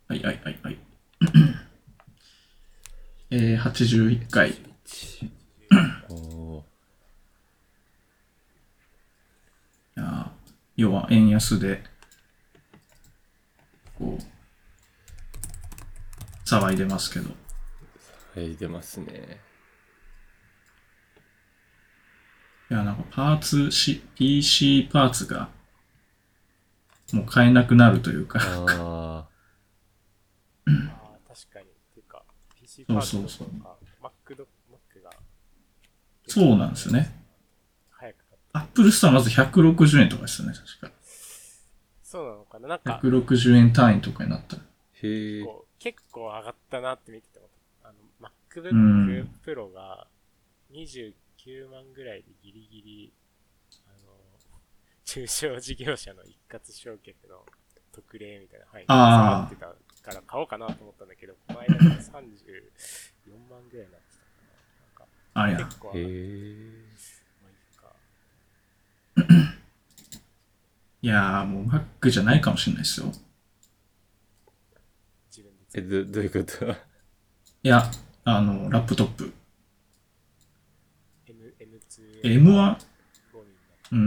はいはいはいはい。81回。 おー。 いや要は円安で、こう、騒いでますけど。 はい、出ますね。 いや、なんかPC パーツが、もう買えなくなるというか、 あああ、確かに。っていうか、PC そうパーツどそうそう。 ころか、Mac がそうなんですよね。 早く買って。 Apple Store まず160円とかですよね、確か。 そうなのかな、なんか、 160円単位とかになったら。 ー。へえ。 結構上がったなって見てて思った。 う MacBook ん。 Pro が29万ぐらいでギリギリ、中小事業者の一括償却の特例みたいな範囲に収まってたから買おうかなと思ったんだけど、この間から34万ぐらいになってたかな。 あ、いや。 結構上がって、 へえ。 まあいいか。 いやー、もう Mac じゃないかもしれないですよ。 自分で作どういうこといや、ラップトップ。 M2 M1? ゴミになって。 うん。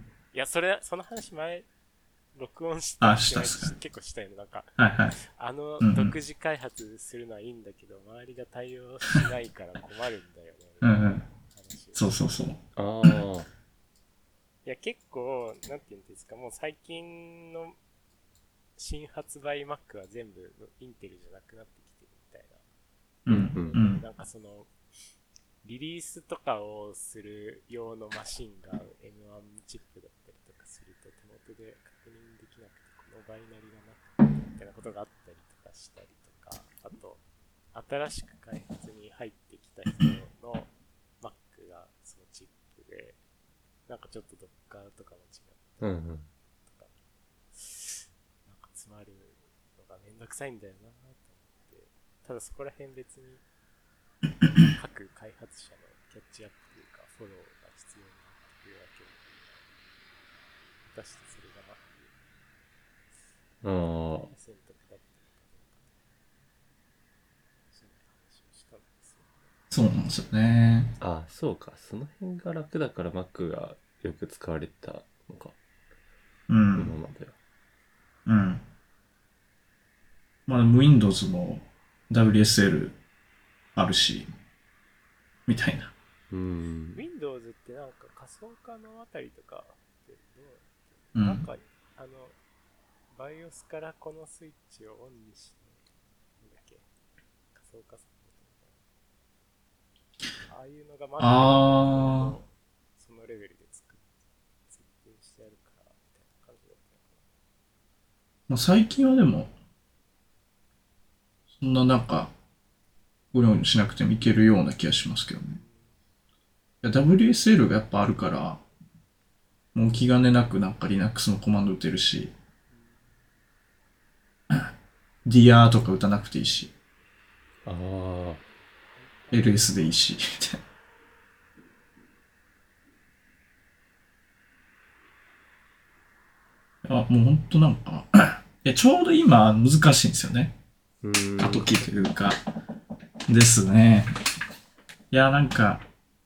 いや、その話前、録音しあ、 たしたっすか。 結構したよね。なんか、 はいはい。 独自開発するのはいいんだけど、周りが対応しないから困るんだよね。 うんうん。 話そうそうそう。 ああ。 いや、結構、なんていうんですか、もう最近の新発売 Mac は全部インテルじゃなくなってきてるみたいうんうん。 な。なんかその、リリースとかをする用のマシンが M1 チップだったりとかすると手元で確認できなくて、このバイナリがなくてみたいなことがあったりとかしたりとか、あと、新しく開発に入ってきた人の Mac がそのチップで、なんかちょっと Docker とかも違ったうんうん。 とか、なんか詰まるのがめんどくさいんだよなと思って、ただそこら辺別に各開発者のキャッチアップというかフォローが必要になってくるわけで、果たしてそれがああ。 選択だったのかどうかそういう話をしたんですよね。 そうなんですよね。 あ、そうか。その辺が楽だから Mac がよく使われてたのか。 う今ん。 までは。 うん。まあ、Windows も WSL あるし、みたいな。 Windows ってなんか仮想化のあたりとかってどう、 うん。 なんかBIOS からこのスイッチをオンにして、なんだっけ、仮想化サポートみたいな。ああいうのが待ってるあと、そのレベルで設定してあるから、みたいな感じだったのかまあ、最近はでも、そんななんか、ゴリゴリしなくてもいけるような気がしますけどね。いや WSL がやっぱあるから、もう気兼ねなくなんか Linux のコマンド打てるし、DR とか打たなくていいし、 ああ。 LS でいいし、みたいな。もうほんとなんか、いや、ちょうど今難しいんですよね。過渡期というか、ですね。いや、なんか、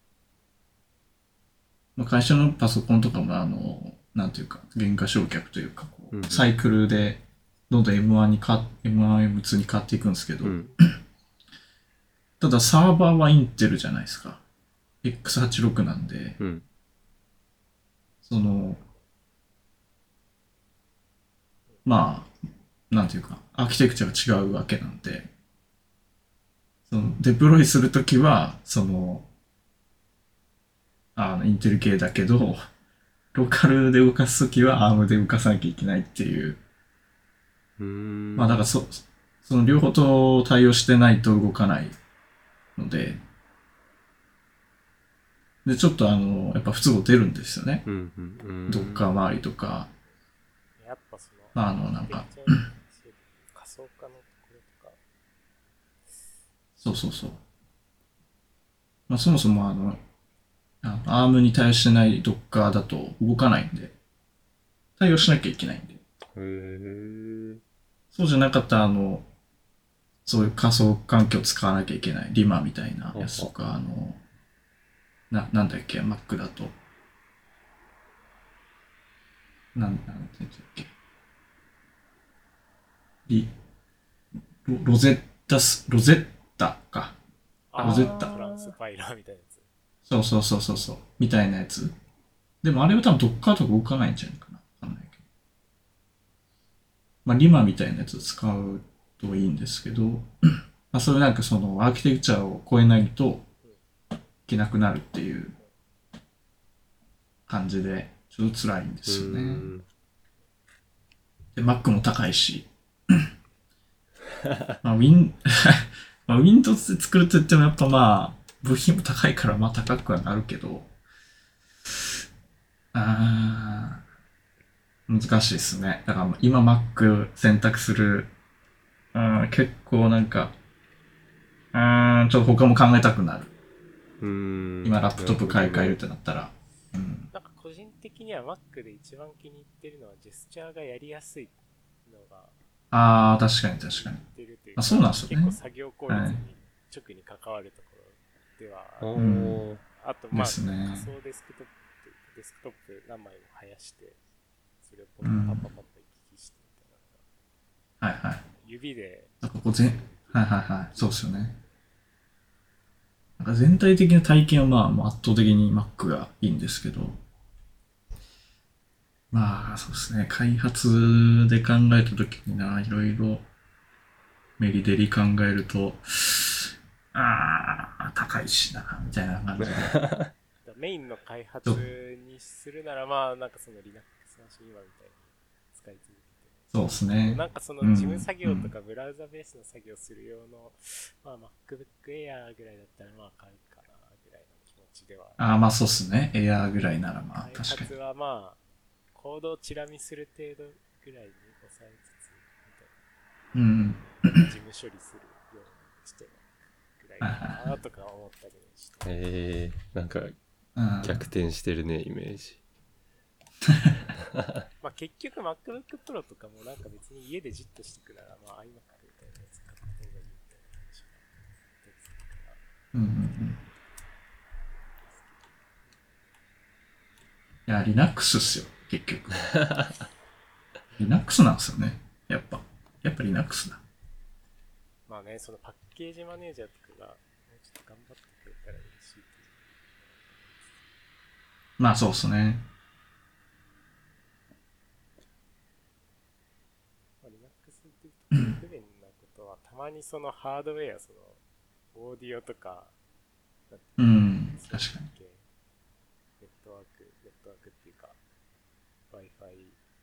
会社のパソコンとかもなんていうか、原価償却というか、こうサイクルで、どんどん M1 にM1、M2 に変わっていくんですけど、ただサーバーはインテルじゃないですか。X86 なんで、その、まあ、なんていうか、アーキテクチャが違うわけなんで、その、デプロイするときは、その、インテル系だけど、ローカルで動かすときは ARM で動かさなきゃいけないっていう。まあだからその両方と対応してないと動かないので、で、ちょっとやっぱ不都合出るんですよね。ドッカー周りとか、 な。やっぱその、 なんか、 仮想化のところとか。 そうそうそう。まあそもそもARM に対応してないドッカーだと動かないんで、対応しなきゃいけないんで。 そうじゃなかったらそういう仮想環境を使わなきゃいけないリマみたいなやつとか、なんだっけ、Mac だと。なんて言うんだっけ。ロゼッタか。ロゼッタ。 トランスパイラーみたいなやつ。 そう。みたいなやつ。でもあれは多分Dockerとか動かないんじゃないかな。わかんないけど。まあ、リマみたいなやつを使うといいんですけど、まあ、それなんかそのアーキテクチャを超えないといけなくなるっていう感じで、ちょっと辛いんですよね。で、Mac も高いし。まあ、まあ、Windows で作ると言ってもやっぱまあ、部品も高いからまあ高くはなるけど、難しいですね。だから今 Mac 選択する、結構なんか、ちょっと他も考えたくなる。今ラップトップ買い替えるってなったら。 なんか個人的には Mac で一番気に入ってるのはジェスチャーがやりやすいのが。 確かに。そうなんですよね。 結構作業効率に直に関わるところではあとまあ、仮想デスクトップ何枚も生やして、それをパッと行き来してみたいな。 はい。 指で。 なんかそうですよね。なんか全体的な体験はまあ圧倒的に Mac がいいんですけど、まあそうですね。開発で考えたときにいろいろメリデリ考えると、高いしな、みたいな感じで。 メインの開発にするならまあなんかその Linux マシン今みたいに使い続けて。 そうですね。 なんかその事務作業とかブラウザベースの作業する用の、まあ MacBook Air ぐらいだったらまあ買うかなぐらいの気持ちでは。 まあそうっすね。Air ぐらいならまあ確かに。 開発はまあコードをチラ見する程度ぐらいに抑えつつみたいな。事務処理するようにしてぐらいかなとか思ったりして。 なんか逆転してるね、イメージ。 まあ結局 MacBook Pro とかもなんか別に家でじっとしてくならまあ iMac みたいなやつ買った方がいいみたいな話がいや、Linux っすよ、結局。Linux なんですよね。やっぱ Linux だ。 まあね、そのパッケージマネージャーとかがもうちょっと頑張ってくれたら嬉しい。 まあそうっすね。 Linux って不便なことは、たまにそのハードウェア、そのオーディオとか、 確かに。 ネットワークっていうか、Wi-Fi なり、Bluetooth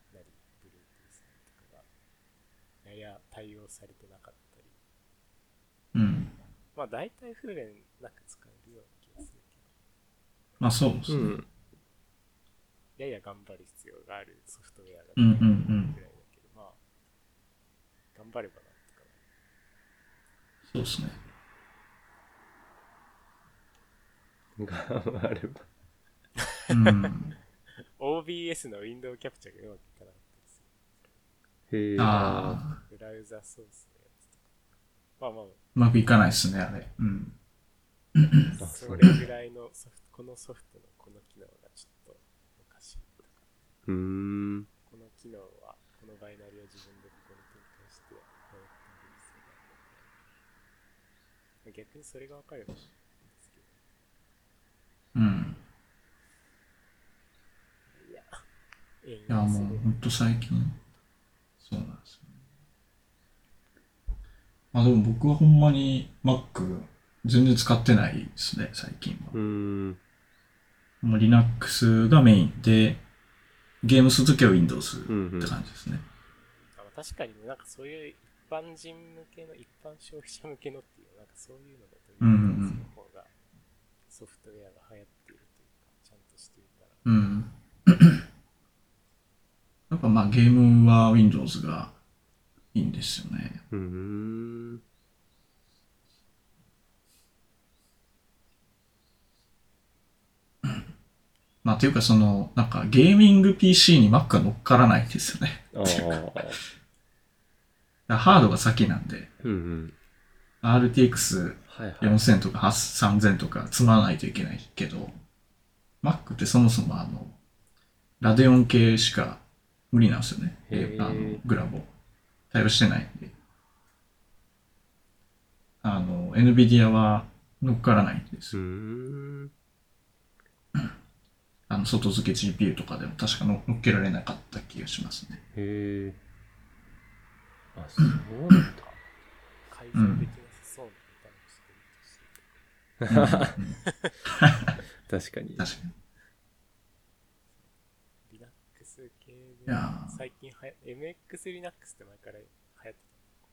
とかが、やや対応されてなかったり。まあ大体不便なく使えるような気がするけど。 まあそうですね。 やや頑張る必要があるソフトウェアだったりぐらいだけど、まあ、頑張ればなんとかそうですね。 頑張れば。 OBS のウィンドウキャプチャーがうまくいかなかったですよ。 へブラウザソースのやつとか。まあまあ。うまくいかないですね、あれ。 それぐらいのこのソフトのこの機能がちょっとおかしいとか。この機能は、このバイナリを自分でここに展開してやった方がいいですよね。逆にそれが分かればいいんですけど。 いや、もうほんと最近、そうなんですよね。まあでも僕はほんまに Mac 全然使ってないですね、最近は。もう Linux がメインで、ゲームするときは Windows って感じですね。 確かになんかそういう一般人向けの、一般消費者向けのっていう、なんかそういうのだと Windows の方がソフトウェアが流行っているというか、ちゃんとしているから。 やっぱまあゲームは Windows がいいんですよね。まあ、ていうかなんかゲーミング PC に Mac が乗っからないんですよね。 ハードが先なんで、 うんうん。 RTX4000 はいはい。 とか3000とか積まないといけないけど、Mac ってそもそもラデオン系しか無理なんですよね。 へー。 グラボ対応してないんで。NVIDIA は乗っからないんでうす。 ーん。 外付け GPU とかでも確か乗っけられなかった気がしますね。 へー。あ、そうなんだ。 改造できなさそうなボタンをしてる確かに。 確かに。 Linux 系でいやー最近MX Linux って前から流行ってた。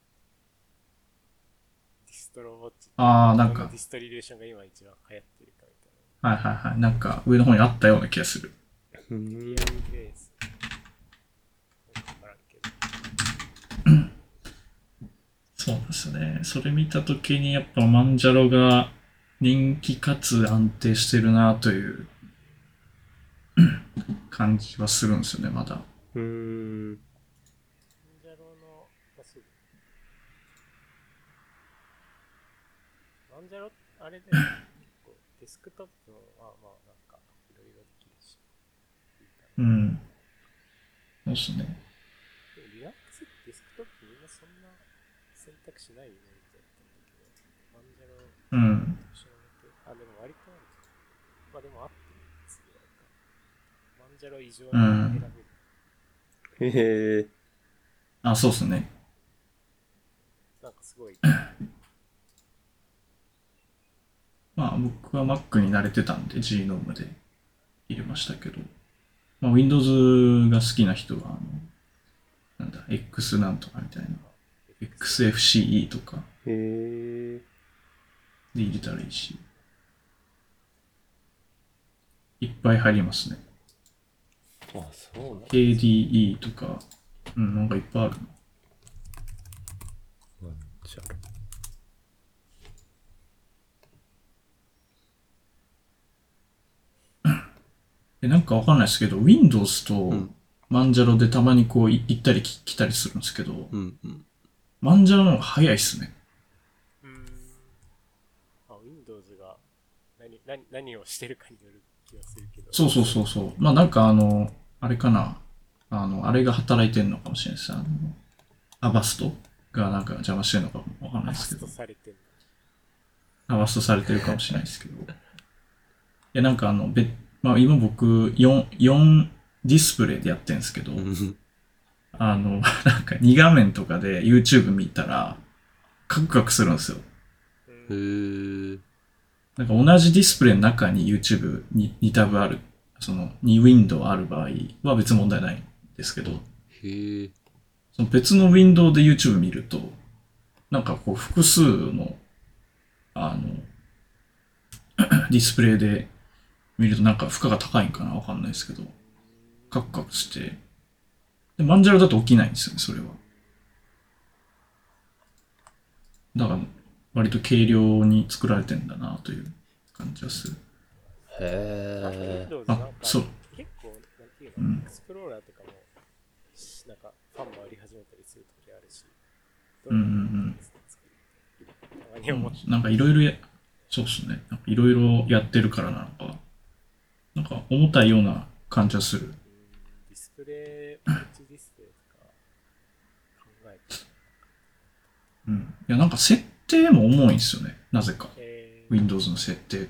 ディストロウォッチ。 なんかディストリビューションが今一番流行ってるかみたいはいはいはい。なんか上の方にあったような気がする。 うな。 ん。 リアルベース。わからんけど。 そうですね。それ見たときにやっぱマンジャロが人気かつ安定してるなという感じはするんですよね、まだ。 うーん。 マンジャロの、そうマンジャロ、あれで、結構デスクトップもまあまあなんかいろいろできるし。 うん。そうですね。 でも Linux ってデスクトップみんなそんな選択肢ないイメージだったんだけど、マンジャロうん。 知らなくて、でも割とあるか。まあでもあって3つぐらいか。マンジャロ異常に選べる。 へえ。 そうですね。 なんかすごい。 まあ僕は Mac に慣れてたんで GNOME で入れましたけど、まあ、Windows が好きな人はなんだ、X なんとかみたいな、XFCE とかへえ。 で入れたらいいし、いっぱい入りますね。 あ、そうなんだ。 KDE とか、なんかいっぱいあるな。 マンジャロ。 なんかわかんないですけど、Windows とんマンジャロでたまにこう行ったり来たりするんですけど、 うんうん。 マンジャロの方が早いっすね。 Windows が何をしてるかによる気がするけど。 そうそうそうそう。まあなんかあれかな。あれが働いてんのかもしれないです。アバストがなんか邪魔してるのかもわかんないですけど。 されてんの。 アバストされてるかもしれないですけど。いやなんかまあ今僕4ディスプレイでやってるんですけど、なんか2画面とかで YouTube 見たら、カクカクするんですよ。 へー。 なんか同じディスプレイの中に YouTube に2タブある、その2ウィンドウある場合は別に問題ないんですけど、 へー。 その別のウィンドウで YouTube 見ると、なんかこう複数の、ディスプレイで見るとなんか負荷が高いんかなわかんないですけど、カクカクして、で、マンジャロだと起きないんですよね、それは。だから、割と軽量に作られてんだなという感じがする。 へー。 Windows なんかそう。 結構、なんていうの、エクスプローラーとかも、なんかファン回り始めたりする時あるし、どうなんですか、たまに思って。 なんかいろいろそうっすね。なんかいろいろやってるからなんか重たいような感じはする。 ディスプレイ、マルチディスプレイとか考えていや、なんか設定も重いんですよね。なぜか。 る。 Windows の設定って。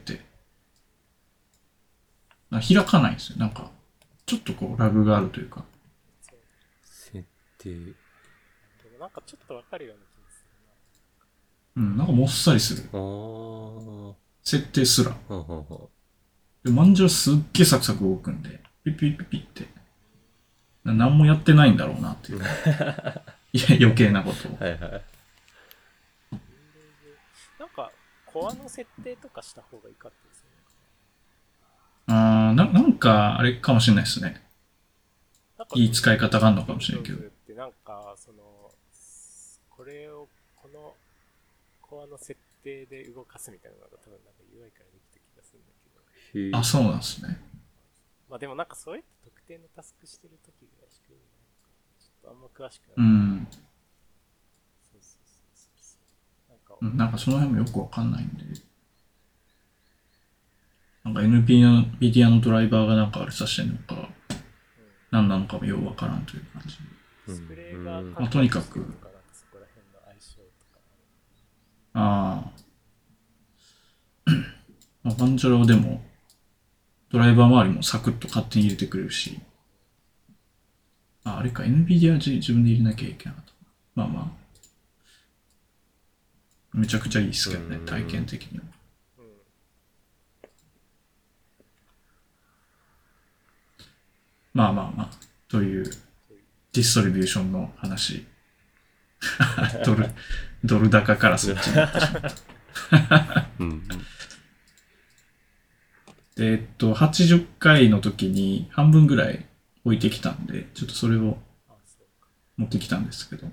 なんか開かないんですよ。なんか、ちょっとこうラグがあるというか。 設定。 でもなんかちょっとわかるような気がすなんかもっさりする。 あー。 設定すら。 はんはんはん。 で、マンジャロすっげえサクサク動くんで、ピッピッピッピッって。何もやってないんだろうなっていう。いや、余計なことを。 はいはい。 なんか、コアの設定とかした方がいいかったですよね。 なんか、あれかもしれないですね。いい使い方があるのかもしれないけど。 Windows ってなんか、これを、このコアの設定で動かすみたいなのが多分なんか UI からできた気がするんだけど。 へー。 そうなんですね。 まあでもなんかそうやって特定のタスクしてる時ぐらいしか意味ないのか。ちょっとあんま詳しくない。 なんかその辺もよくわかんないんで。なんか NVIDIA のドライバーがなんかあれさしてんのか、何なのかもよくわからんという感じ。 ディスプレイがまあとにかくそこら辺の相性とか。 ああ。バンジョロでも、ドライバー周りもサクッと勝手に入れてくれるし。あれか、NVIDIA 自分で入れなきゃいけなかった。まあまあ。めちゃくちゃいいですけどね、体験的には。まあまあまあ、というディストリビューションの話。ドル高からそっちになってしまった。で、80回の時に半分ぐらい置いてきたんで、ちょっとそれを持ってきたんですけど、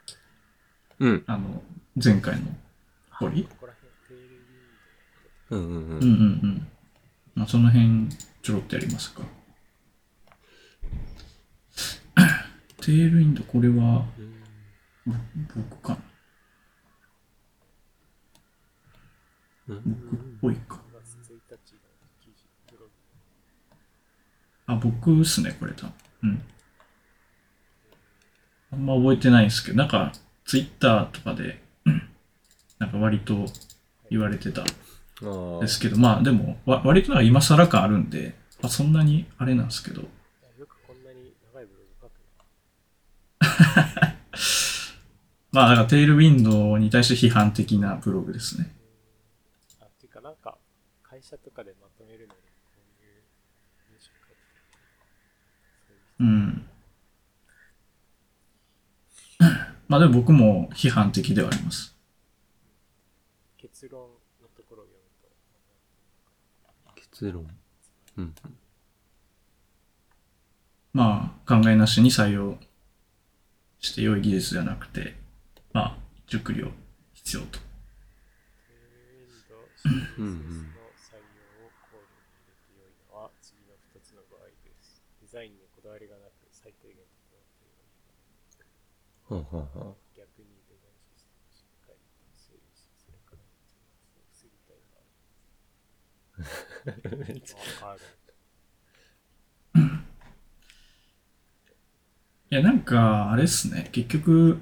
前回の堀まあ、その辺ちょろっとやりますか。テールウィンド、これは僕かな。僕っぽいか。僕っすね、これ多分。あんま覚えてないんですけど、なんか、ツイッターとかで、なんか割と言われてたですけど、まあでも、割となんか今更感あるんで、そんなにあれなんですけど。 よくこんなに長いブログ書くな。まあ、だからテールウィンドウに対して批判的なブログですね。 っていうかなんか、会社とかでまとめるのに、こういう文章書いてまあでも僕も批判的ではあります。 結論のところを読むと。 結論まあ、考えなしに採用して良い技術じゃなくて、まあ、熟慮必要と。 Windows の採用を考慮に入れて良いのは次の2つの場合です。デザインにこだわりがなく最低限のこだわりがない。逆にデザインシステムをしっかりと整理し、それから防ぎたいのがある。わかる。 いや、なんか、あれっすね。結局、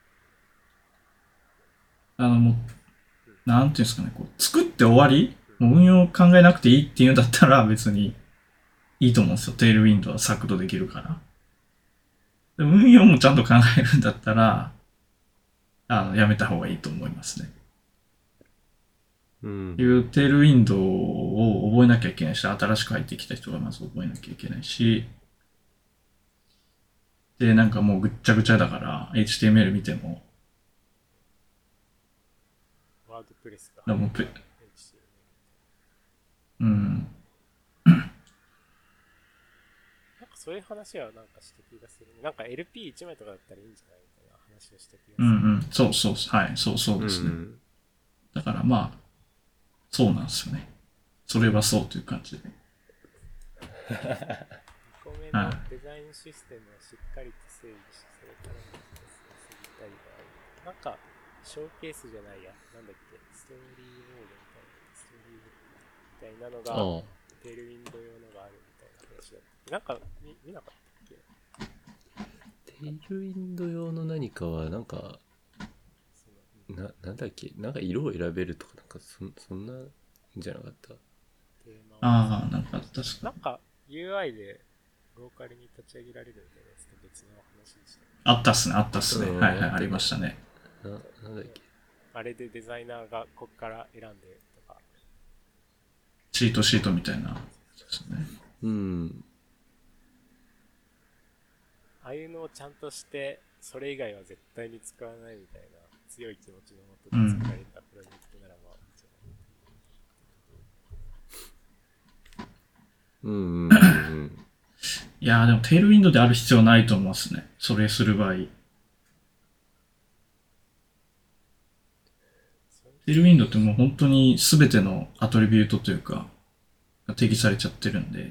もう、なんていうんですかね、こう、作って終わりもう運用考えなくていいっていうんだったら別にいいと思うんですよ。テールウィンドウは削度できるから。でも運用もちゃんと考えるんだったら、やめた方がいいと思いますね。いうテールウィンドウを覚えなきゃいけないし、新しく入ってきた人がまず覚えなきゃいけないし、で、なんかもうぐっちゃぐちゃだから、HTML 見ても、 ワードプレスが。 なんかそういう話はなんかした気がする。なんか LP1 枚とかだったらいいんじゃないみたいな話をした気がする。 そう、はい、そうですね。だからまあ、そうなんですよね。それはそうという感じで。 2個目のデザインシステムをしっかりと整理し、それから防ぎたい場合、なんか、ショーケースじゃないや、なんだっけ、ストーリーモードみたいな、みたいなのが、テールウィンドウ用のがあるみたいな話だった。なんか、見なかったっけ？ テールウィンドウ用の何かは、なんか、なんだっけ、なんか色を選べるとか、なんかそんなんじゃなかった。 なんか確かに。 なんか UI でローカルに立ち上げられるみたいなやつと別の話でした。 あったっすね。はい、ありましたね。 なんだっけ。 あれでデザイナーがこっから選んでとか。 チートみたいなですね。 ああいうのをちゃんとして、それ以外は絶対に使わないみたいな強い気持ちのもとで作られたプロジェクトならまあいいんじゃない。いやーでもテールウィンドウである必要ないと思いますね。それする場合。テールウィンドウってもう本当に全てのアトリビュートというか、定義されちゃってるんで、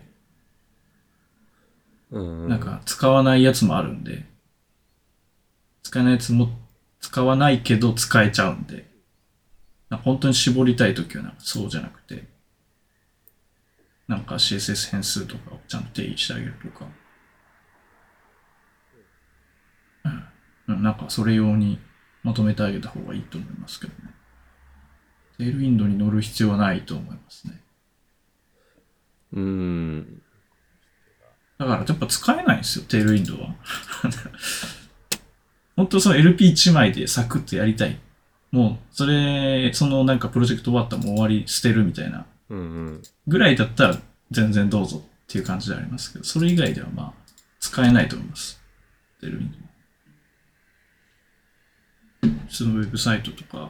なんか使わないやつもあるんで、使えないやつも使わないけど使えちゃうんで、 なんか本当に絞りたいときはなんかそうじゃなくて、なんか CSS 変数とかをちゃんと定義してあげるとか、なんかそれ用にまとめてあげた方がいいと思いますけどね。テールウィンドに乗る必要はないと思いますね。だからやっぱ使えないんですよ、テールウィンドは。本当その LP1 枚でサクッとやりたい。もう、そのなんかプロジェクト終わったらもう終わり捨てるみたいな。ぐらいだったら全然どうぞっていう感じでありますけど、それ以外ではまあ、使えないと思います。テールウィンド。普通のウェブサイトとか、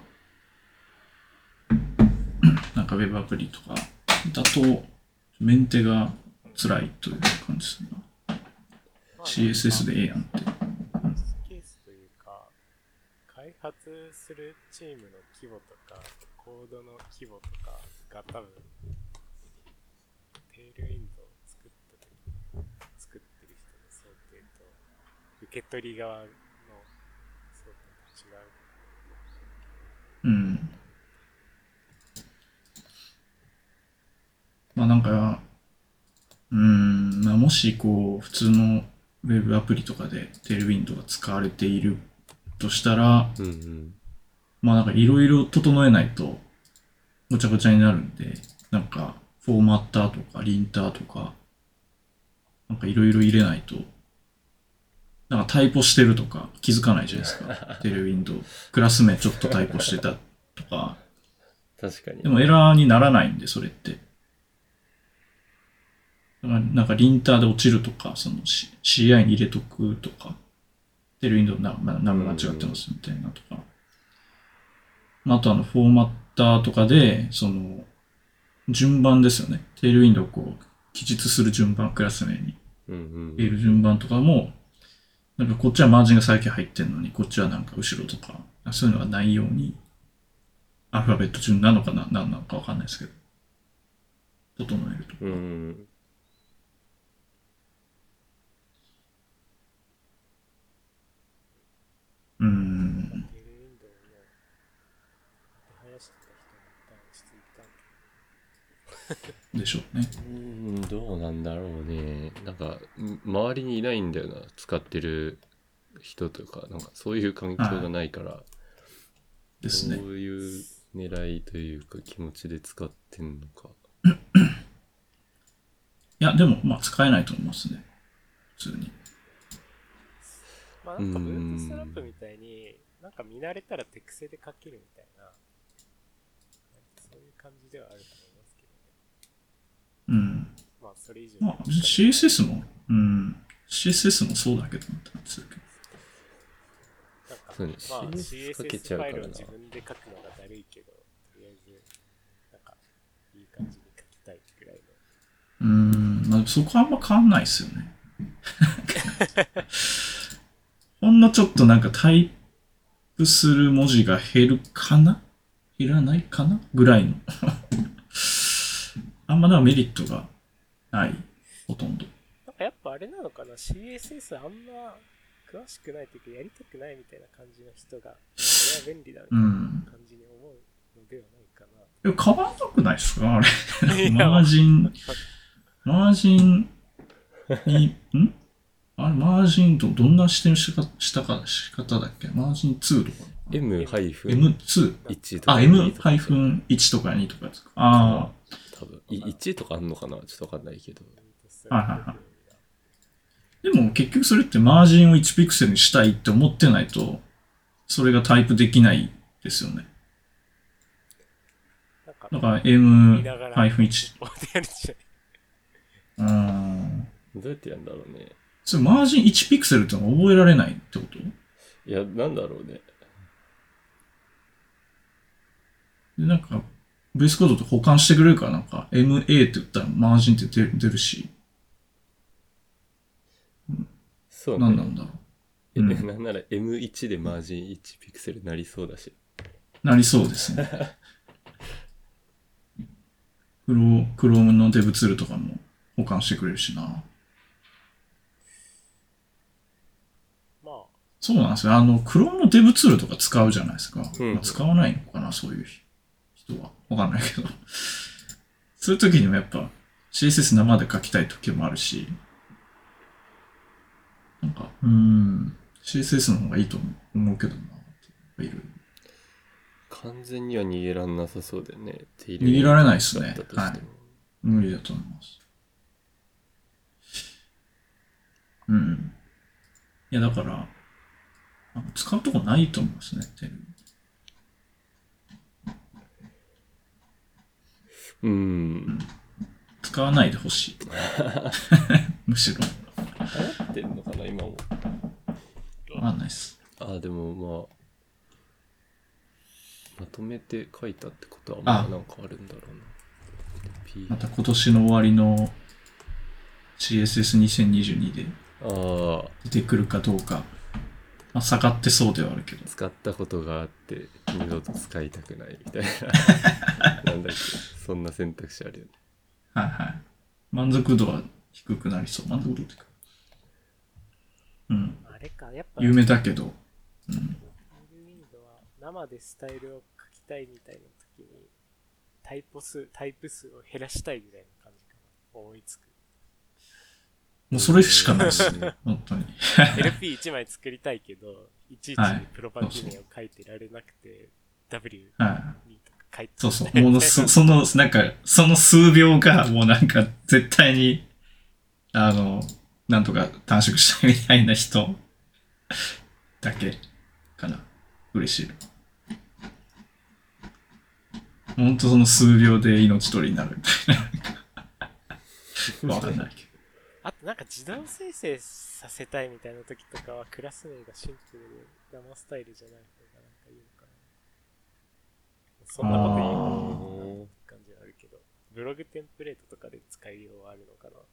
なんかウェブアプリとかだと、メンテが辛いという感じですね。CSS でええやんって。 ケースというか、開発するチームの規模とか、コードの規模とかが多分、テールウィンドウを作ってる人の想定と、受け取り側の想定と違う。 まあなんか、まあもしこう、普通のウェブアプリとかでテールウィンドウが使われているとしたら、まあなんかいろいろ整えないとごちゃごちゃになるんで、なんかフォーマッターとかリンターとか、なんかいろいろ入れないと、なんかタイポしてるとか気づかないじゃないですか。テールウィンドウ。クラス名ちょっとタイポしてたとか。 確かに。 でもエラーにならないんで、それって。なんかリンターで落ちるとか、その CI に入れとくとか、テールウィンドウ何間違ってますみたいなとか。あとフォーマッターとかで、その、順番ですよね。テールウィンドウをこう、記述する順番、クラス名に入れる順番とかも、なんかこっちはマージンが先入ってんのに、こっちはなんか後ろとか、そういうのがないように、アルファベット順なのか何なのかわかんないですけど、整えるとか。でしょうね。 どうなんだろうね。なんか周りにいないんだよな、使ってる人とか、なんかそういう環境がないから、 ですね。 どういう狙いというか気持ちで使ってんのか。 いや、でもまあ使えないと思いますね。普通に。 まあなんかブートストラップみたいに、なんか見慣れたらテクセで書けるみたいな、そういう感じではあると思いますけどね。まあそれ以上。 まあ CSS も、CSS もそうだけどなって感じするけど。 そうね、 まあ、 CSS かけちゃうからな。 CSS ファイルを自分で書くのがだるいけど、とりあえず、なんか、いい感じに書きたいくらいの。 まあ、そこはあんま変わんないっすよね。ほんのちょっとなんかタイプする文字が減るかな減らないかなぐらいの。あんまだメリットがない。ほとんど。 なんかやっぱあれなのかな ?CSS あんま詳しくないというかやりたくないみたいな感じの人が、これは便利だみたいな感じに思うのではないかな。 変わんなくないっすかあれ。マージンに、あれ、マージンとどんな指定の仕方だっけマージン2とか。 M-1 とか。あ、M-1 とか2とかですか。ああ。 多分、1とかあんのかなちょっとわかんないけど。 はいはいはい。でも結局それってマージンを1ピクセルにしたいって思ってないと、それがタイプできないですよね。だから M-1。 どうやってやるんだろうね。 それマージン1ピクセルってのは覚えられないってこと？ いや、なんだろうね。 で、なんか、ベースコードと保管してくれるから、なんか、MA って言ったらマージンって出るし。 そうね。 何なんだろう。 なんなら M1 でマージン1ピクセルなりそうだし。 なりそうですね。Chrome のデブツールとかも保管してくれるしな。そうなんですよ。Chrome のデブツールとか使うじゃないですか。使わないのかな、そういう人はわかんないけど。そういう時にもやっぱ CSS 生で書きたい時もあるし、なんか、CSS の方がいいと思うけどな、いろいろ。 完全には逃げらんなさそうだよね。 逃げられないですね。 だったとしてもはい。無理だと思います。うん。いや、だから、使うとこないと思いますね、テル。使わないでほしい。むしろ。 流行ってんのかな、今も。 わかんないっす。 でもまとめて書いたってことはまあなんかあるんだろうな。 また今年の終わりの CSS2022 で出てくるかどうか、まあ、下がってそうではあるけど。 使ったことがあって二度と使いたくないみたいな。なんだっけ、そんな選択肢あるよね。 はいはい。満足度は低くなりそう。満足度っていうか。 あれか、やっぱ。 有名だけど。 ウィンドは生でスタイルを書きたいみたいな時にタイプ数を減らしたいぐらいの感じかな。思いつく。 もうそれしかないですね。本当に。 LP1 枚作りたいけど、いちいちプロパティ名を書いてられなくて、W にとか書いてそうそう。もうなんか、その数秒がもうなんか絶対に、なんとか短縮したいみたいな人だけかな。嬉しい。ほんとその数秒で命取りになるみたいな。わかんないけど。 あとなんか自動生成させたいみたいな時とかはクラス名がシンプルで生スタイルじゃない方がなんかいいのかな。そんなこと言うの感じはあるけど、ブログテンプレートとかで使いようはあるのかな。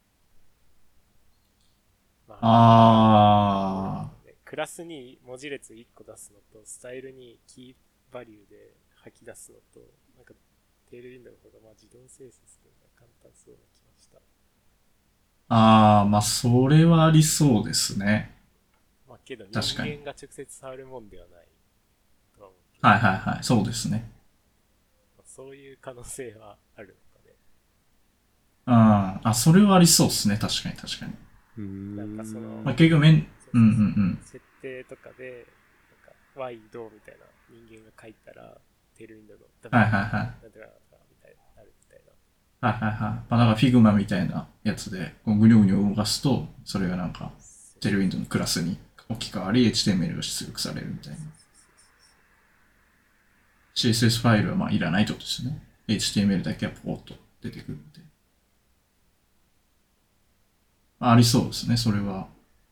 クラスに文字列1個出すのと、スタイルにキーバリューで吐き出すのと、なんかテールウィンドウの方が自動生成するのが簡単そうな気がした。 まあそれはありそうですね。 まあけど人間が直接触るもんではないとは思うけど。 はいはいはい、そうですね。 そういう可能性はあるのかね。 それはありそうですね。確かに確かに。 なんかその、 まあ、結局設定とかで、なんか Y どうみたいな人間が書いたら、テールウィンドウのダメなんてなみたいなあるみたいな。 はいはいはい。まあなんか Figma みたいなやつで、こうぐにょぐにょ動かすと、それがなんか、テールウィンドウのクラスに置き換わり、HTML が出力されるみたいな。CSS ファイルはまあいらないってことですね。HTML だけはポーっと出てくるんで。ありそうですね、それは。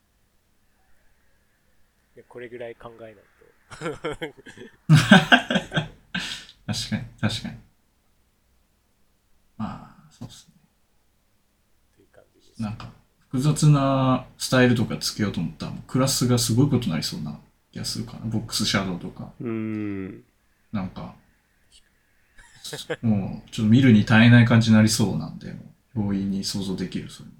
これぐらい考えないと。 確かに、確かに。まあ、そうですね。 という感じです。 なんか、複雑なスタイルとかつけようと思ったら、クラスがすごいことになりそうな気がするかな。ボックスシャドウとか。なんか、もう、ちょっと見るに耐えない感じになりそうなんで、容易に想像できる、それ。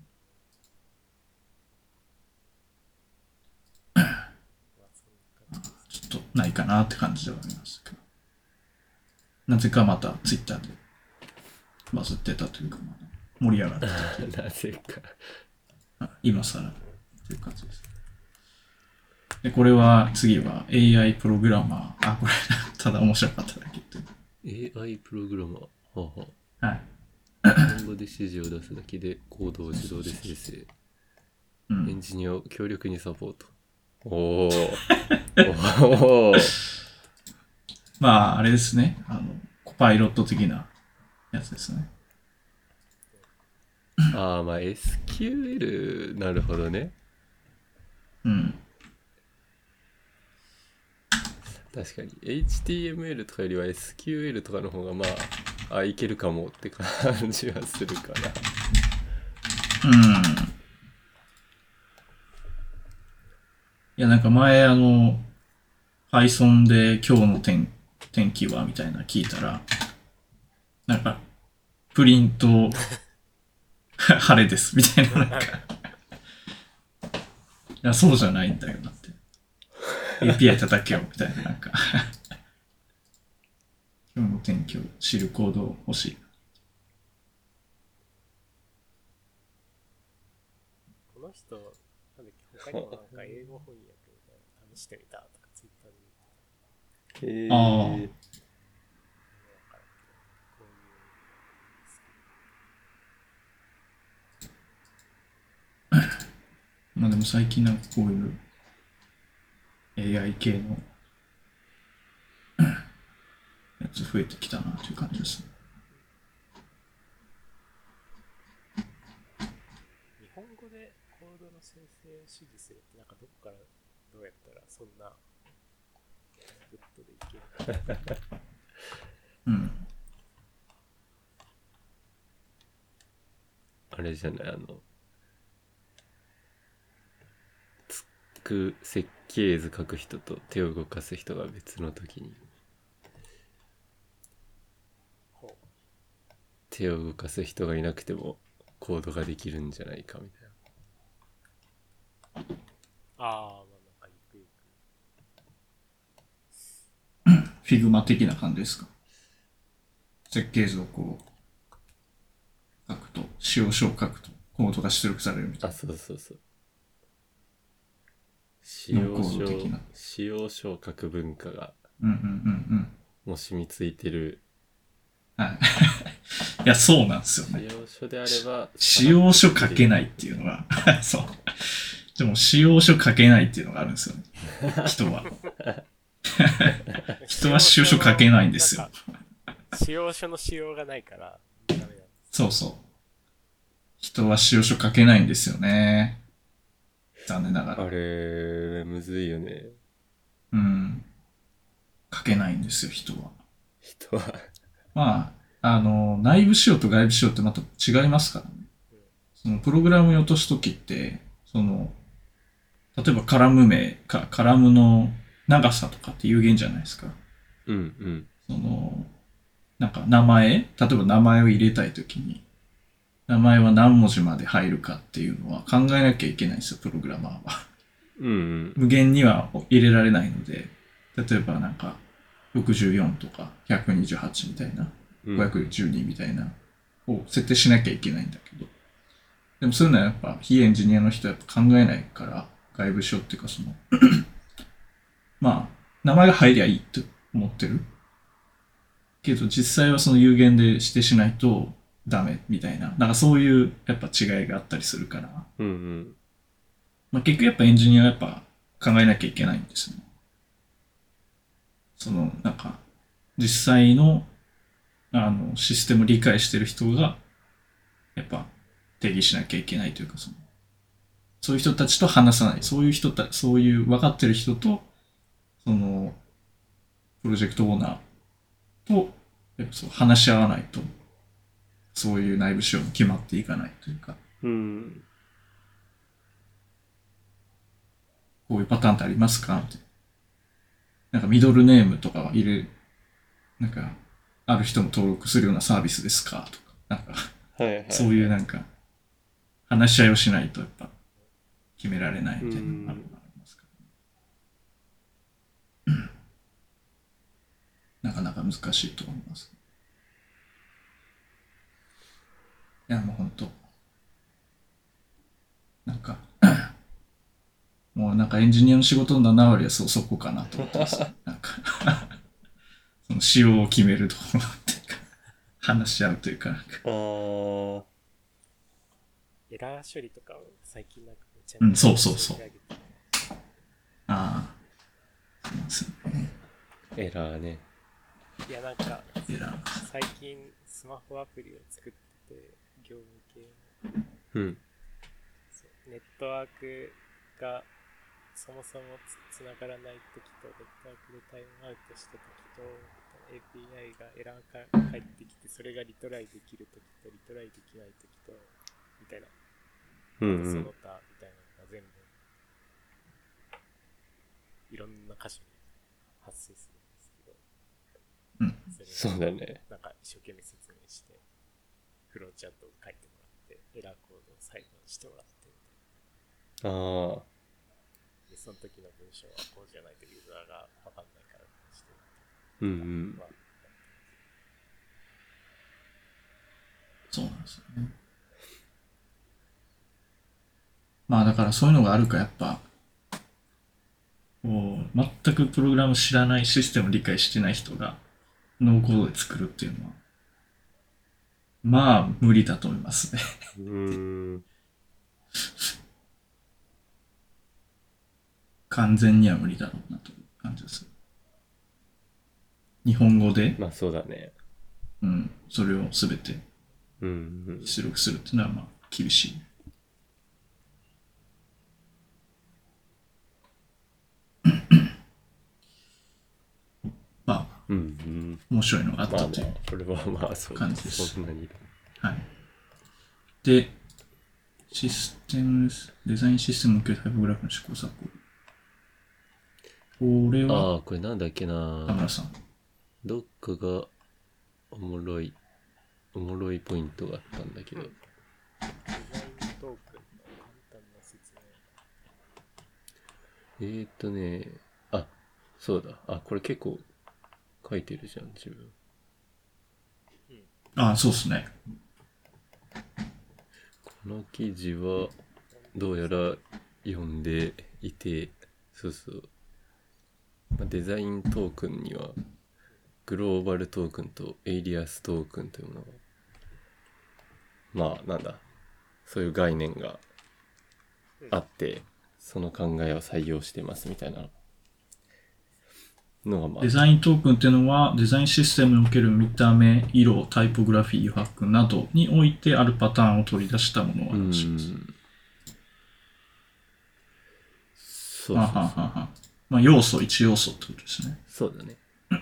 ちょっとないかなって感じではありますけど。なぜかまたツイッターでバズってたというか、盛り上がってたというなぜか。 今更という感じです。で、これは、次は AI プログラマー。これ、ただ面白かっただけって。 AI プログラマー。 はい。 言語で指示を出すだけでコードを自動で生成。エンジニアを強力にサポート。 まあ、あれですね。コパイロット的なやつですね。 まあ SQL、なるほどね。確かに HTML とかよりは SQL とかの方がまあいけるかもって感じはするかな。 いや、なんか前Python で今日の天気はみたいな聞いたら、なんか、プリント、晴れですみたいな、なんか。いや、そうじゃないんだよなって。API 叩けよみたいな、なんか。 今日の天気を知るコード欲しい。 この人、なんだっけ、他にもなんか英語翻訳みたいなの試してみたとかツイッターで言ってた。 ああ。 わからんけど、こういう好き。 まあでも最近なんかこういう AI 系のやつ増えてきたなという感じですね。 日本語でコードの生成を指示するってなんかどこからどうやったらそんなグッドでいけるか。 うん。 あれじゃない、設計図書く人と手を動かす人が別の時に手を動かす人がいなくてもコードができるんじゃないかみたいな。 ああ、まあなんかゆくゆく。 フィグマ的な感じですか。設計図をこう書くと、使用書を書くとコードが出力されるみたいな。 あ、そうそうそう。 ノーコード的な。 使用書を書く文化がうんうんうんもう染みついてる。 うん。はい。いや、そうなんですよね。 使用書であれば使用書書けないっていうのが、そう。でも使用書書けないっていうのがあるんですよね。人は。人は使用書書けないんですよ。 使用書の使用がないからダメなんです。 そうそう。人は使用書書けないんですよね。残念ながら。 あれむずいよね。 うん。書けないんですよ、人は。 人はまあ、内部仕様と外部仕様ってまた違いますからね。そのプログラムに落とすときって、例えばカラムカラムの長さとかって有限じゃないですか。 うんうん。 なんか名前、例えば名前を入れたいときに、名前は何文字まで入るかっていうのは考えなきゃいけないんですよ、プログラマーは。 うんうん。 無限には入れられないので、例えばなんか、64とか128みたいな、512みたいな、を設定しなきゃいけないんだけど、でもそういうのはやっぱ非エンジニアの人はやっぱ考えないから、外部書っていうかまあ、名前が入りゃいいって思ってる。けど実際はその有限で指定しないとダメみたいな、なんかそういうやっぱ違いがあったりするから、 うんうん。 まあ結局やっぱエンジニアはやっぱ考えなきゃいけないんですね。なんか、実際の、システムを理解してる人が、やっぱ定義しなきゃいけないというか、そういう人たちと話さない。そういう分かってる人と、プロジェクトオーナーと、やっぱそう話し合わないと、そういう内部仕様も決まっていかないというか、 うん。 こういうパターンってありますかって。なんかミドルネームとかはなんか、ある人も登録するようなサービスですかとか、なんか、 はいはい、はい。 そういうなんか、話し合いをしないとやっぱ決められないみたいなのがありますからね。なかなか難しいと思います。いや、もう本当なんか、もうなんかエンジニアの仕事の7割はそこかなと思ってます。なんかその仕様を決めるところっていうか、話し合うというか、なんか。 エラー処理とかを最近なんかめちゃめちゃそうそうそうそう。ああ。そうなんですよね。 エラーね。 いやなんか、 エラー。 最近スマホアプリを作ってて、業務系の。 うん。 ネットワークがそもそもつながらないときと、ネットワークでタイムアウトしたときと、API がエラーが返ってきて、それがリトライできるときと、リトライできないときと、みたいな。 うんうん。 その他みたいなのが全部、いろんな箇所に発生するんですけど、 うん。 そうだね。 なんか一生懸命説明して、フローチャートを書いてもらって、エラーコードを再現してもらって、 ああ。 で、その時の文章はこうじゃないとユーザーがわかんないからしてうんうん。 ですよね。まあだからそういうのがあるかやっぱ、こう全くプログラム知らないシステムを理解してない人がノーコードで作るっていうのは、まあ無理だと思いますね。完全には無理だろうなという感じです。日本語で、 まあそうだね。 うん、それをすべて出力するっていうのはまあ厳しい。まあ、面白いのがあったという、 これはまあそう感じです。 そんなに。 はい。で、デザインシステムにおけるタイポグラフの試行錯誤。これは、 これなんだっけな。 田村さん。 どっかがおもろいポイントがあったんだけど。 デザイントークンの簡単な説明。そうだ。これ結構書いてるじゃん、自分。 そうっすね。 この記事はどうやら読んでいて、そうそう。デザイントークンにはグローバルトークンとエイリアストークンというものが、まあなんだ、そういう概念があって、その考えを採用してますみたいなのがまあ。 デザイントークンっていうのは、デザインシステムにおける見た目、色、タイポグラフィー、余白などにおいてあるパターンを取り出したものを表します。 そう。 まあ要素、1要素ってことですね。 そうだね。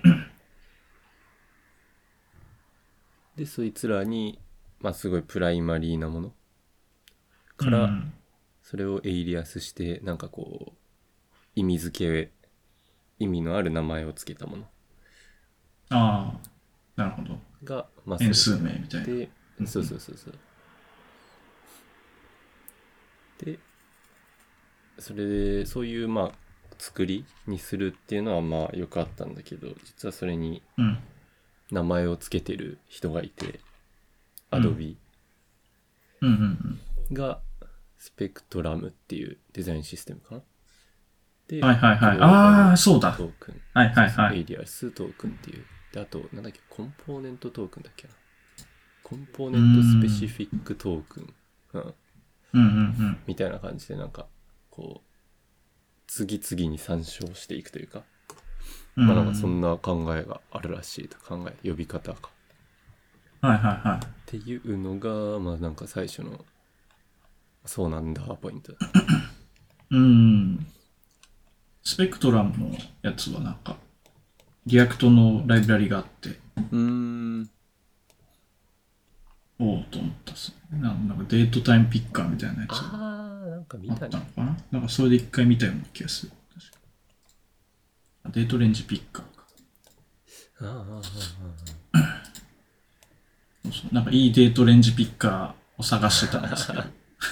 で、そいつらに、まあすごいプライマリーなものから、それをエイリアスして、なんかこう、意味のある名前をつけたもの。 なるほど。 が、まあ、 変数名みたいな。 で、そう。で、それで、そういうまあ、作りにするっていうのはまあよくあったんだけど、実はそれに名前をつけてる人がいて、Adobe がスペクトラムっていうデザインシステムかな。で、 そうだ。 トークン。エイリアストークンっていう。で、あと、なんだっけ、コンポーネントトークンだっけな。コンポーネントスペシフィックトークン。みたいな感じで、なんか、こう、次々に参照していくというか、まあなんかそんな考えがあるらしいと。呼び方か。っていうのが、まあなんか最初の、そうなんだ、ポイント。 スペクトラムのやつはなんか、リアクトのライブラリがあって、おうと思ったっすね。なんかデートタイムピッカーみたいなやつがなんか見たね。 あったのかな。なんかそれで一回見たような気がする。確かデートレンジピッカーか。そうなんかいいデートレンジピッカーを探してたんですけど、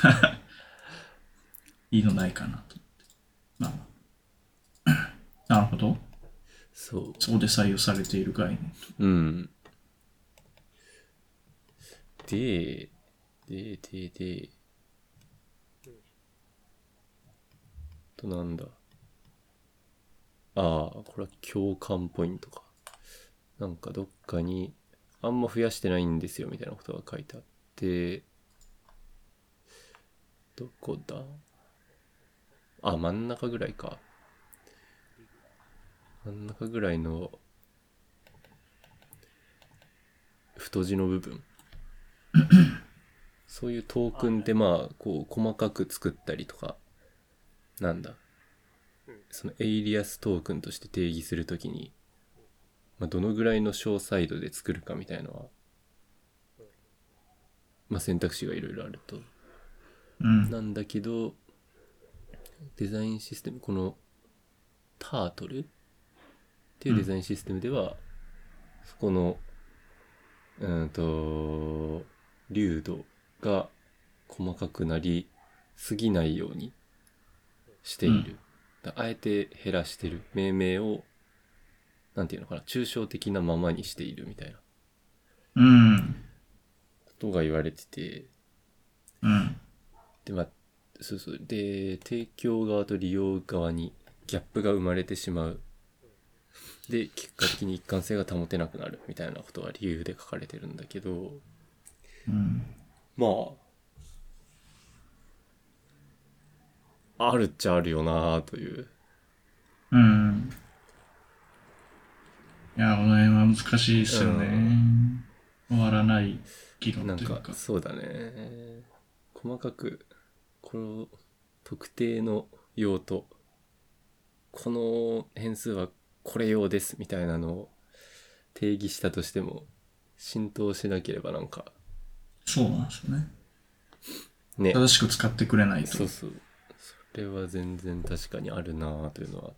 いいのないかなと思って。なるほど。そこで採用されている概念。 で、なんだ。これは共感ポイントか。なんかどっかにあんま増やしてないんですよみたいなことが書いてあって、どこだ？真ん中ぐらいか。真ん中ぐらいの太字の部分。そういうトークンでまあこう細かく作ったりとか、なんだ。そのエイリアストークンとして定義するときに、まあ、どのぐらいの詳細度で作るかみたいなのは、まあ、選択肢がいろいろあると、なんだけどデザインシステム、このタートルっていうデザインシステムでは、そこの流度が細かくなりすぎないようにしている。あえて減らしてる。命名をなんていうのかな、抽象的なままにしているみたいな。 とが言われてて、 うん。 で、そうそう。で、提供側と利用側にギャップが生まれてしまう。で、結果的に一貫性が保てなくなるみたいなことが理由で書かれてるんだけど、 うん、 まあ、あるっちゃあるよなという。 うん。いや、この辺は難しいですよね。終わらない議論というか。 なんか、そうだね。細かく、この特定の用途、この変数はこれ用ですみたいなのを定義したとしても、浸透しなければなんか。 そうなんですよね。 ね。 正しく使ってくれないと。 そうそう。それは全然確かにあるなというのはあって。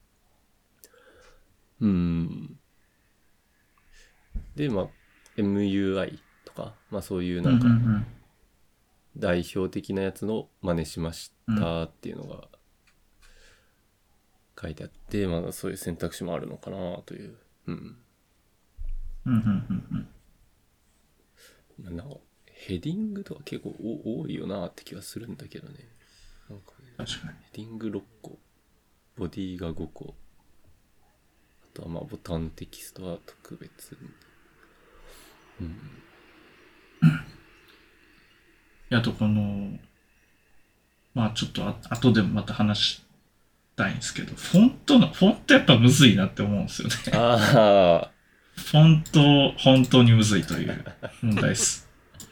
で、まあ、MUI とか、まあそういうなんか、代表的なやつの真似しましたっていうのが書いてあって、まあそういう選択肢もあるのかなという。なんかヘディングとか結構多いよなって気はするんだけどね。なんかね、 確かに。 ヘディング6個、ボディが5個、あとはまあボタンテキストは特別。 あとこの、まあちょっと後でまた話したいんですけど、フォントやっぱむずいなって思うんですよね。 ああ。 フォント、本当にむずいという問題です。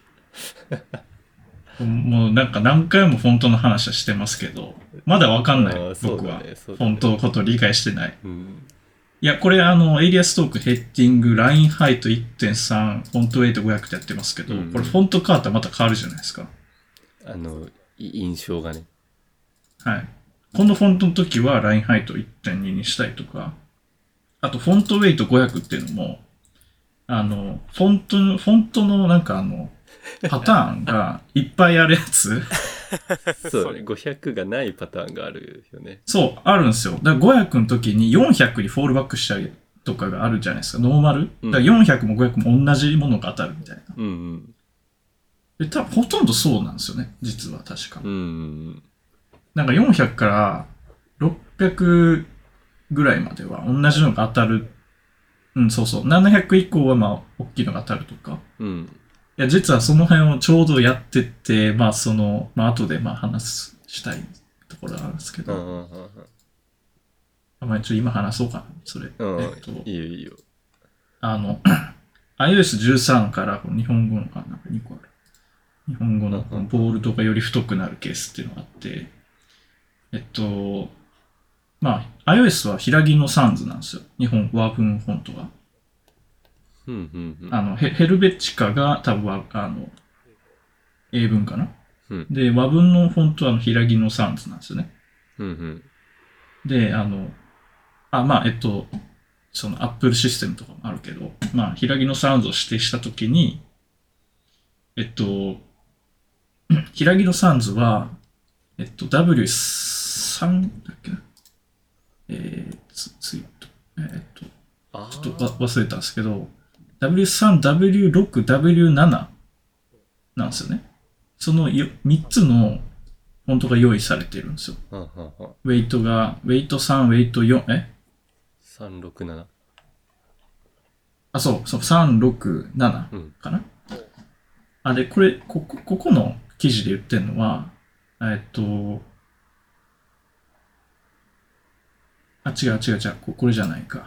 もうなんか何回もフォントの話はしてますけど、まだわかんない、僕は。フォントのことを理解してない。いや、これエイリアストーク、ヘッディング、ラインハイト 1.3、フォントウェイト500ってやってますけど、これフォント変わったらまた変わるじゃないですか。 印象がね。 はい。このフォントの時はラインハイト 1.2 にしたりとか、あとフォントウェイト500っていうのも、フォントのなんかパターンがいっぱいあるやつそうね、500がないパターンがあるよね。 そう、あるんですよ。だから500の時に400にフォールバックしたりとかがあるじゃないですか、ノーマル。だから400も500も同じものが当たるみたいな。で、多分ほとんどそうなんですよね、実は確か。なんか400から600ぐらいまでは同じのが当たる。そうそう。700以降はまあ、大きいのが当たるとか。いや、実はその辺をちょうどやってて、まあ後でまあ話したいところがあるんですけど。まあ一応今話そうかな、それ。 いいよいいよ。 iOS13 から日本語のなんか2個ある。日本語のボールドがより太くなるケースっていうのがあって、まあ、iOS は平木のサンズなんですよ。日本和文フォントが。ヘルベッチカが多分英文かな。で、和文のフォントは平木のサンズなんですよね。で、まあ、その Apple システムとかもあるけど、まあ、平木のサンズを指定したときに、平木のサンズは、W3 だっけな。ちょっと忘れたんですけど、W3、W6、W7 なんですよね。その3つのフォントが用意されてるんですよ。ウェイト3、ウェイト4、 367。 そう、367かな。で、ここの記事で言ってるのは、違う。これじゃないか。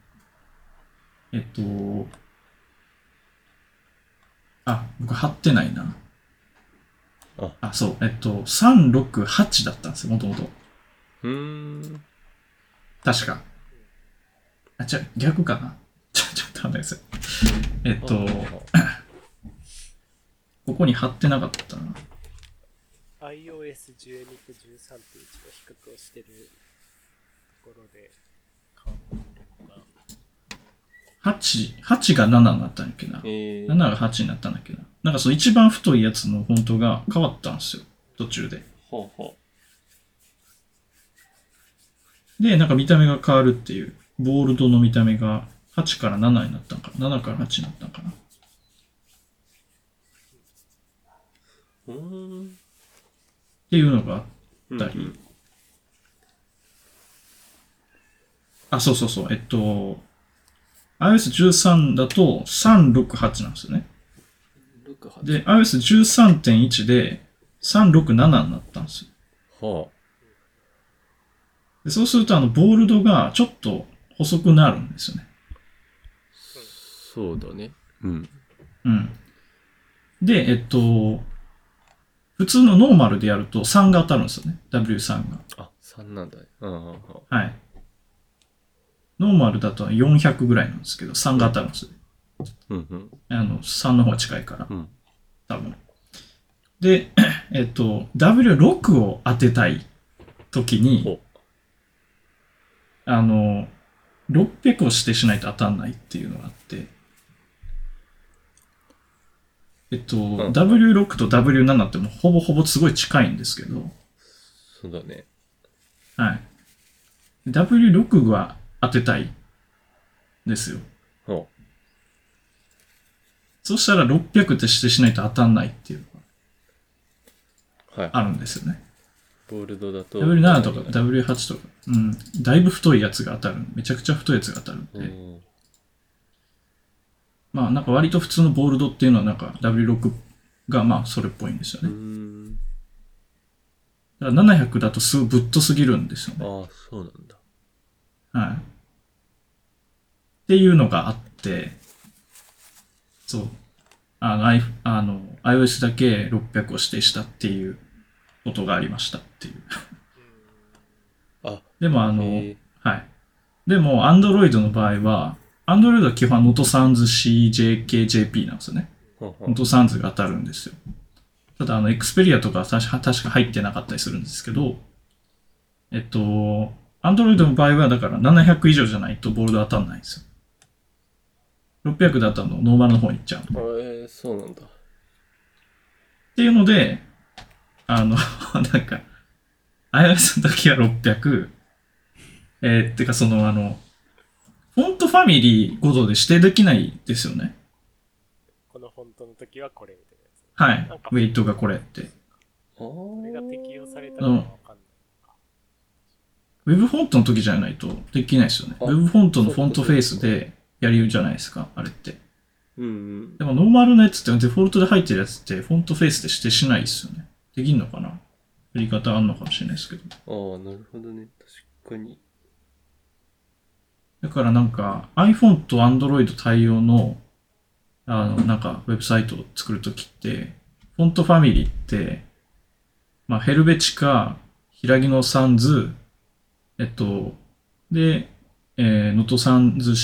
僕貼ってないな。そう。368だったんですよ、もともと。確か。逆かな。ちょっと待ってください。ここに貼ってなかったな。 iOS12 と13っていう一応比較をしてるところで 8が7になったんだっけな。7が8になったんだっけな。なんかその一番太いやつのフォントが変わったんですよ。途中で。で、なんか見た目が変わるっていう。ボールドの見た目が8から7になったんかな。7から8になったんかな。 っていうのがあったり、そうそうそう、iOS13 だと368なんですよね。で、iOS13.1 で367になったんですよ。でそうすると、ボールドがちょっと細くなるんですよね。 そうだね。 で、普通のノーマルでやると3が当たるんですよね。W3 が。 3なんだね。 はい。ノーマルだと400ぐらいなんですけど、3が当たるんですよ。3の方が近いから。多分。で、W6 を当てたいときに、600を指定しないと当たんないっていうのがあって、W6 と W7 ってもうほぼほぼすごい近いんですけど。 そうだね。 はい。W6 は当てたいですよ。そしたら600って指定しないと当たんないっていうのがあるんですよね。 ボールドだと W7 とか W8 とか、だいぶ太いやつが当たる。めちゃくちゃ太いやつが当たるんで。まあなんか割と普通のボールドっていうのはなんか W6 がまあそれっぽいんですよね。だから700だとすごいぶっとすぎるんですよね。 そうなんだ。 はい。っていうのがあって、そう。iOS だけ600を指定したっていうことがありましたっていう。でもはい。でも Android の場合は、Android は基本ノートサウンズ CJKJP なんですよね。ノートサウンズが当たるんですよ。ただXperia とか確か入ってなかったりするんですけど、Android の場合はだから700以上じゃないとボールド当たんないんですよ。600だとノーマルの方に行っちゃう。 そうなんだ。 っていうので、なんか、iOS の時は600、ってかフォントファミリー5度で指定できないですよね。 このフォントの時はこれみたいなやつ。 はい。ウェイトがこれって。 これが適用されたのかわかんない。 ウェブフォントの時じゃないとできないですよね。ウェブフォントのフォントフェイスでやるじゃないですか、あれって。でもノーマルのやつってデフォルトで入ってるやつってフォントフェイスで指定しないですよね。できんのかな？やり方あんのかもしれないですけど。 なるほどね。確かに。 だからなんか iPhone と Android 対応のなんかウェブサイトを作るときって、フォントファミリーって、まあヘルベチカ、平木のサンズ、で、ノトサンズ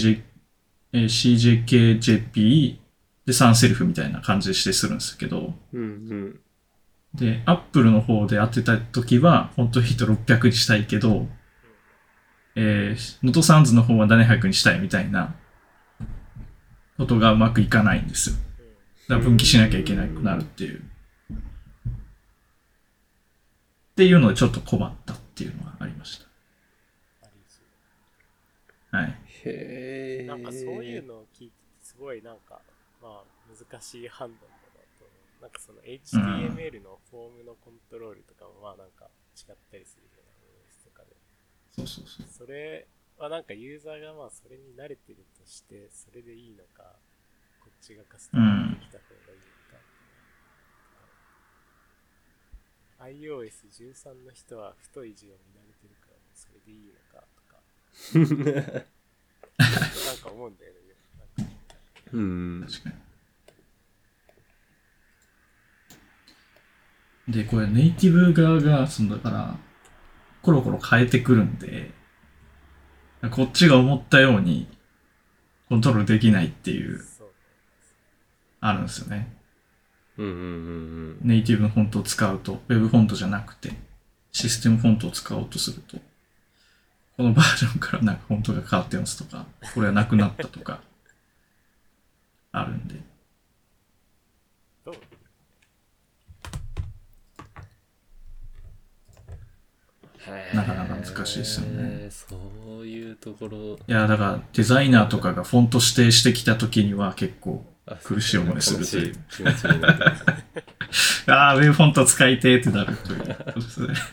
CJKJP でサンセルフみたいな感じで指定するんですけど、で、Apple の方で当てたときは、フォントヒット600にしたいけど、ノトサンズの方は700にしたいみたいなことがうまくいかないんですよ。だから分岐しなきゃいけなくなるっていう。っていうのでちょっと困ったっていうのがありました。はい。 なんかそういうのを聞いてすごいなんかまあ難しい判断だなと。なんかその HTML のフォームのコントロールとかもまあなんか違ったりするような OS とかで。それはなんかユーザーがまあそれに慣れてるとしてそれでいいのか、こっちがカスタマイズできた方がいいのか。iOS13 の人は太い字を見慣れてるからそれでいいのかとか。なんか思うんだよね。 確かに。で、これネイティブ側がだからコロコロ変えてくるんで、こっちが思ったようにコントロールできないっていう、あるんですよね。ネイティブのフォントを使うと、ウェブフォントじゃなくて、システムフォントを使おうとすると、このバージョンからなんかフォントが変わってますとか、これはなくなったとか、あるんで。なかなか難しいですよね。 そういうところ。いや、だからデザイナーとかがフォント指定してきたときには結構苦しい思いするという。 気持ちになってます。 ああ、ウェブフォント使いてーってなるということですね。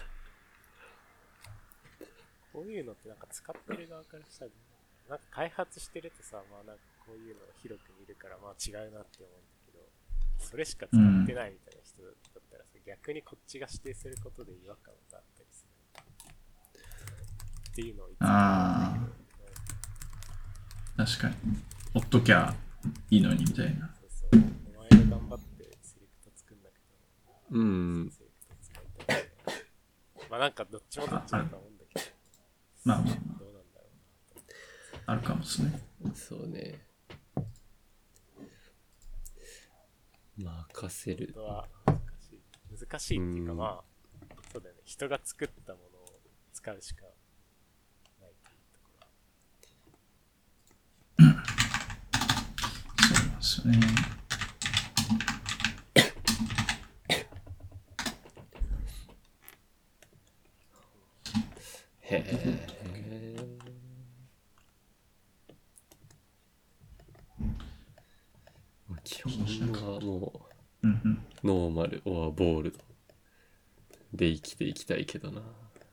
こういうのってなんか使ってる側からしたら、なんか開発してるとさ、まあなんかこういうのを広く見るからまあ違うなって思うんだけど、それしか使ってないみたいな人だったらさ、逆にこっちが指定することで違和感があったりするっていうのをいつも思うんだけど、 確かに。ほっときゃいいのにみたいな。 そうそう。お前が頑張ってセレクト作んなくても、セレクト使いたい。まあなんかどっちもどっちだと思うんだけど、 まあ、 どうなんだろうな。 あるかもですね。 そうね。任せる。 本当は難しいっていうか、まあ、そうだよね。人が作ったものを使うしかないっていうところ。 そうなんですよね。 へえ。基本はもう、ノーマルオアボールドで生きていきたいけどな。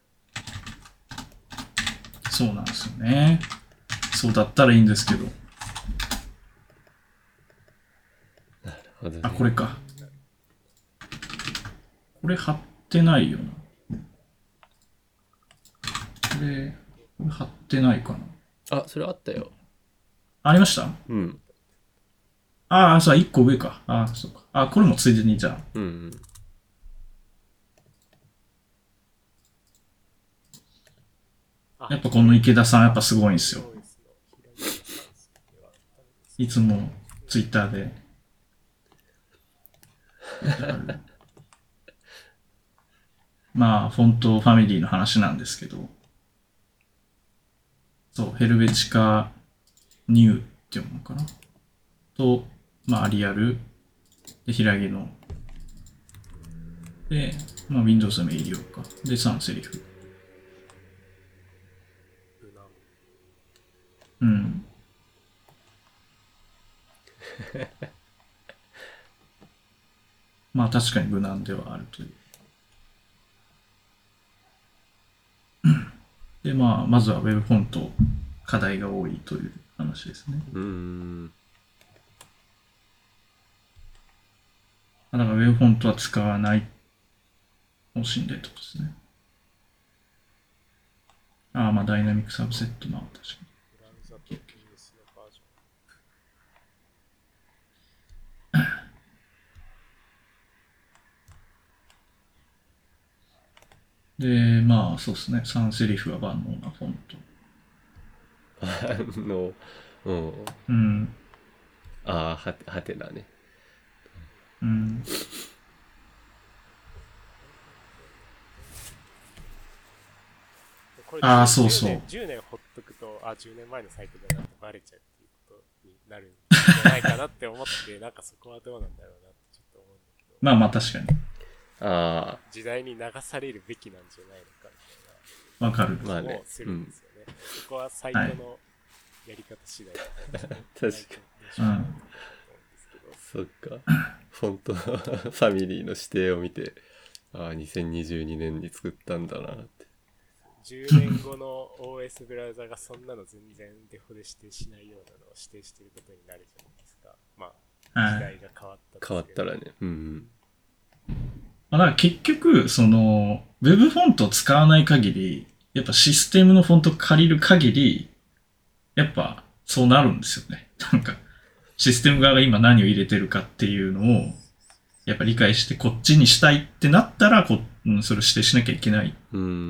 そうなんですよね。そうだったらいいんですけど。 なるほどね。 あ、これか。これ貼ってないよな。これ貼ってないかな。 あ、それあったよ。 ありました？ うん。 ああ、そう、1個上か。ああ、そうか。あ、これもついでにじゃあ。 うん。 やっぱこの池田さんやっぱすごいんですよ。いつもツイッターで。まあ、フォントファミリーの話なんですけど。そう、ヘルベチカニューって読むのかなと、まあ、アリアル。で、平木の。で、まあ、Windows でもエイリオか。で、サンセリフ。うん。まあ確かに無難ではあるという。で、まあ、まずは Web フォント課題が多いという話ですね。だから Web フォントは使わない方針でってことですね。ああ、まあダイナミックサブセットな、確かに。で、まあ、そうですね。サンセリフは万能なフォント。 うん。ああ、はてなね。 うん。ああ、そうそう。 10年ほっとくと、10年前のサイトだなってバレちゃうっていうことになるんじゃないかなって思って、なんかそこはどうなんだろうなってちょっと思うんだけど。 まあまあ確かに。 時代に流されるべきなんじゃないのかみたいな。わかる。 まあね。 するんですよね。そこはサイトのやり方次第だ確かに。そっか。フォントファミリーの指定を見て、2022年に作ったんだなって。 10年後の OS ブラウザがそんなの全然デフォで指定しないようなのを指定してることになるじゃないですか。まあ、時代が変わったらね。うん。 だから結局、その、Web フォントを使わない限り、やっぱシステムのフォントを借りる限り、やっぱそうなるんですよね。なんか、システム側が今何を入れてるかっていうのを、やっぱ理解してこっちにしたいってなったら、それを指定しなきゃいけない。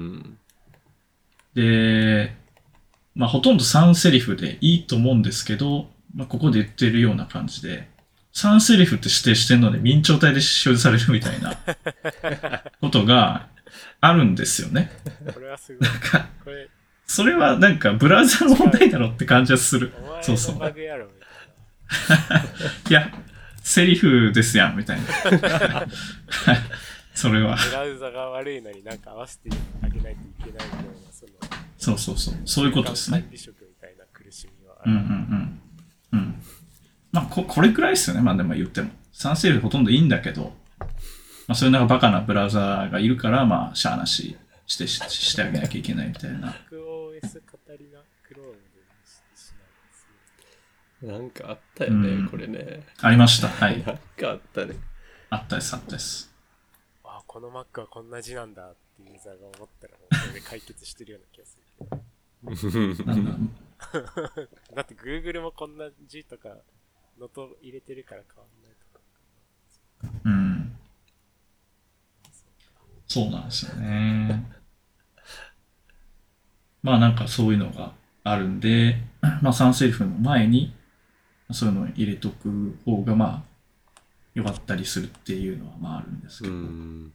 で、まあほとんどサンセリフでいいと思うんですけど、まあここで言ってるような感じで、サンセリフって指定してるので明朝体で表示されるみたいなことがあるんですよね。 これはすごい。 それはなんかブラウザの問題だろって感じはする。そうそう。 バグやろみたいな。いや、セリフですやんみたいな。それは。 ブラウザが悪いのになんか合わせてあげないといけないような、 そう。そういうことですね。 管理職みたいな苦しみはある。まあこれくらいですよね。まあでも言っても。サンセリフほとんどいいんだけど、 あ、そういうなんかバカなブラウザーがいるから、まあ、しゃあなししてあげなきゃいけないみたいな。 MacOS カタリナ、クロームでしないです。 なんかあったよね、これね。 ありました。はい。 なんかあったね。 あったです、あったです。 あ、この Mac はこんな字なんだってユーザーが思ったら、もうそれで解決してるような気がする。だって Google もこんな字とかのと入れてるから変わんないとか。 うん。そうなんですよね。まあなんかそういうのがあるんで、まあサンセリフの前にそういうのを入れとく方がまあ良かったりするっていうのはまああるんですけど。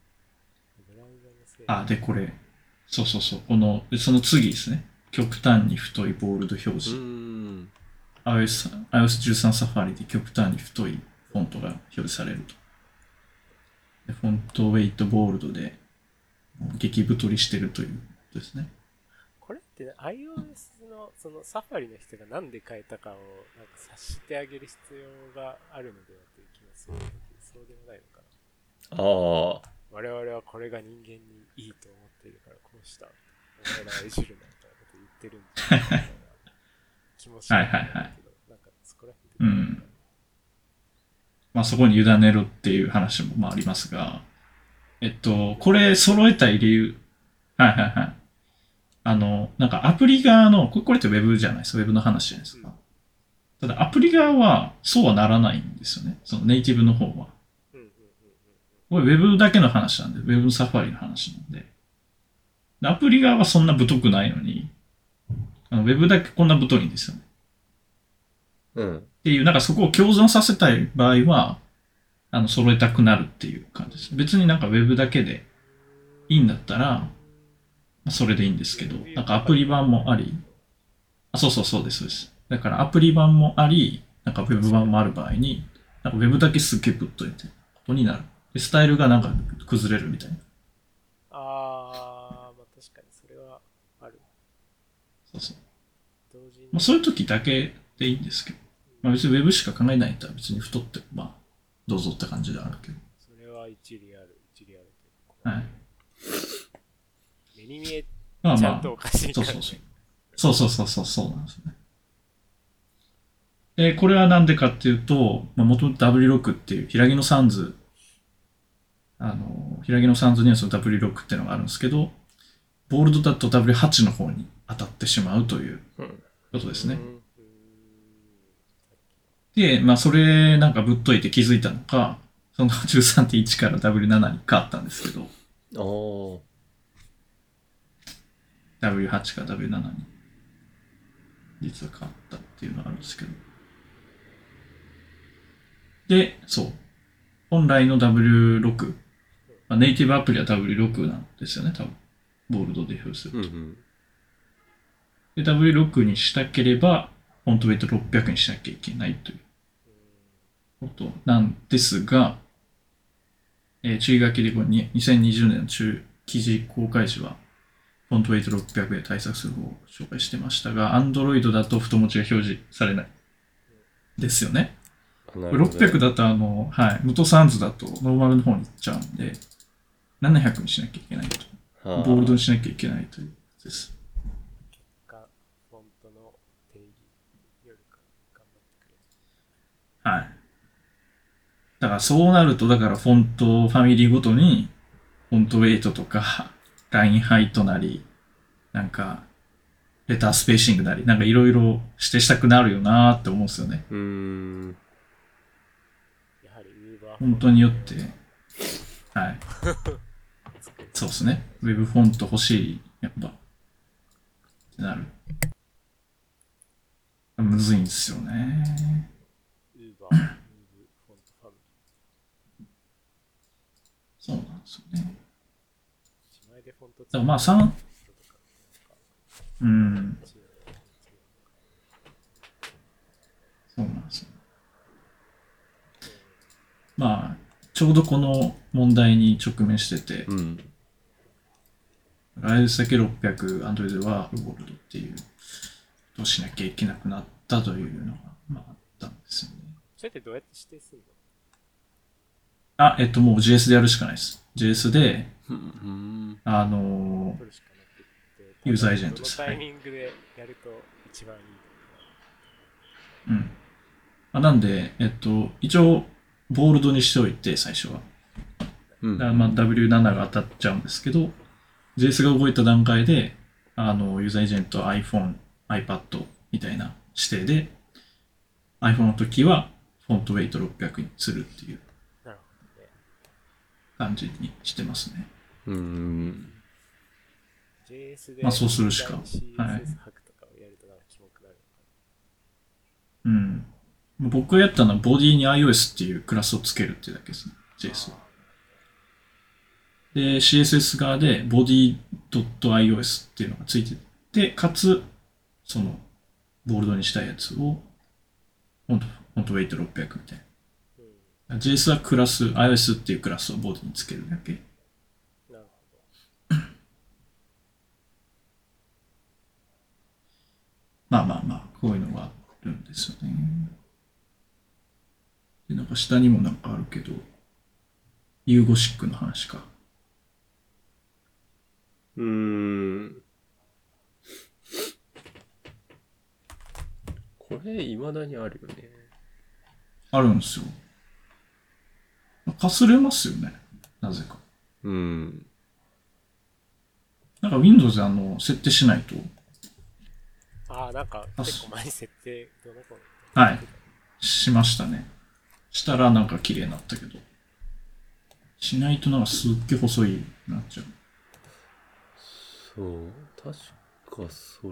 あ、でこれ、そうそうそう、その次ですね。極端に太いボールド表示。iOS13 サファリで極端に太いフォントが表示されると。でフォントウェイトボールドで激太りしてるということですね。 これって、ね、iOS のそのサファリの人がなんで変えたかをなんか察してあげる必要があるのではという気がするんだけど、そうでもないのかな。 ああ。 我々はこれが人間にいいと思っているからこうした。お前らはいじるなみたいなこと言ってるんじゃないかな気もしないけど、なんかそこら辺で。 まあそこに委ねろっていう話もまあありますが、これ揃えたい理由、はいはいはい。なんかアプリ側の、これって Web じゃないですか。Web の話じゃないですか。ただアプリ側はそうはならないんですよね。そのネイティブの方は。これ Web だけの話なんで、Web のサファリの話なんで。アプリ側はそんな太くないのに、Web だけこんな太いんですよね。っていう、なんかそこを共存させたい場合は、揃えたくなるっていう感じです。別になんか Web だけでいいんだったら、それでいいんですけど、なんかアプリ版もあり、そうです。だからアプリ版もあり、なんか Web 版もある場合に、なんか Web だけすっげえぶっといて、ことになる。で、スタイルがなんか崩れるみたいな。 まあ確かにそれはある。 そう。まあそういう時だけでいいんですけど、まあ別に Web しか考えないんだったら別に太って、まあ、どうぞって感じであるけど。 それは一理あるというか。はい。 目に見えちゃうとおかしいから、ね。 そうなんですね。で、これはなんでかっていうと、もともと W6 っていう、平木のサンズ、平木のサンズにはその W6 っていうのがあるんですけど、ボールドだと W8 の方に当たってしまうということですね。で、まあそれなんかぶっといて気づいたのか、その 13.1 から W7 に変わったんですけど、W8 から W7 に実は変わったっていうのがあるんですけど。で、そう。本来の W6、まあ、ネイティブアプリは W6 なんですよね、多分。ボールドで表示すると。で、W6 にしたければ、フォントウェイト600にしなきゃいけないということなんですが、注意書きでこれ2020年の記事公開時は、フォントウェイト600で対策する方を紹介してましたが、Android だと太文字が表示されない。ですよね。600だとはい、ムトサンズだとノーマルの方に行っちゃうんで、700にしなきゃいけないと。ボールドにしなきゃいけないというやつです。 結果、フォントの定義よりか頑張ってくれ。 はい。だからそうなると、だからフォントファミリーごとに、フォントウェイトとか、ラインハイトなり、なんか、レタースペーシングなり、なんかいろいろ指定したくなるよなーって思うんですよね。 やはりウーバー本当によって、はい。そうですね。ウェブフォント欲しい、やっぱ、ってなる。むずいんですよね。 ウーバー、ウーブ、フォントファミリー。 そうなんですよね。 自前でフォントでもまあ3、そうなんですよ。まあ、ちょうどこの問題に直面してて、iOS だけ600、Android はゴールドっていうことをしなきゃいけなくなったというのが、まあ、あったんですよね。 それってどうやって指定するもう JS でやるしかないです。JS で、 うん。 取るしかなくて、 ユーザーエージェントです。 どのタイミングでやると一番いいうん。なんで、一応、ボールドにしておいて、最初は。 うん。 だからまあ W7 が当たっちゃうんですけど、JS が動いた段階で、ユーザーエージェント iPhone、iPad みたいな指定で、iPhone の時は、フォントウェイト600にするっていうなるほどね。 感じにしてますね。 JS でまあそうするしか。はい。 CSS ハクとかをやるとなんかキモくなるうん。僕がやったのはボディに iOS っていうクラスをつけるっていうだけですね。JS は。で、CSS 側で body.ios っていうのがついてて、かつ、その、ボールドにしたやつを、ほんとウェイト600みたいな。JS はクラス、iOS っていうクラスをボディにつけるだけ。 なるほまあまあまあ、こういうのがあるんですよね。で、なんか下にもなんかあるけど、ユーゴシックの話か。 これ、未だにあるよね。 あるんですよ。かすれますよね。なぜか。なんか Windows で設定しないと。 なんか結構前に設定どの子はい。しましたね。したらなんか綺麗になったけど。しないとなんかすっげえ細いなっちゃう。 そう、確か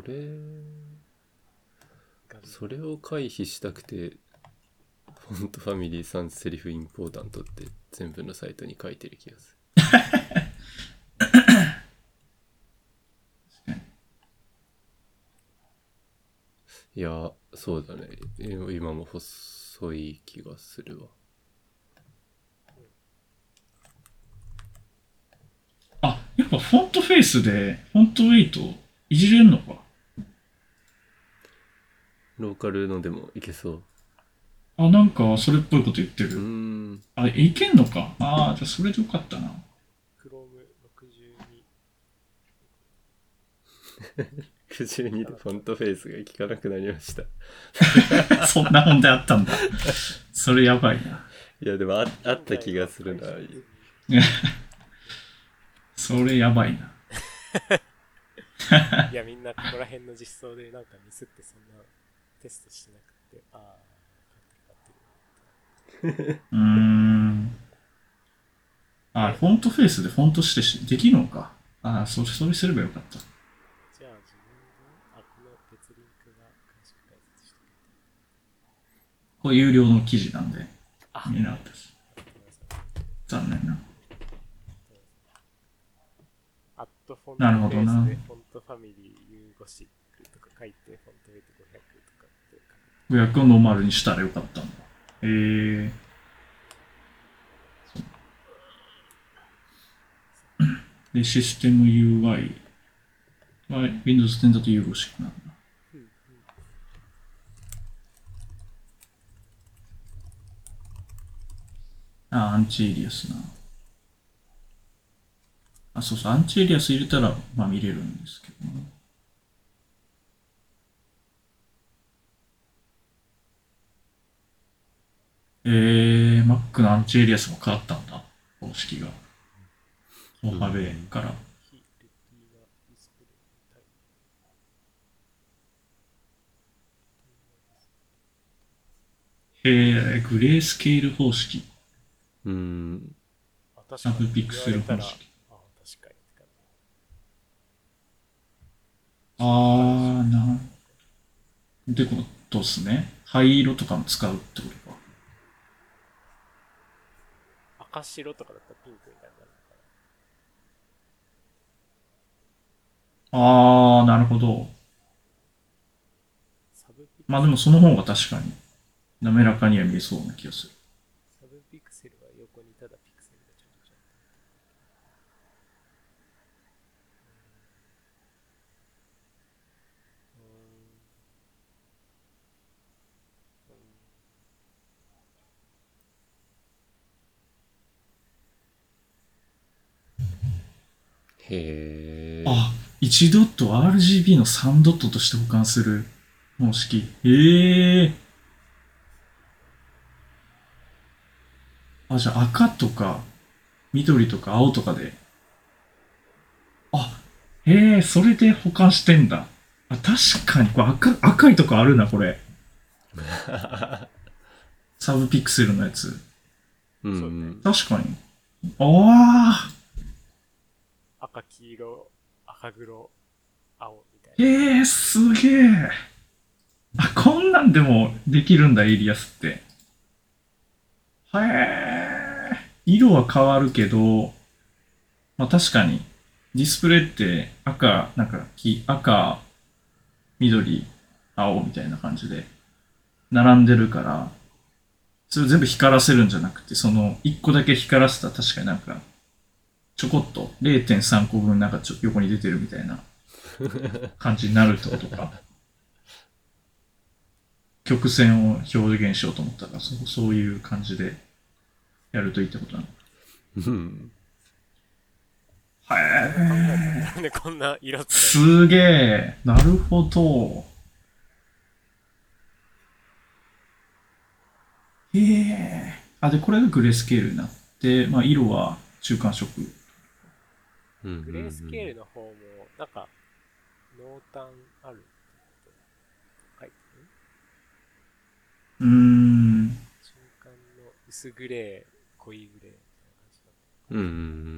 それを回避したくて、フォントファミリーさんセリフインポータントって全部のサイトに書いてる気がする。いや、そうだね。今も細い気がするわ。 やっぱフォントフェイスでフォントウェイトいじれるのか。 ローカルのでもいけそう。 なんかそれっぽいこと言ってる。いけんのか。じゃあそれでよかったな。 Chrome62 でフォントフェイスが効かなくなりました。 そんな問題あったんだ。それやばいな。 いやでもあった気がするな。 それやばいな。 いや、みんなここら辺の実装でなんかミスってそんなテストしてなくて、 フォントフェイスでフォントしてできるのか。それすればよかった。 じゃあ自分の、この別リンクが詳しく解説してくれて。 これ有料の記事なんで、見なかったです。残念な。なるほどな。 フォントファミリーユーゴシックとか書いて、フォントウェイト500とかって書く。500をノーマルにしたらよかったんだ。で、システム UI は Windows 10だとユーゴシックなんだ。アンチエリアスな。そうそう、アンチエリアス入れたら、見れるんですけどね。Mac のアンチエリアスも変わったんだ。方式が。モハベから。グレースケール方式。サブピクセル方式。ってことですね。灰色とかも使うってことか。 赤白とかだったらピンクみたいになるのかな。なるほど。でもその方が確かに滑らかには見えそうな気がする。 サブピクセルは横にただピクセルがちょっとちゃんと。 へえ。 あ、1ドットを RGB の3ドットとして保管する方式。ええ。あ、じゃあ赤とか緑とか青とかで。あ、へえ、それで保管してんだ。あ、確かに、これ赤いとこあるな、これ。サブピクセルのやつ。 うんうそうね。 ん。 確かに。あ赤、黄色、赤黒、青みたいあ、へえ、すげえ。あ、こんなんでもできるんだ、エイリアスって。へえ。色は変わるけど、まあ確かに、ディスプレイって赤、なんか赤、緑、青みたいな感じで並んでるから、それを全部光らせるんじゃなくて、その1個だけ光らせたら確かになんか、ちょこっと0.3個分なんか横に出てるみたいな感じになるってことか。曲線を表現しようと思ったら、そういう感じでやるといいってことなの。 うん。 な。誰が考えたんだへえ。 ろうね、こんな色使い。 すげえ。なるほど。へえ。あ、で、これがグレースケールになって、まあ、色は中間色。 うんうんうグレースケールん。 の方も、なんか、濃淡あるってこと書いてる。 うーん。 中間の薄グレー、濃いグレーみたいな感じだっうんうんううん、うん、 ん。 うん。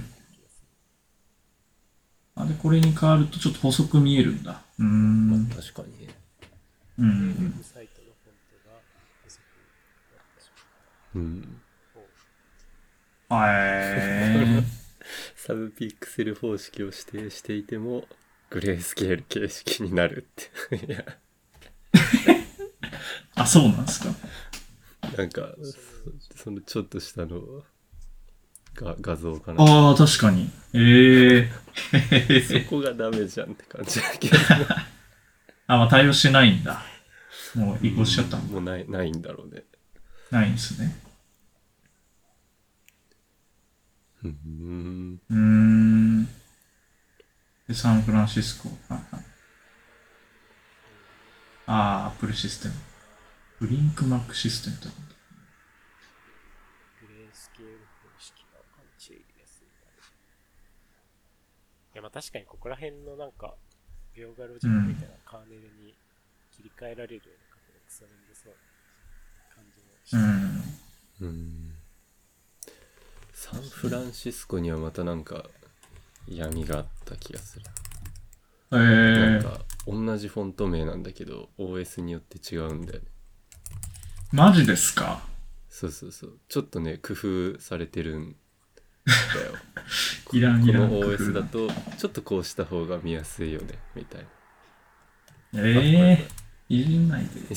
た気がする。 あ、で、これに変わるとちょっと細く見えるんだ。うーまあん。 確かにね。 うで、ウェん。 ブサイトのフォントが細くなってしうん。 まう。 はえー。 サブピクセル方式を指定していても、グレースケール形式になるって。いや、 あ、そうなんですか。 なんか、そのちょっとしたの画像かな。 ああ、確かに。ええそー。 こがダメじゃんって感じだけど。 あ、まあ、対応してないんだ。もうう移行しちゃったんだ。 もうないんだろうね。 ないんですね。 うん。 うーん。で、サンフランシスコ。はいはい。ああ、アップルシステム。ブリンクマックシステムとか。 グレースケール方式がアンチエイリアスになる。いや、まあ確かにここら辺のなんか、描画ロジックみたいなカーネルに切り替えられるような角度クソめんどそうな感じもしうて。 ん。 うん。サンフランシスコにはまたなんか闇があった気がする。なんか同じフォント名なんだけど OS によって違うんだよね。 マジですか。 そうそうそう。ちょっとね工夫されてるんだよ。 いらんこのいらん工夫 OS だとちょっとこうした方が見やすいよねみたいな。 ええー、いじんないで。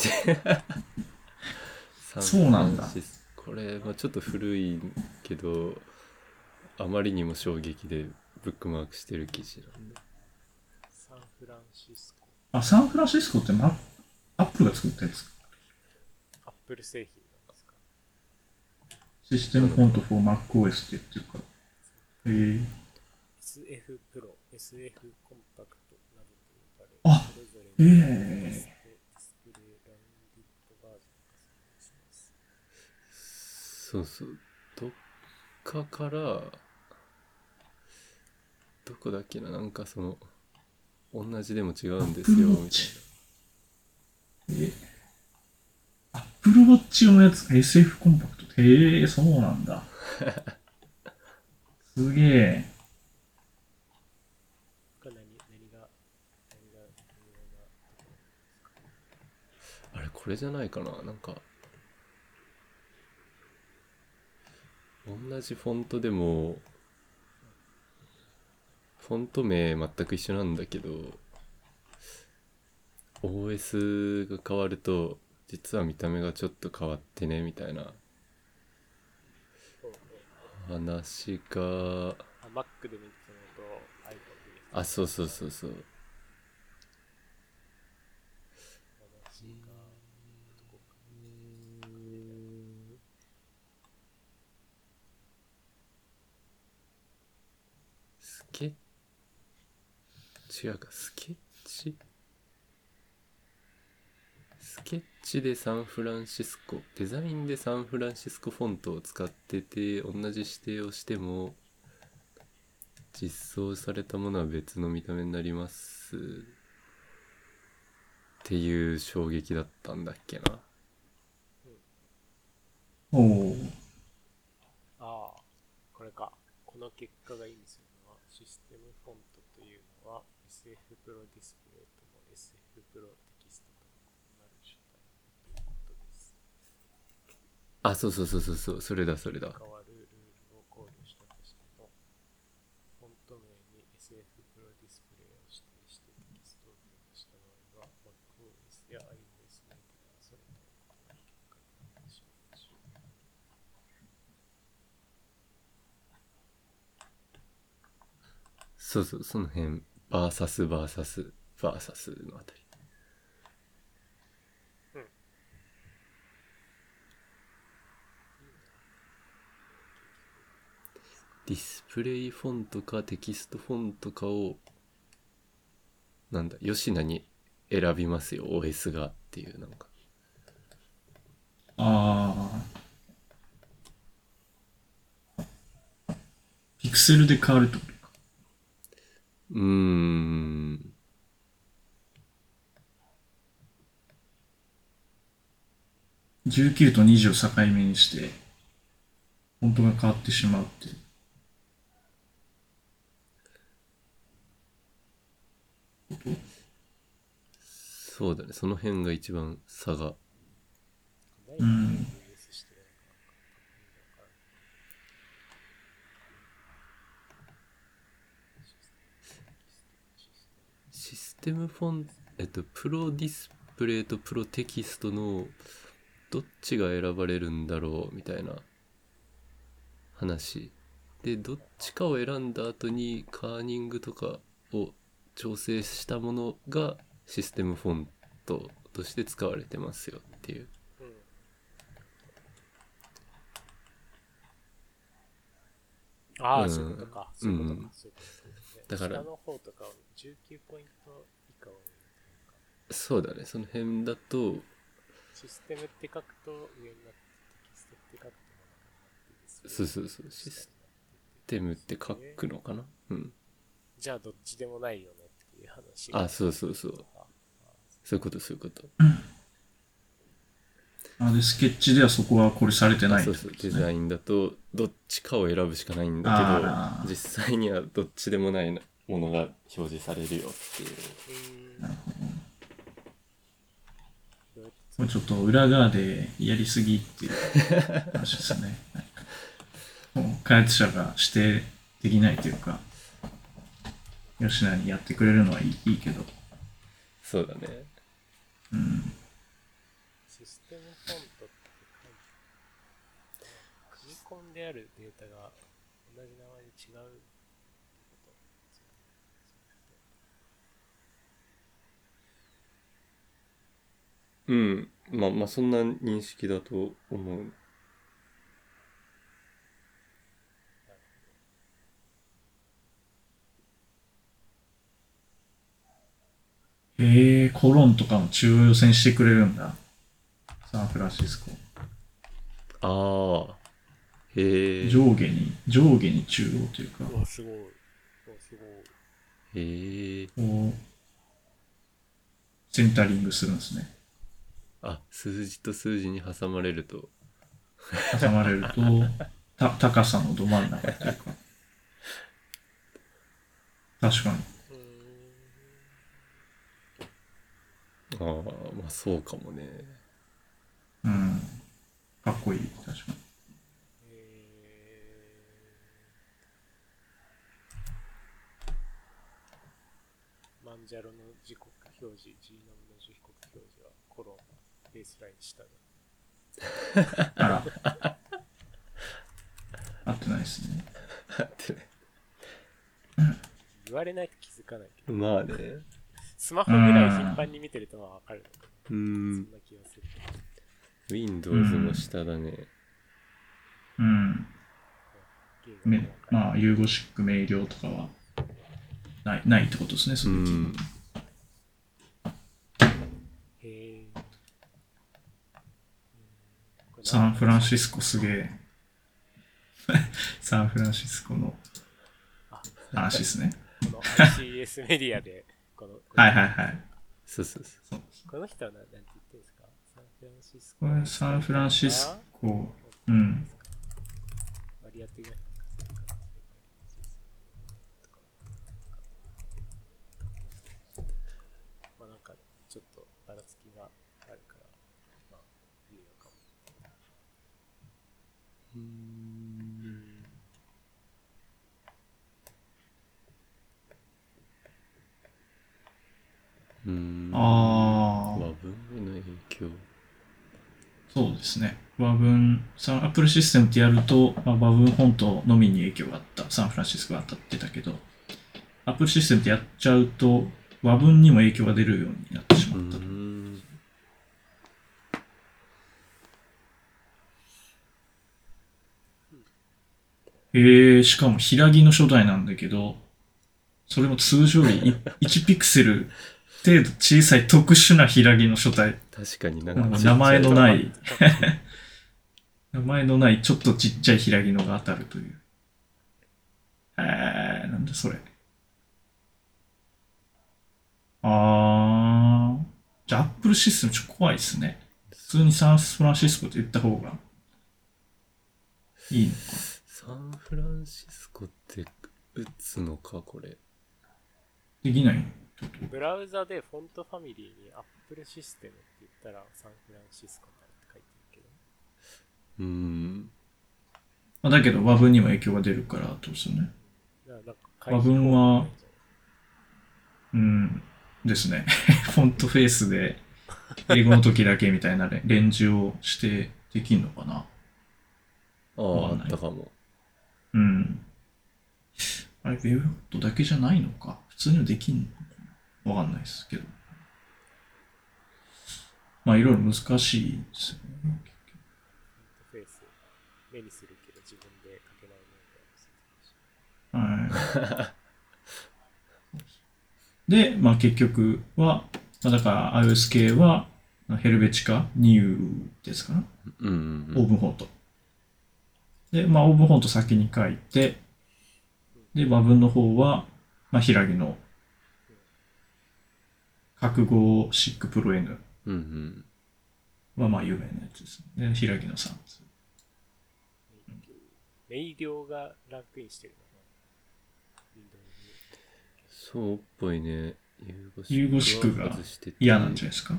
サンそうフラなんだ。 ンシスこれはちょっと古いけどあまりにも衝撃でブックマークしてる記事なんで。 サンフランシスコ。 あ、サンフランシスコってアップルが作ったやつ。 アップル製品なんですか。 システムフォント for MacOS って言ってるから。 SF プロ、SF コンパクトなどと呼ばれ、 あ、 それぞれえのえディスプレイラウンディットバージョンが存在します。 そうそう。どっかからどこだっけな、なんかその同じでも違うんですよみたいアップルウォッチ用のやつ、SF コンパクト。へえ、そうなんだ。すげえ。 何が重要なところですか。 な。あれこれじゃないかな、なんか同じフォントでもフォント名全く一緒なんだけど OS が変わると実は見た目がちょっと変わってねみたいな話が、 Mac で見てるのと iPhone で見てるのと。 あ、そうそうそうそう。 話がどこかす違うか、スケッチでサンフランシスコ、デザインでサンフランシスコフォントを使ってて、同じ指定をしても実装されたものは別の見た目になりますっていう衝撃だったんだっけな。 おお。 ああ、これか。この結果がいいんですよね。システムフォントというのは SF プロディスプレイとも SF プロテキストとも異なる主体ということです。 あ、そう、それだ。 変わるルールを考慮したとしても、フォント名に SF プロディスプレイを指定してテキストを表示した場合は MacOS や iOS 内ではそれと異なる結果になってしまうでしょう。 そう、その辺バーサスのあたり。ディスプレイフォントかテキストフォントかを吉名に選びますよ OS がっていうなんか。 ピクセルで変わるってことか。19と20を境目にしてフォントが変わってしまうっていう。 そうだね、その辺が一番差が。システムフォンプロディスプレイとプロテキストのどっちが選ばれるんだろうみたいな話で、どっちかを選んだ後にカーニングとかを調整したものがシステムフォントとして使われてますよっていう。 ああ、そういうことか。そういうことか。 だから下の方とか19ポイント以下を見るとか。 そうだね、その辺だとシステムって書くと上になって、テキストって書くと真ん中になってそうシステムって書くのかな。 じゃあどっちでもないよねっていう話。 そういうこと。 でスケッチではそこはこれされてない、ね、 デザインだとどっちかを選ぶしかないんだけど、実際にはどっちでもないものが表示されるよっていう。 なるほど。これちょっと裏側でやりすぎっていう話ですね。開発者が指定できないというか、吉野にやってくれるのはいいけど。 そうだね。 システムフォントって組み込んであるデータが同じ名前で違うってこと。まあそんな認識だと思う。 コロンとかも中央予選してくれるんだ。サンフランシスコ。上下に中央というか。 すごい。 センタリングするんですね。 数字と数字に挟まれると高さのど真ん中っていうか。確かに。 まあそうかもね。 かっこいい、確かに。 マンジャロの時刻表示、ジーノムの時刻表示はコロンがベースライン下だ。 あら。合ってないですね。 合ってない。 言われないと気づかないけど。 まあね。 スマホぐらい頻繁に見てるとわかるのかな。そんな気がする。 Windows も下だね。 まあ、ユーゴシック明瞭とかはないってことですね、そういう機能。サンフランシスコすげえ。サンフランシスコの話ですね。 この ICS メディアで、 はいはいはい。 そうそうそう。 この人はなんて言ってるんですか？サンフランシスコ。 これサンフランシスコ、うん。 割り当てがまあなんかちょっとばらつきがあるから、まあいいのかも。 和文への影響。 そうですね。和文、Apple システムってやると、和文フォントのみに影響があった。サンフランシスコが当たってたけど、Apple システムってやっちゃうと、和文にも影響が出るようになってしまったと。しかも平木の初代なんだけど、それも通常より1ピクセル程度小さい特殊な平木の書体。 確かになんか名前のない名前のないちょっとちっちゃい平木のが当たるという。なんだそれ。じゃあ Apple システムちょっと怖いですね。普通にサンフランシスコって言った方がいいのか。 サンフランシスコって打つのかこれ。 できない。 ブラウザでフォントファミリーに Apple システムって言ったらサンフランシスコになるって書いてるけど。だけど和文にも影響が出るからどうですよね。和文は、ですね。フォントフェイスで英語の時だけみたいなレンジをしてできんのかな。 あったかも。 あれ、ウェブフォントだけじゃないのか。普通にはできんのかな。わかんないですけど。まあ、いろいろ難しいですよね。 フェイス、目にするけど自分で書けないので、はい。で、まあ結局は、だから iOS 系は、ヘルベチカ、ニューですかな。オーブンフォント。で、まあオーブンフォント先に書いて、で、和文の方は、まあ平木の、覚悟シックプロ N はまあ有名なやつですね。で、平木の3つ。 明瞭がランクインしてるのかな。 そうっぽいね。 ユーゴシックが嫌なんじゃないですか。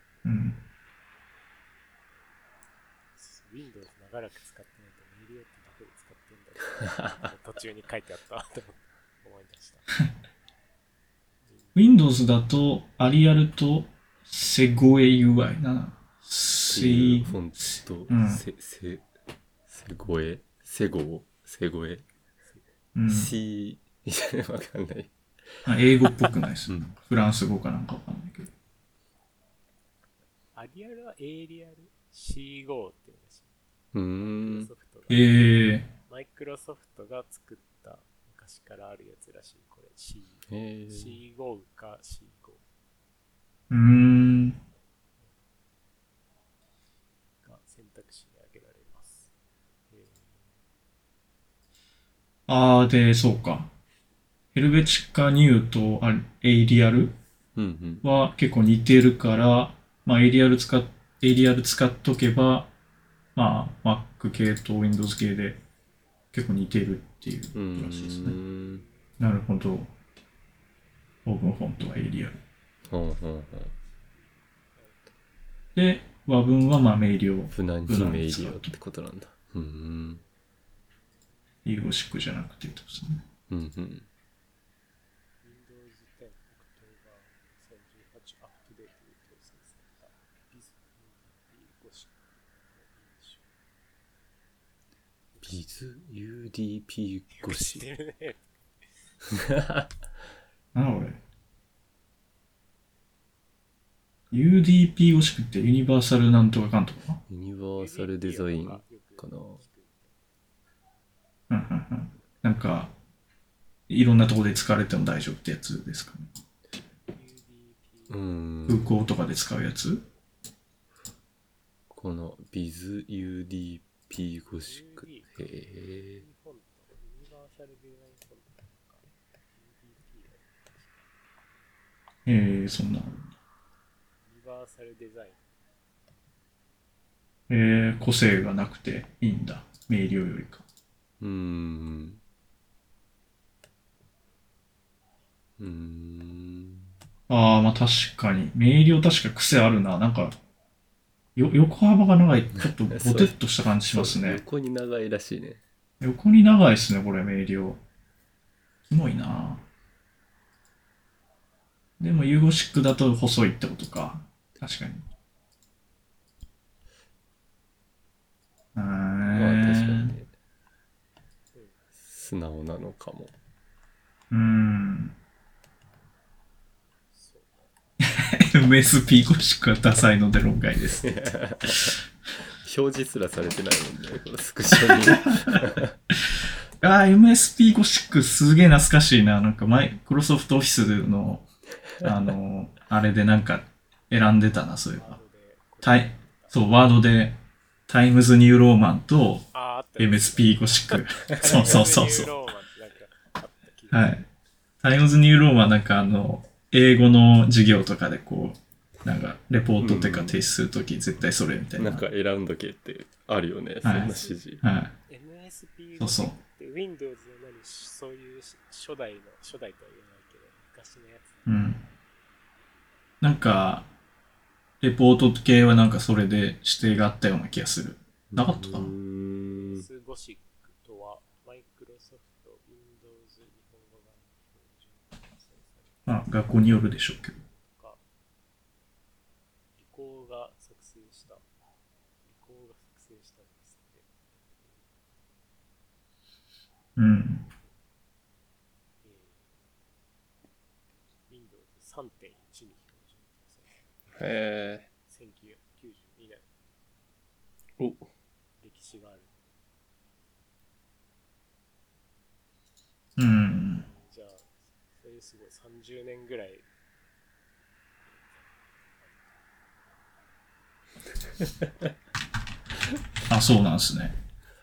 Windows 長らく使ってないと明瞭ってどこで使ってんだろう。途中に書いてあったと思い出した。 Windows だとアリアルとセゴエ UI な。 フォント、セゴエC わかんない。 英語っぽくないです。フランス語かなんかわかんないけど。 アリアルはエイリアル C5 って言うんだし。マイクロソフトが作った昔からあるやつらしい。これ C5 か C5。が選択肢に挙げられます。 で、そうか。ヘルベチカニューとエイリアルは結構似てるから、まあエイリアル使っとけば、まあ Mac 系と Windows 系で結構似てるっていうことらしいですね。なるほど。オーブンフォントはエイリアル。で、和文はまあ明瞭。 無難に明瞭ってことなんだ。 ユーゴシックじゃなくてですね。 Windows 10 October 2018アップデートに搭載された BizUDP 越し。 なんだ俺。UDP 越しくってユニバーサルなんとかかんとか。 ユニバーサルデザインかな。 なんか、 いろんなところで使われても大丈夫ってやつですかね。空港とかで使うやつ？ この BizUDP ゴシック。へえ。 そんな。 ユニバーサルデザイン。個性がなくていいんだ。明瞭よりか。ああ、まあ確かに。明瞭確か癖あるな。なんか、横幅が長い。ちょっとボテッとした感じしますね。 横に長いらしいね。 横に長いですね、これ、明瞭。キモいな。でも、ユーゴシックだと細いってことか。確かに。 まあ確かにね。素直なのかも。 MSP ゴシックはダサいので論外です。 表示すらされてないもんね、このスクショに。 MSP ゴシックすげえ懐かしいな。なんかマイクロソフトオフィスの、あれでなんか選んでたな、そういえば。そう、ワードで、タイムズニューローマンと MSP ゴシック。そう。はい。タイムズニューローマンなんか英語の授業とかでこう、なんかレポートとか提出するとき絶対それみたいな。 なんか選んどけってあるよね、そんな指示。 はい。 MSP そう。 Windows のそういう初代とは言わないけど、昔のやつ。 なんか、レポート系はなんかそれで指定があったような気がする。なかったかな？ ゴシックとは、マイクロソフト Windows 日本語版学校によるでしょうけど。 理工が作成したんですって。Windows 3.1 に標準されて1992年。歴史がある。じゃあ、それすごい30年ぐらい。 そうなんですね。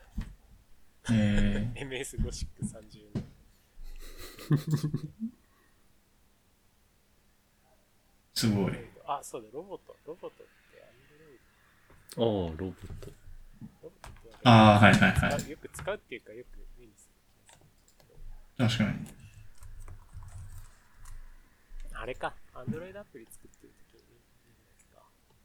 MS ゴシック30年。 すごい。 そうだ、ロボットって Android。ロボット。 はい。 よく使うっていうか、よく目にする気がする。 確かに。 あれか、Android アプリ作ってるときに見るやつか。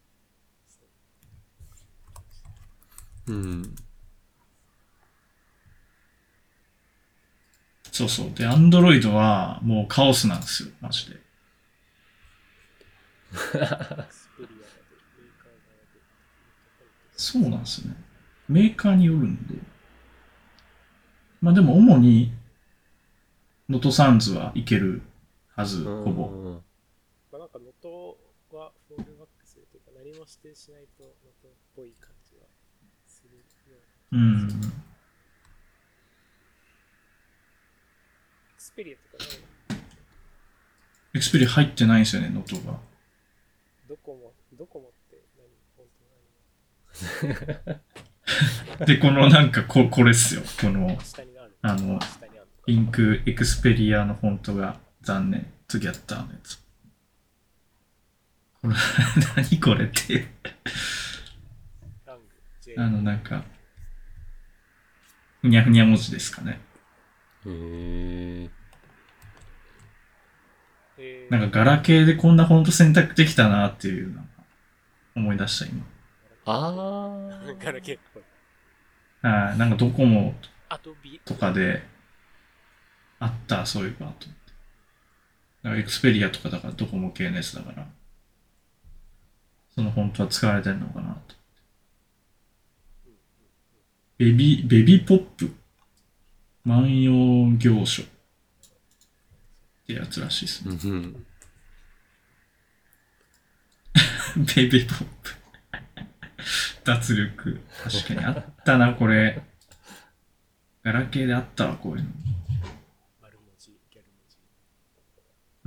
そう。で、Android はもうカオスなんですよ、マジで。そうなんですね。メーカーによるんで。まあでも主に、ノトサンズはいけるはず、ほぼ。 なんかノトはフォールバックするというか、何も指定しないとノトっぽい感じはするような。エクスペリアとかないの？ エクスペリア入ってないんですよね、ノトが。 ドコモって何？で、このなんかこれっすよ。この、インクエクスペリアのフォントが残念。次やったのやつ。これ何これっていう。なんか、ふにゃふにゃ文字ですかね。なんかガラケーでこんなフォント選択できたなっていうのを思い出した今。 ガラケーっぽい。 なんかドコモとかであったそういうバーと思って。だからエクスペリアとかだからドコモ系のやつだから、そのフォントは使われてるのかなと。ベビポップ万葉行書ってやつらしいですね。ベビポップ脱力。確かにあったな、これ。ガラケーであったわ、こういうの。 丸文字。 うん。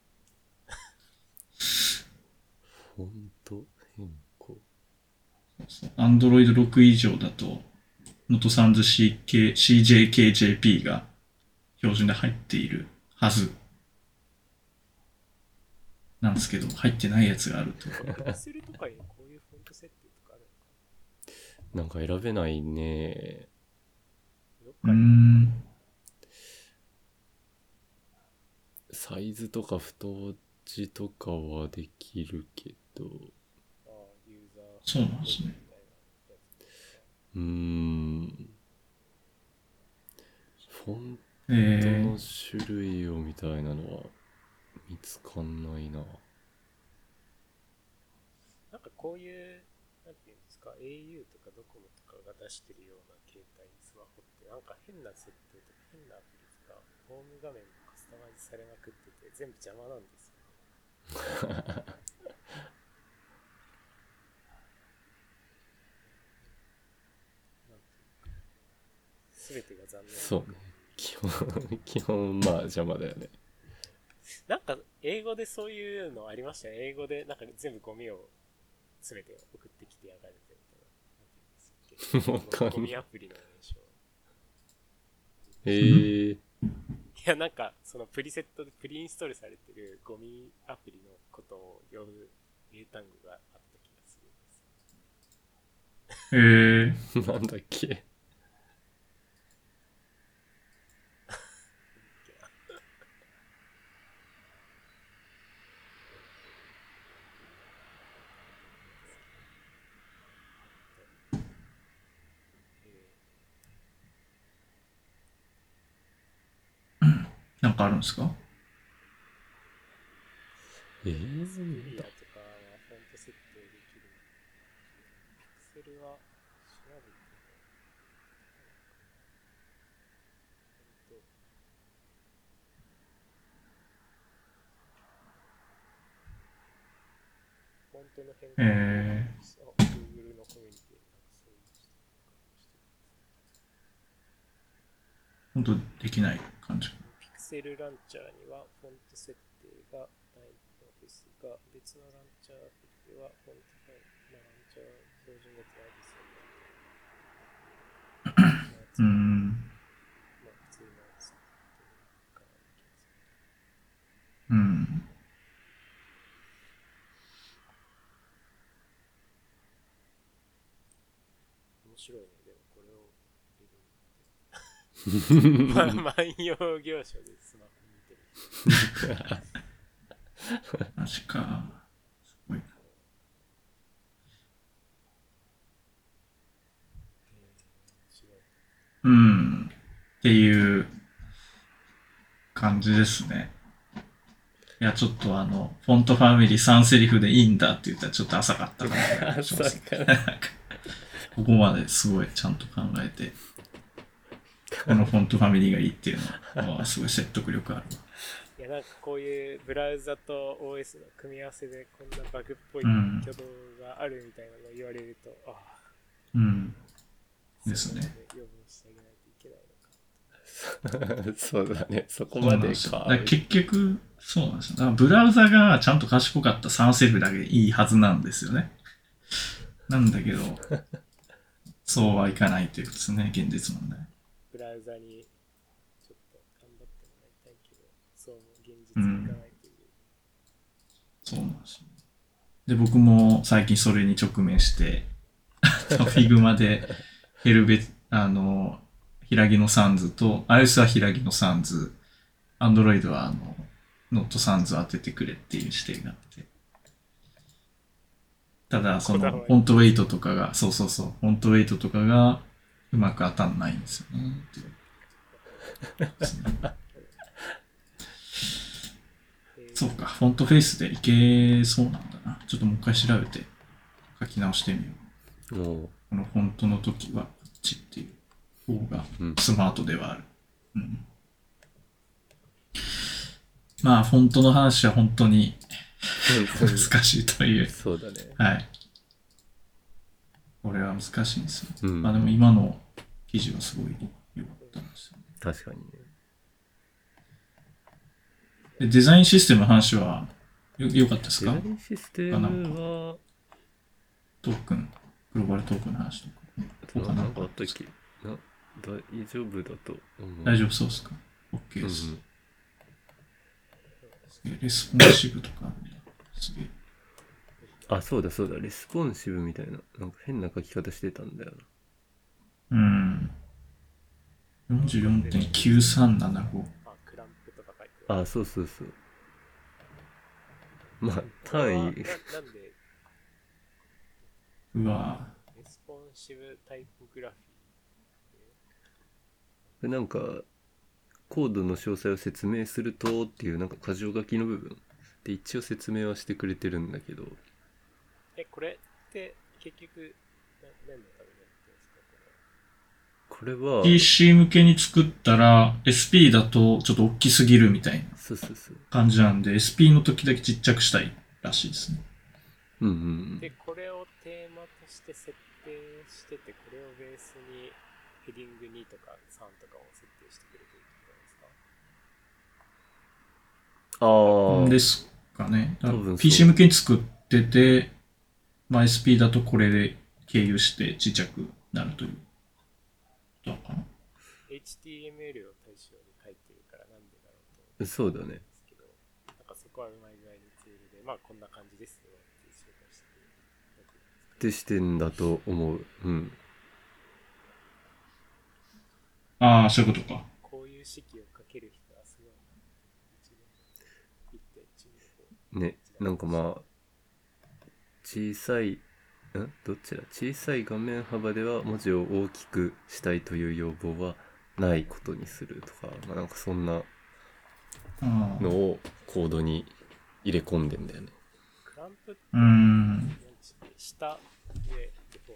フォント変更。 Android 6以上だと、ノットサンズ CJKJP が標準で入っているはずなんですけど、入ってないやつがあると。 ピクセルとかにこういうフォント設定とかあるのかな。なんか選べないね。サイズとか太字とかはできるけど。 そうなんですね。 フォントの種類をみたいなのは見つかんないな。 なんかこういう、なんていうんですか、au とかドコモとかが出してるような携帯スマホってなんか変な設定とか変なアプリとかホーム画面もカスタマイズされまくってて全部邪魔なんですよ。全てが残念。 そうね。基本まあ邪魔だよね。 なんか英語でそういうのありましたね。英語でなんか全部ゴミを全て送ってきてやがるみたいな。なんていうんですか。ゴミアプリの名称。 いやなんかそのプリセットでプリインストールされてるゴミアプリのことを呼ぶ英単語があった気がするんです。 なんだっけ。 なんかあるんですか？ エリアとかはフォント設定できる。ピクセルは調べてフォントの変更を Google のコミュニティにそういうして本当できない感じ。 ピクセルランチャーにはフォント設定がないのですが、別のランチャーアプリではフォントランチャー標準だとないですよね。まあ普通の設定からできます。面白いね。でもこれを万葉行書でスマホ見てる。 マジか。すごいな。っていう感じですね。いや、ちょっとフォントファミリー3セリフでいいんだって言ったらちょっと浅かったかな。ここまですごいちゃんと考えて、このフォントファミリーがいいっていうのはすごい説得力ある。 いや、なんかこういうブラウザと OS の組み合わせでこんなバグっぽい挙動があるみたいなのを言われると、 ですね。 予防してあげないといけないのか。 そうだね。そこまでか。 結局、そうなんですよ。だからブラウザがちゃんと賢かった3セリフだけでいいはずなんですよね。なんだけど、そうはいかないというですね、現実問題。 ブラウザにちょっと頑張ってもらいたいけど、そうも現実いかないという。 そうなんですよ。で、僕も最近それに直面して、Figma でヘルベ、平木のサンズと、iOS は平木のサンズ、Android はノットサンズを当ててくれっていう指定があって。ただ、フォントウェイトとかが、フォントウェイトとかがうまく当たんないんですよね。そうか、フォントフェイスでいけそうなんだな。ちょっともう一回調べて書き直してみよう。このフォントの時はこっちっていう方がスマートではある。まあ、フォントの話は本当に難しいという。 そうだね。 はい。これは難しいんですよ。まあでも今の記事はすごい良かったんですよね。 確かにね。 デザインシステムの話はよかったですか？ デザインシステムは、 トークン、グローバルトークンの話とか。 なんかあったっけ？大丈夫だと思う。 大丈夫そうですか？ OK です。レスポンシブとかすげえ。 あ、そうだ。レスポンシブみたいな。なんか変な書き方してたんだよな。44.9375。 あ、そう。まあ、単位。なんでうわレスポンシブタイポグラフィー。なんか、コードの詳細を説明するとっていうなんか箇条書きの部分で一応説明はしてくれてるんだけど、 これって結局何のためにやってるんですか？ これは PC 向けに作ったら SP だとちょっと大きすぎるみたいな感じなんで、SP の時だけちっちゃくしたいらしいですね。 でこれをテーマとして設定してて、これをベースにヘディング2とか3とかを設定してくれてるってことですかね。PC 向けに作ってて、まあ、SP だとこれで経由してちっちゃくなるということかな。 HTML を対象に書いてるからなんでだろうと。 そうだね。 なんかそこはうまい具合にツールで、まあこんな感じですよって紹介してくれる。 ってしてんだと思う。 ああ、そういうことか。 こういう式を書ける人はすごいな。ね、なんかまあ、小さい画面幅では文字を大きくしたいという要望はないことにするとか、まあ、なんかそんなのをコードに入れ込んでんだよね。 クランプって下で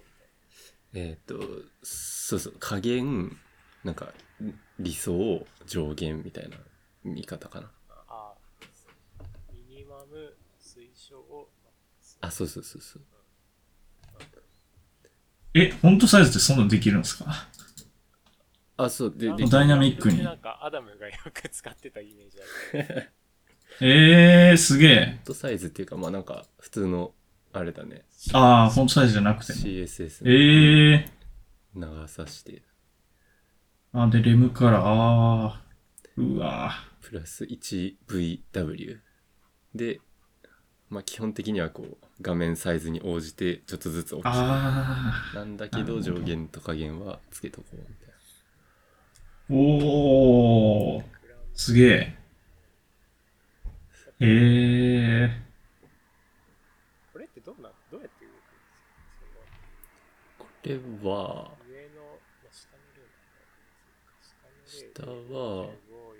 そう加減なんか理想上限みたいな見方かな。 ミニマム推奨をそう。 フォントサイズってそんなのできるんですか？ そうでダイナミックに。 なんかアダムがよく使ってたイメージある。すげえ。 フォントサイズっていうか、まあなんか普通のあれだね。 フォントサイズじゃなくて。 CSS の。 長さして。 で、レムから、うわプラス 1VW で、まあ基本的にはこう画面サイズに応じてちょっとずつ大きくなんだけど上限と下限はつけとこうみたいな。 おー、すげえ。 これってどうやって動くんですか？ これは上の下は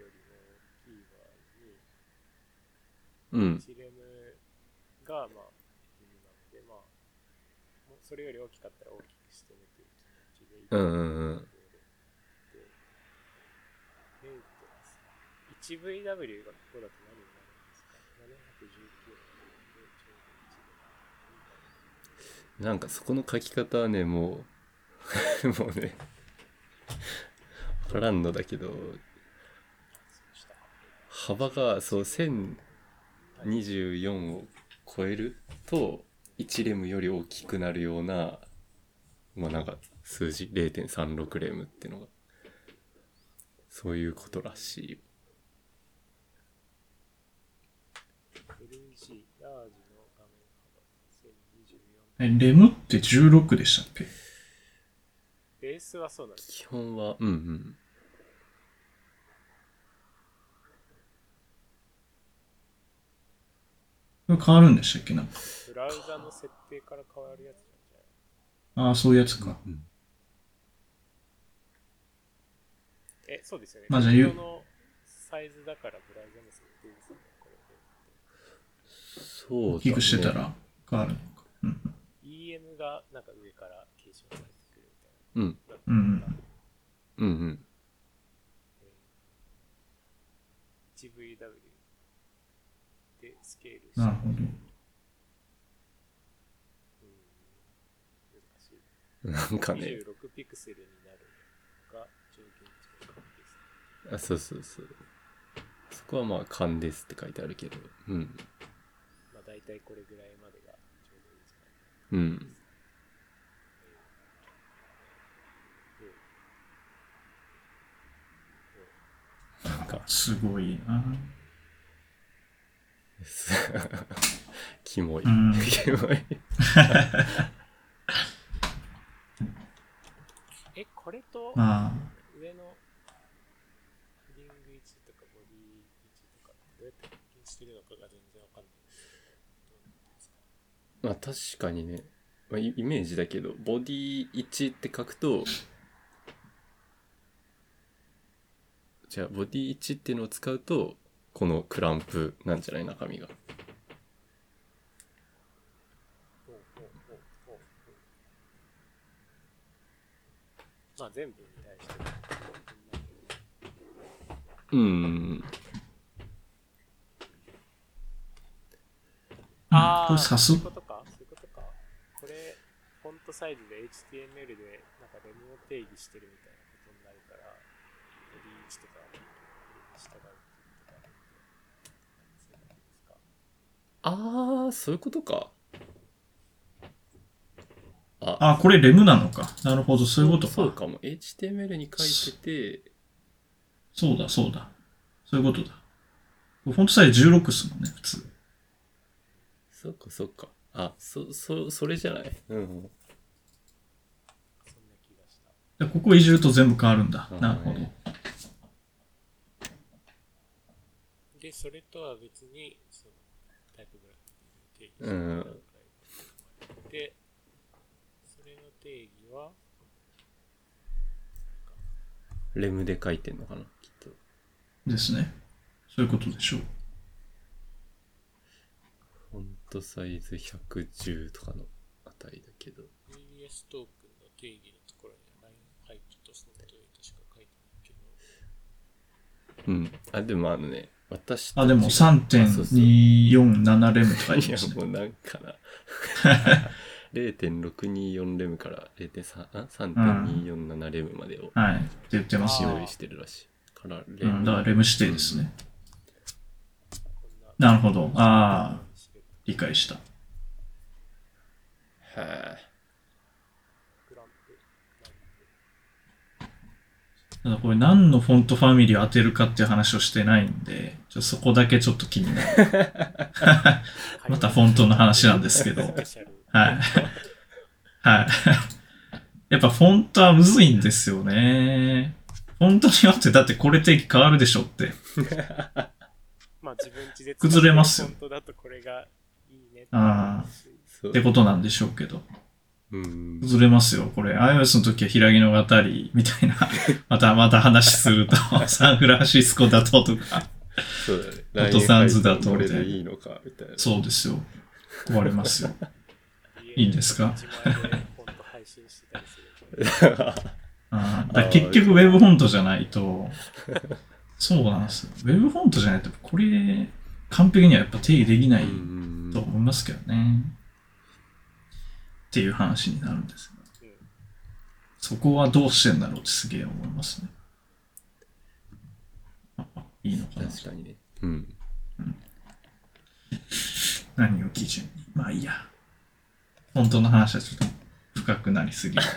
1レムがまあミニマムで、まあそれより大きかったら大きくしてねという気持ちで1VW がここだと何になるんですか？719 なんかそこの書き方はねもうもうねわからんのだけど、幅がそう1024を超えると1レムより大きくなるような、まあなんか数字 0.36 レムっていうのがそういうことらしいよ。 レムって16でしたっけ？ ベースはそうなんです。 基本は変わるんでしたっけ？なんかブラウザの設定から変わるやつなんじゃない？そういうやつか。 そうですよね。 まあじゃあのサイズだからブラウザの設定ですね。 そうだね。 大きくしてたら変わるのか。 EM がなんか上から継承されてくるみたいな。 1VW でスケールして。 なるほど。 難しい。 なんかね。 26ピクセルになるのが上限値です。 そう。 そこはまあ勘ですって書いてあるけど、うん。 まあ大体これぐらいまでがちょうどいいんじゃないか。 うん。 なんかすごいな。 キモい。 うん、 キモい。 これとまあ、 上のフリング1とかボディ1とかどうやって発見してるのかが全然わかんない。 まあ確かにね、まあ、イメージだけど、ボディ1って書くと、じゃあボディ1っていうのを使うと、このクランプなんじゃない、中身が。 まあ全部に対して。ああ、そういうことか。そういうことか。これ、フォントサイズで HTML でなんかレムを定義してるみたいなことになるから、ボディ1とかに従うっていうことがあるんで、そういうことですか。 ああ、そういうことか。 あ、これレムなのか。なるほど、そういうことか。 そうかも。HTML に書いてて、 そうだ、そうだ。そういうことだ。フォントサイズ16っすもんね、普通。 そっかそっか。あ、それじゃない。うん。そんな気がした。ここいじると全部変わるんだ。なるほど。 で、それとは別に、そのタイプグラフに定義してるで、それの定義はレムで書いてんのかな、きっと。 ですね。そういうことでしょう。 フォントサイズ110とかの値だけど。 ES トークンの定義のところにはラインハイトとそのトヨタしか書いてないけど。 うん。あ、でもね、私でも 3.247 レムとか言いますね。 いや、もうなんかな。0.624 レムから3.247 レムまでを、 はい。って言ってますよ。 用意してるらしい。からレム、だからレム指定ですね。なるほど。理解した。 はあ。 ただこれ何のフォントファミリーを当てるかっていう話をしてないんで、そこだけちょっと気になる。またフォントの話なんですけど。はい。はい。やっぱフォントはむずいんですよね。フォントによってだってこれ定義変わるでしょって。 まあ自分ちで崩れますよ。 フォントだとこれがいいねってことなんでしょうけど。崩れますよ。これ iOS の時は平木の語りみたいなまた話するとサンフランシスコだとかそうだね。 フォトサンズだとこれでいいのかみたいな。 そうですよ。壊れますよ。いいんですかだ結局 Web フォントじゃないとそうなんですよ。Web フォントじゃないとこれ完璧にはやっぱ定義できないと思いますけどね。っていう話になるんですが、そこはどうしてんだろうってすげえ思いますね。いいのかな。 確かにね。うん。 何を基準に。まあいいや。本当の話はちょっと深くなりすぎる。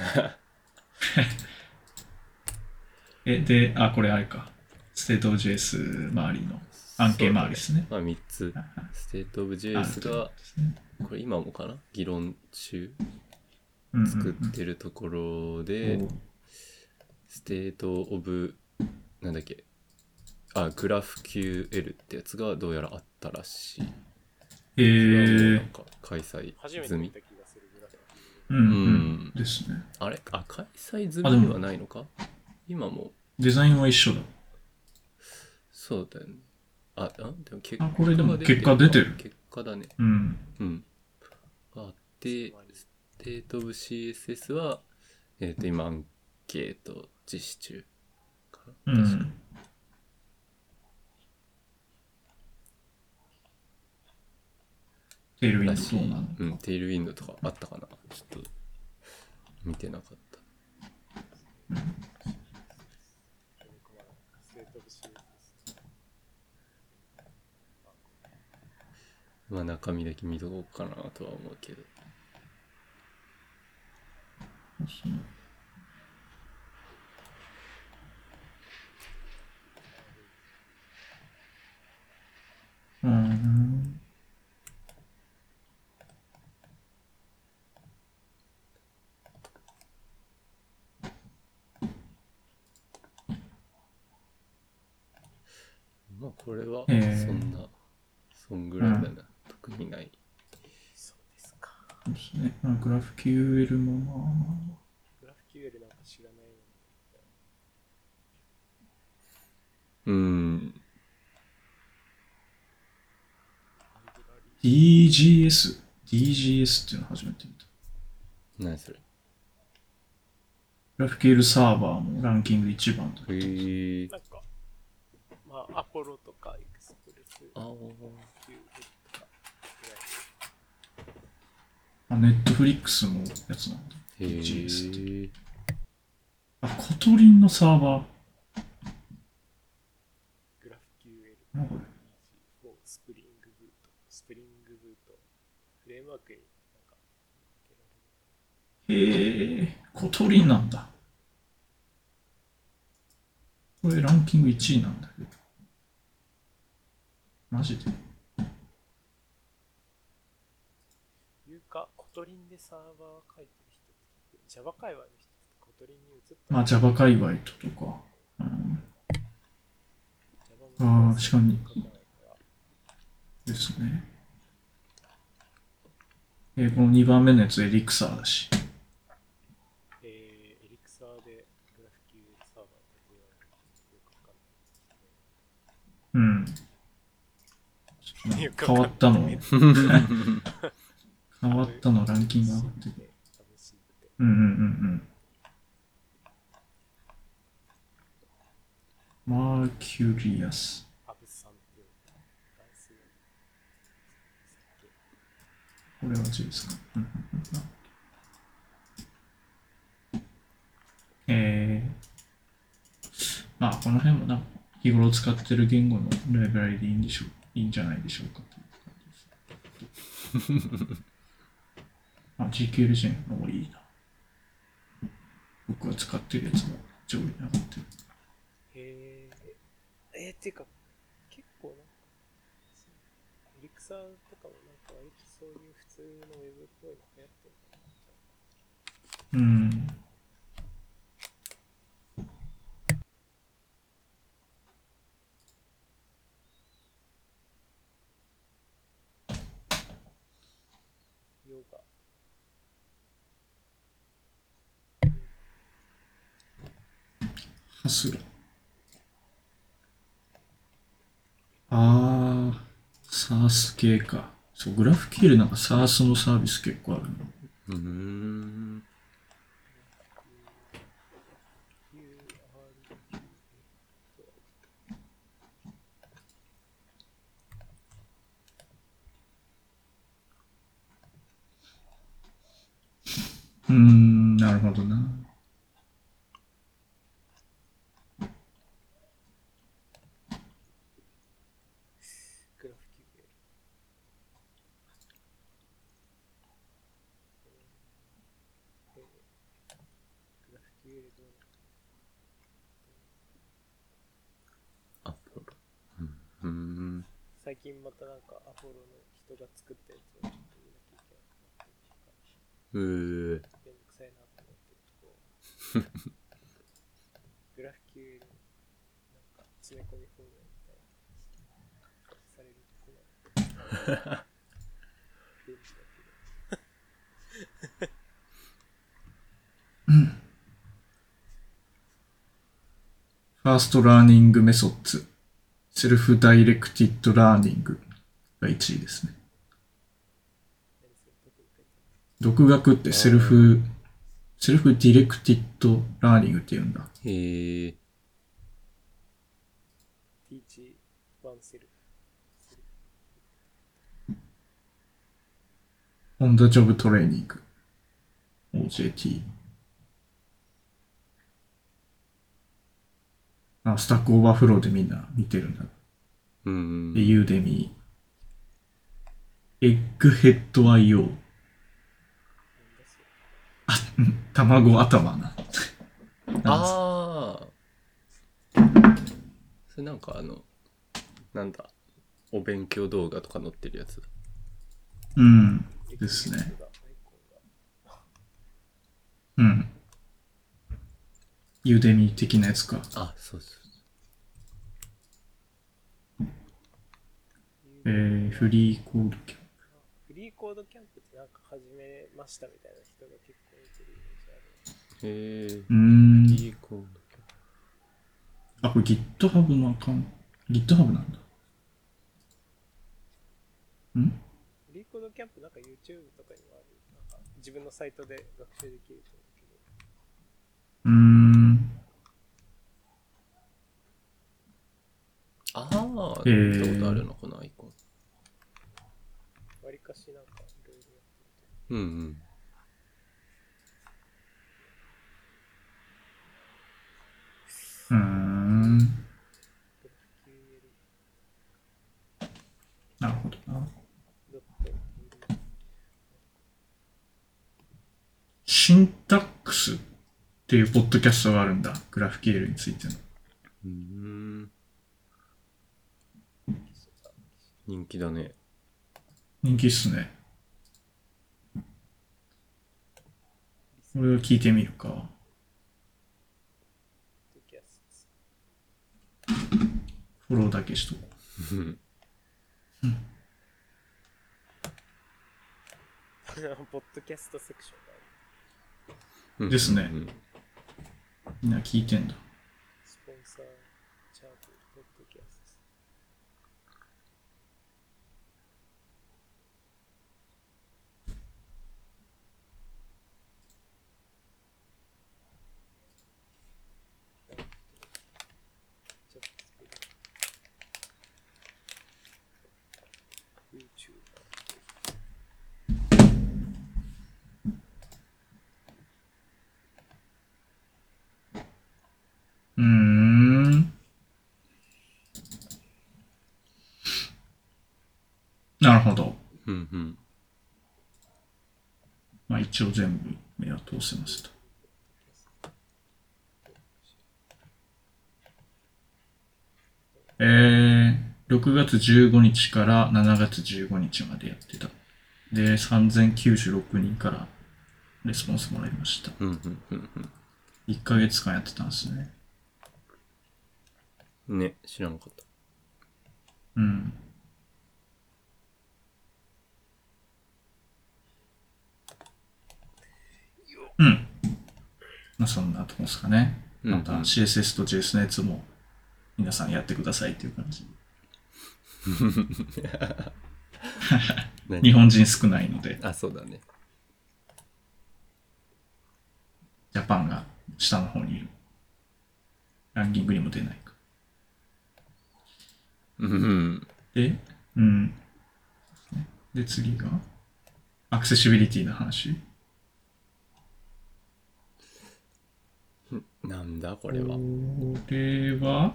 で、これあれか。ステートオブ JS 周りの案件周りですね。 まあ3つ。ステートオブ JS が、これ今もかな議論中作ってるところで、ステートオブ、なんだっけ、グラフ QL ってやつがどうやらあったらしい。なんか開催済み。 ですね。 あれ開催済みではないのか今も。 デザインは一緒だ。 そうだよね。でもこれでも結果出てる。 結果だね。 うん。 で、ステートオブ CSS は、今アンケート実施中かな。確かに。 テールウィンドどうなの？ うん、テールウィンドとかあったかな。ちょっと見てなかった。 まあ中身だけ見とこうかなとは思うけど。 うん。 まあこれはそんぐらいだな、特にない。 そうですか。 そうですね。グラフ QL もまあ。 グラフ QL なんか知らないのに。 DGS っていうの初めて見た。 何それ？ グラフ QL サーバーのランキング1番だ。 なんか、まあ、アポロとかエクスプレス、QL とかネットフリックスのやつなんだ。 DGS って。 コトリンのサーバー。 グラフ QL、 なんかスプリングブート、フレームワークになんかコトリンなんだ。これランキング1位なんだけど。マジでいうか、コトリンでサーバー書いてる人って、Java 界隈の人ってコトリンに移った。 まあ Java 界隈とか。確かに。ですね。この2番目のやつエリクサーだし。 エリクサーでグラフ QL サーバー立てようなんてよくわかんない。 変わったの変わったのランキング上がってる。マーキュリアス。これは字ですか。まあこの辺もな日頃使ってる言語のライブラリでいいんじゃないでしょうかという感じです。GQL ジェンの方がいいな。僕が使ってるやつも上位に上がってる。 っていうか、結構なんか、エリクサーとかもなんか割とそういう普通のウェブっぽいの流行ってるかな。ヨガ。 ハスラ。SaaS 系か。そう、グラフ QL なんか SaaS のサービス結構あるの。なるほどな。 グラフ QL。グラフ QL どうアポロ。 最近またなんかアポロの人が作ったやつをちょっと見なきゃいけなくなってるのか。めんどくさいなと思ってるところ。グラフ QL なんか詰め込みフォームみたいなされるところが便利だけど。 ファーストラーニングメソッド、セルフダイレクティッドラーニングが1位ですね。独学ってセルフディレクティッドラーニングって言うんだ。 へえ。 Teach oneself。 オンダジョブトレーニング。OJT。スタックオーバーフローでみんな見てるんだ。で、ユーデミエッグヘッド IO。あ、卵頭な。 ああ。それなんかなんだ、お勉強動画とか載ってるやつ。 うん。ですね。うん。ユーデミ的なやつか。 あ、そうそう。 フリーコードキャンプ。 フリーコードキャンプってなんか始めましたみたいな人が結構いてるイメージある。 フリーコードキャンプ。 あ、これ GitHub のアカウント。GitHub なんだ。 フリーコードキャンプなんか YouTube とかにもある。なんか自分のサイトで学習できると思うけど。 ああ、見たことあるの、このアイコン。 わりかしなんかいろいろやってると。うんうん。 なるほどな。シンタックスっていうポッドキャストがあるんだ。グラフ QL についての。 人気だね。 人気っすね。これを聞いてみるか。フォローだけしとこう。 ポッドキャストセクションがある。ですね。みんな聞いてんだ。 スポンサーチャートポッドキャスト。 なるほど。 うんまあ一応全部目は通せました。6月15日から7月15日までやってた。で、3096人からレスポンスもらいました。1ヶ月間やってたんですね。 ね、知らんかった。 うん。うん。まあそんなとこですかね。また CSS と JS のやつも皆さんやってくださいっていう感じ。日本人少ないので。 あ、そうだね。 ジャパンが下の方にいる。ランキングにも出ないか。で、で、次が、アクセシビリティの話。 なんだこれは。 これは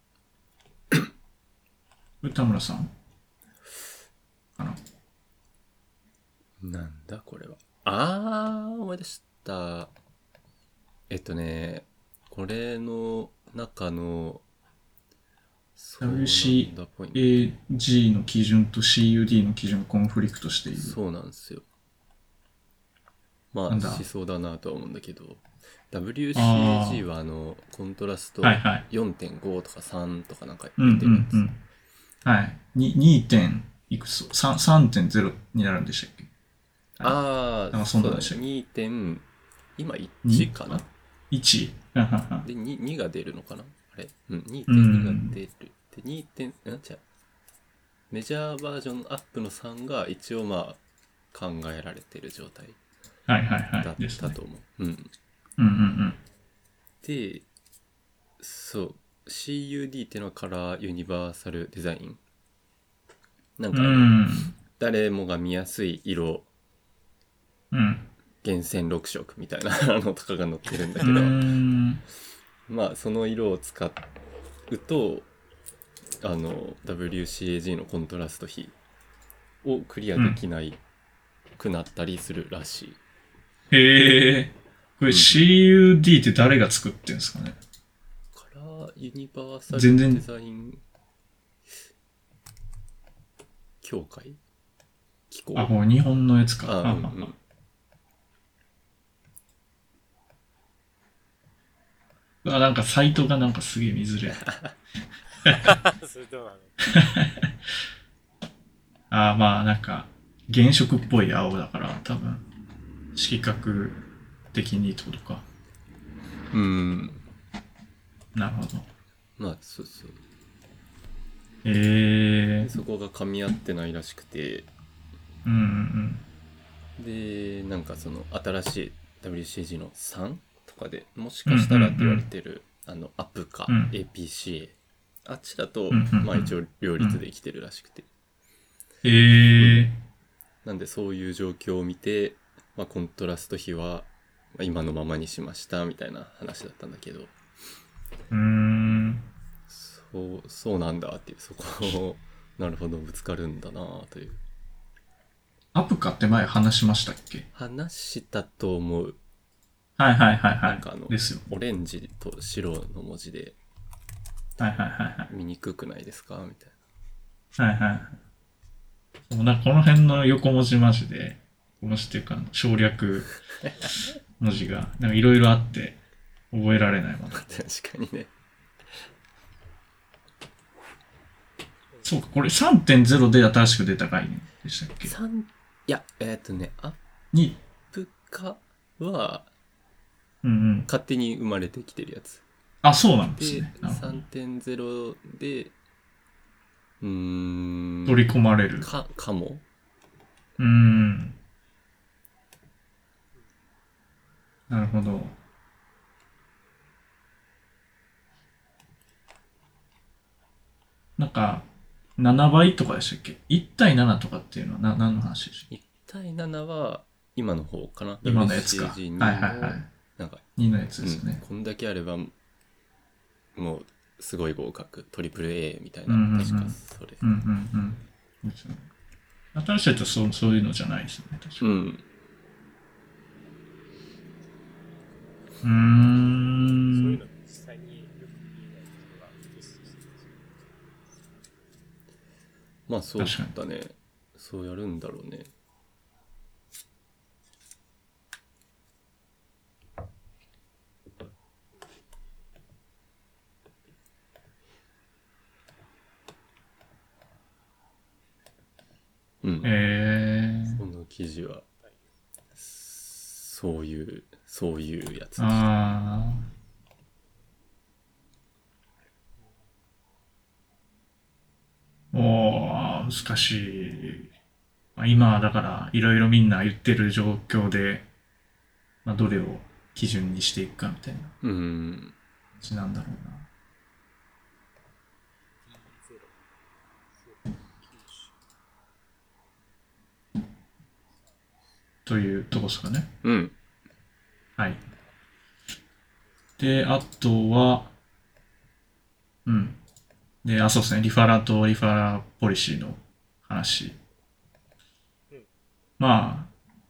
田村さんかな。 なんだこれは。思い出した。これの中の WCAG の基準と CUD の基準がコンフリクトしている。 そうなんですよ。まあしそうだなとは思うんだけど、WCAG はコントラスト 4.5 とか3とかなんか言ってるんです。 はい。2. 点いくつ 3.0 になるんでしたっけ。 そうだね。2. 点、今1かな ?1? で 2が出るのかなあれ2.2 が出る。で、2. 点、じゃメジャーバージョンアップの3が一応まあ考えられてる状態だったと思う。で、そう、CUD っていうのはカラーユニバーサルデザイン。なんか誰もが見やすい色、厳選6色みたいなのとかが載ってるんだけど、まあその色を使うとWCAG のコントラスト比をクリアできないくなったりするらしい。 へえ。これ CUD って誰が作ってんですかね。 からユニバーサルデザイン協会機構。 あ、もう日本のやつか。 うんうん。 なんかサイトがなんかすげえ見づれ。 それどうなの？ まあなんか原色っぽい青だから多分色覚的にってことか。なるほど。 まあそうそう。そこが噛み合ってないらしくて。でなんかその新しい WCG の3とかでもしかしたらって言われてる、アプか、APCA あっちだと、まあ一応両立できてるらしくて、なんでそういう状況を見て、まあ、コントラスト比は今のままにしましたみたいな話だったんだけど、そうなんだっていう、そこをなるほどぶつかるんだなという。 アプカって前話しましたっけ？ 話したと思う。 はい。 なんかですよ。 オレンジと白の文字で、見にくくないですかみたいな。なんかこの辺の横文字マジで、横文字っていうか省略文字がなんかいろいろあって覚えられないもん。 確かにね。 そうか、これ 3.0 で新しく出た概念でしたっけ？ いや、アプカは、勝手に生まれてきてるやつ。 あ、そうなんですね。 で、3.0 で、 取り込まれる。 かも。 なるほど。なんか、7倍とかでしたっけ？ 1 対7とかっていうのは何の話でしょ？ 1 対7は今の方かな。 今のやつか。はい。 なんか 2のやつですね。 こんだけあれば、もうすごい合格、トリプル A みたいな、確かそれ。 新しいやつはそういうのじゃないですよね、確か。そういうの実際によく見えない人がテストしてる。 まあそうだね。そうやるんだろうね。その記事はそういうやつでした。 難しい。今だからいろいろみんな言ってる状況で、どれを基準にしていくかみたいな感じなんだろうな。というとこですかね。はい。で、あとは、で、そうですね。リファラポリシーの話。ま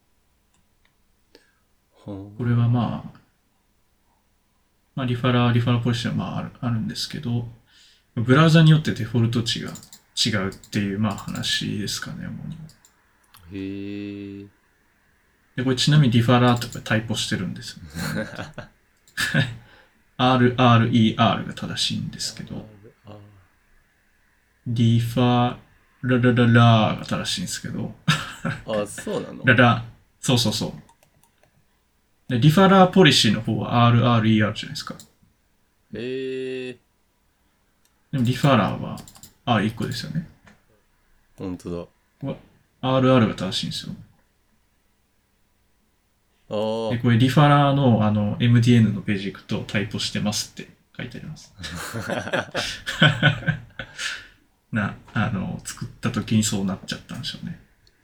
あ、これはまあリファラポリシーはまああるんですけど、ブラウザによってデフォルト値が違うっていうまあ話ですかね、もう。 へえ。 で、これちなみにリファラーとかタイプしてるんですよ。RRER が正しいんですけど、リファララララが正しいんですけど。 そうなの？ そう。で、リファラーポリシーの方は RRER じゃないですか。でもリファラーは R1 個ですよね。 本当だ。RR が正しいんですよ。で、これリファラーのMDN のページ行くとタイプしてますって書いてあります。作った時にそうなっちゃったんでしょうね。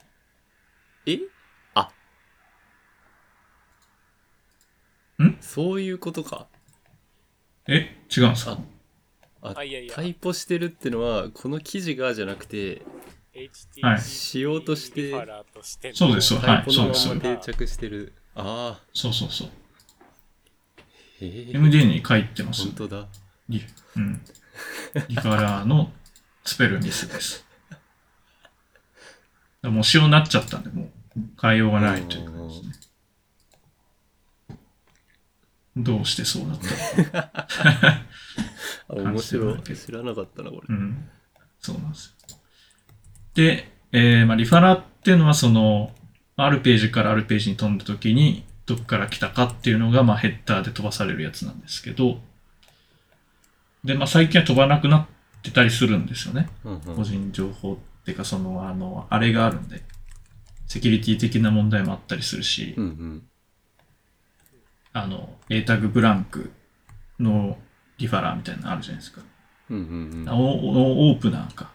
そういうことか。 違うんですか？ タイポしてるってのはこの記事がじゃなくて HTTP しようとしてリファラーとしてそうですよ。はい。 このまま定着してる。ああ。 そう。MD に書いてます。 本当だ。 リファラーのスペルミスです。もう仕様になっちゃったんで、もう変えようがないという感じですね。どうしてそうだったのか。 面白い。知らなかったな、これ。 そうなんですよ。で、リファラーっていうのはあるページからあるページに飛んだ時に、どこから来たかっていうのが、ヘッダーで飛ばされるやつなんですけど、で、最近は飛ばなくなってたりするんですよね。個人情報っていうか、あれがあるんで、セキュリティ的な問題もあったりするし、A タグブランクのリファラーみたいなのあるじゃないですか。オープナーか。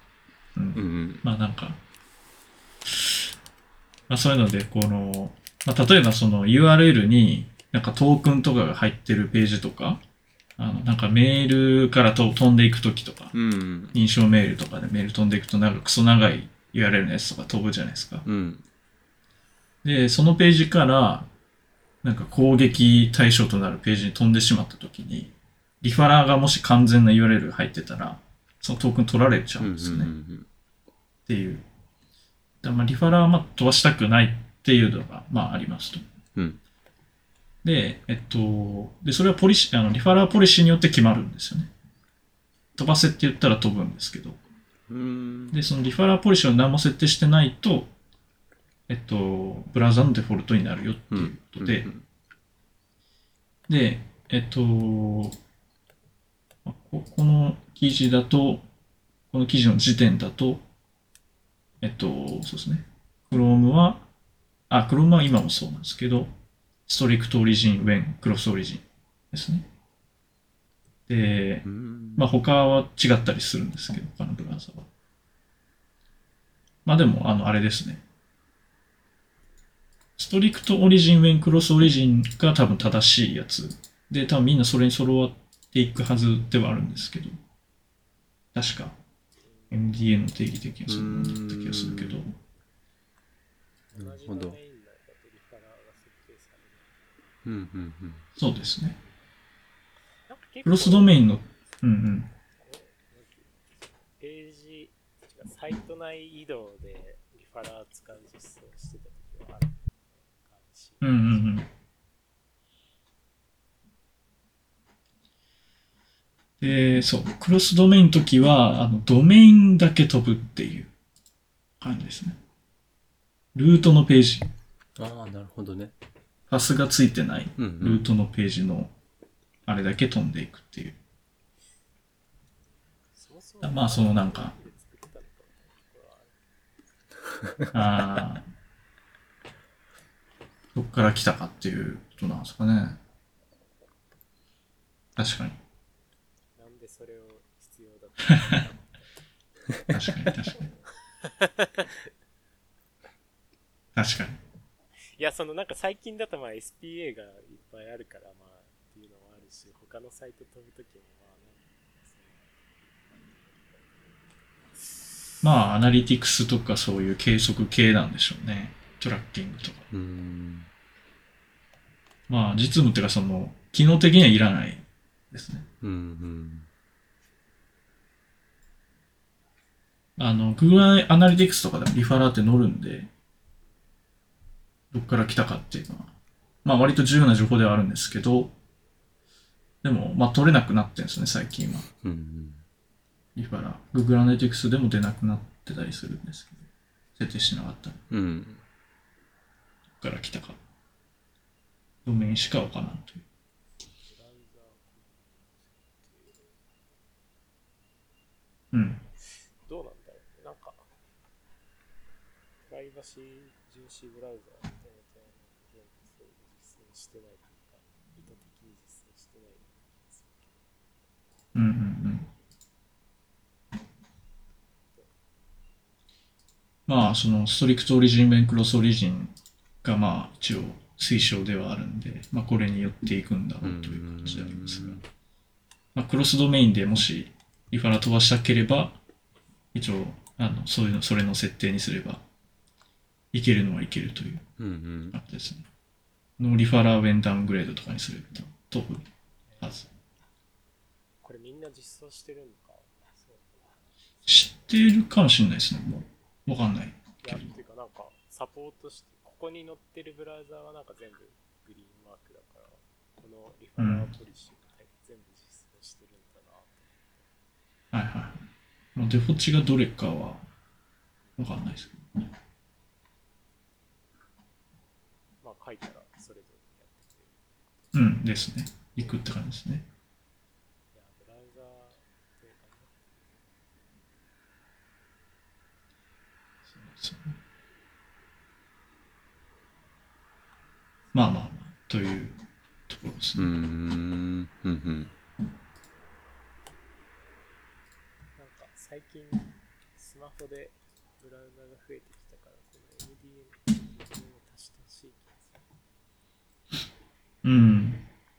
そういうので、例えばURL にトークンとかが入ってるページとか、メールから飛んでいくときとか、認証メールとかでメール飛んでいくとクソ長い URL のやつとか飛ぶじゃないですか。で、そのページから、攻撃対象となるページに飛んでしまったときに、リファラーがもし完全な URL が入ってたら、そのトークン取られちゃうんですね。っていう。リファラーは飛ばしたくないっていうのが、ありますと。で、それはリファラーポリシーによって決まるんですよね。飛ばせって言ったら飛ぶんですけど。で、そのリファラーポリシーを何も設定してないと、ブラウザのデフォルトになるよっていうことで、で、この記事だと、この記事の時点だと、そうですね。Chrome は今もそうなんですけど、Strict Origin when Cross Origin ですね。で、他は違ったりするんですけど、他のブラウザは。でも、あれですね。Strict Origin when Cross Origin が多分正しいやつで、多分みんなそれに揃っていくはずではあるんですけど、確か MDA の定義的にはそうなった気がするけど。 なるほど。 そうですね。クロスドメインの、 ページ、サイト内移動でリファラー使う実装してた時はある感じ。 で、そう、クロスドメインの時は、ドメインだけ飛ぶっていう感じですね。ルートのページ。 ああ、なるほどね。 パスがついてないルートのページのあれだけ飛んでいくっていう。どっから来たかっていうことなんですかね。確かに。 なんでそれを必要だった確かに。確かに。 いや、最近だとSPA がいっぱいあるからっていうのもあるし、他のサイト飛ぶときもアナリティクスとかそういう計測系なんでしょうね。トラッキングとか。実務っていうか機能的にはいらないですね。Google アナリティクスとかでもリファラーって載るんで、どっから来たかっていうのは、割と重要な情報ではあるんですけど、でも、取れなくなってるんですね、最近は。リファラー。Google アナリティクスでも出なくなってたりするんですけど、設定しなかったら。どっから来たか。ドメインしかわからんという。 どうなんだろう。プライバシー重視ブラウザーみたいなそういう実践してないというか、意図的に実践してないですストリクトオリジン面クロスオリジンが一応推奨ではあるんで、これによっていくんだろうという感じでありますが、クロスドメインでもしリファラ飛ばしたければ、一応そういうの、それの設定にすれば、いけるのはいけるという感じですね。ノーリファラーウェンダウングレードとかにすれば飛ぶはず。 これみんな実装してるのか。 知ってるかもしれないですね。もうわかんない。 いや、っていうかなんかサポートして、ここに載ってるブラウザーはなんか全部グリーンマークだから、このリファラーポリシーが全部実装してるんだな。 はいはい。もうデフォチがどれかはわかんないですけど、ね。 まあ書いたらそれぞれやってくれる。 うんですね。行くって感じですね。 いや、ブラウザーというかね。 そうですね。まあまあまあ、というところですね。 うんうん。 なんか最近スマホでブラウザが増えてきたから、この MDM を足してほしい気がする。 うん。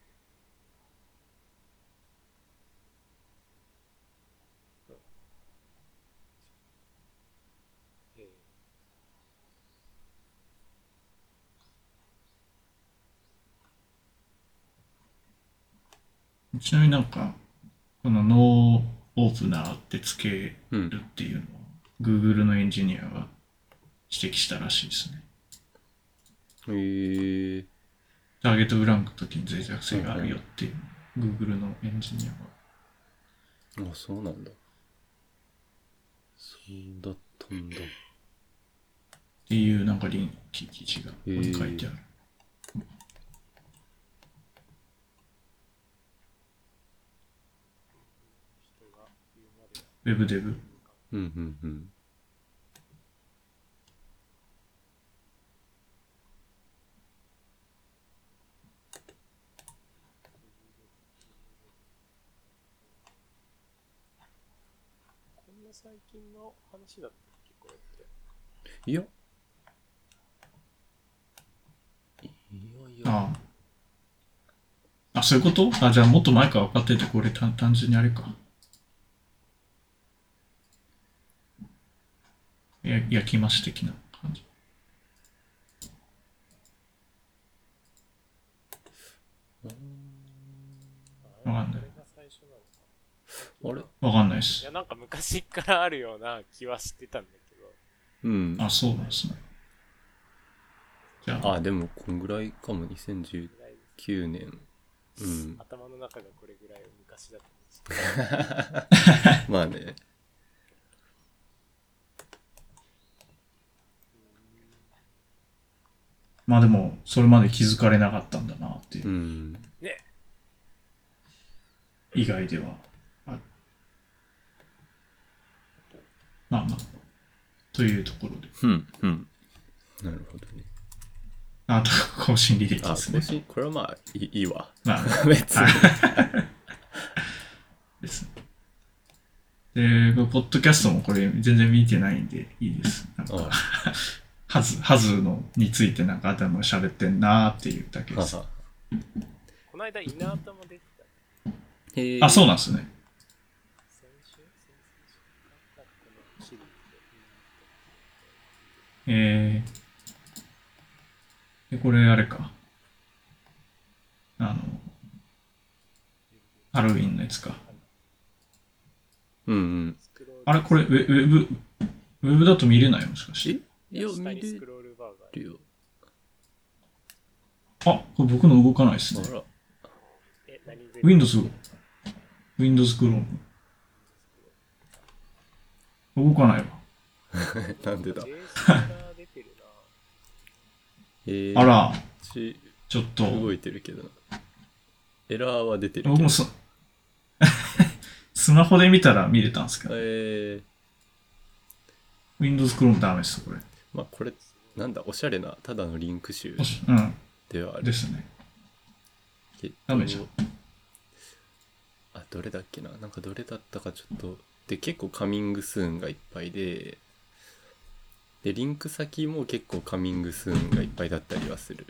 ちなみになんか、このノーオープナーってつけるっていうのを、Google のエンジニアが指摘したらしいですね。ターゲットブランクの時に脆弱性があるよっていう、Google のエンジニアが。 あ、そうなんだ。そうだったんだ。 っていうなんか記事が書いてある。ウェブデブ。 うんうんうん。 こんな最近の話だったっけ、これって。 いや。 あ、そういうこと？あ、じゃあもっと前から分かってて、これ単純にあれか。焼き増し的な感じ。わかんない。 あれ？ わかんないです。 いや、なんか昔からあるような気はしてたんだけど。 うん。 あ、そうなんですね。 じゃあ、でもこんぐらいかも、2019年。うん。 頭の中がこれぐらい昔だったまあね。 まあでも、それまで気づかれなかったんだなっていう。 ね。 意外ではある。まあまあ。というところで。 なるほどね。 あと、更新履歴ですね。 更新、これはまあ、いいわ。 まあ、 別に。 ですね。で、ポッドキャストもこれ全然見てないんでいいです。なんか、ハズのについてなんか頭喋ってんなーっていうだけです。 この間、稲頭も出てた。あ、そうなんですね。 先週なんかこのシリーズで、これあれか。ハロウィンのやつか。 うんうん。 あれこれウェブだと見れないもしかして。 いや、見れるよ。 あ、これ僕の動かないですね。Windows Chrome。動かないわ。 なんでだ。 あら、ちょっと。 動いてるけど。エラーは出てるけど。 僕もスマホで見たら見れたんですけど。Windows Chrome ダメです、これ。 まあこれ、なんだ、おしゃれな、ただのリンク集ではある。 ですね。ダメじゃん。 あ、どれだっけな。なんかどれだったかちょっと。で、結構カミングスーンがいっぱいで、リンク先も結構カミングスーンがいっぱいだったりはする。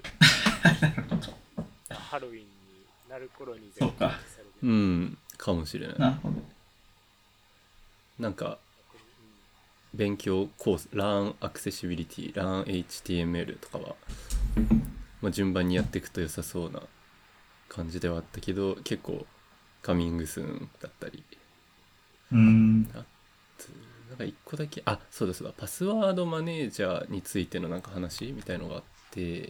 ハロウィンになる頃にそうか。 かもしれない。 なるほど。 なんか、 勉強コース Learn Accessibility Learn HTML とかは、まあ、順番にやっていくと良さそうな感じではあったけど、結構カミングスーンだったり、あとなんか一個だけ、あ、そうだそうだ、パスワードマネージャーについてのなんか話みたいのがあって、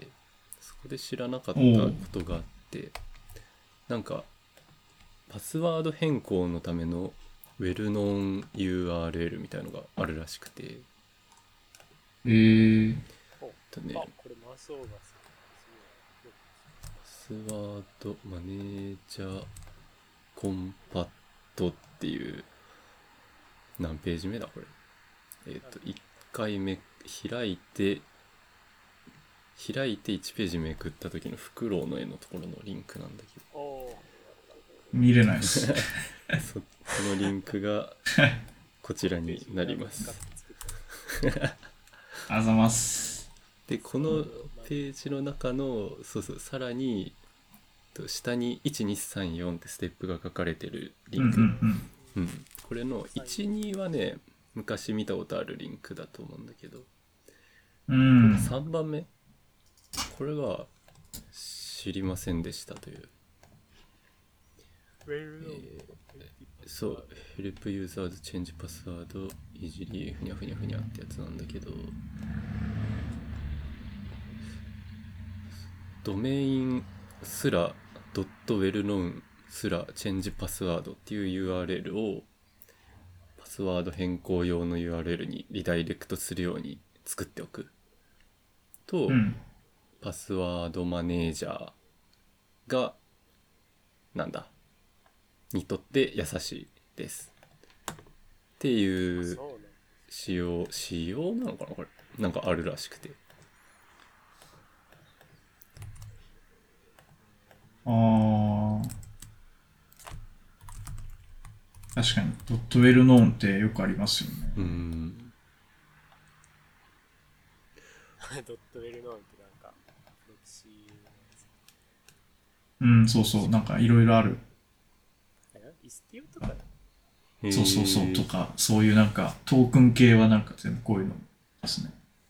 そこで知らなかったことがあって、なんかパスワード変更のためのウェルノン URL みたいのがあるらしくて、 これマスオーガさん。 パスワードマネージャーコンパットっていう何ページ目だこれ。1回目開いて1ページめくった時のフクロウの絵のところのリンクなんだけど、 見れないです。 そのリンクがこちらになります。 ありがとうございます。 でこのページの中のさらに下に1234ってステップが書かれてるリンク、これの12はね昔見たことあるリンクだと思うんだけど、3番目これは知りませんでしたという、そう Help users change password easily ふにゃふにゃふにゃってやつなんだけど、ドメインすら.wellknown すら change password っていう URL をパスワード変更用の URL にリダイレクトするように作っておくと、パスワードマネージャーがなんだにとって優しいですっていう仕様なのかな、これなんかあるらしくて、 確かにドットウェルノーンってよくありますよね。 ドットウェルノーンってなんかプロキシそうそう、なんかいろいろある。 イスティオとかそうとか、そういうなんかトークン系はなんか全部こういうのですね。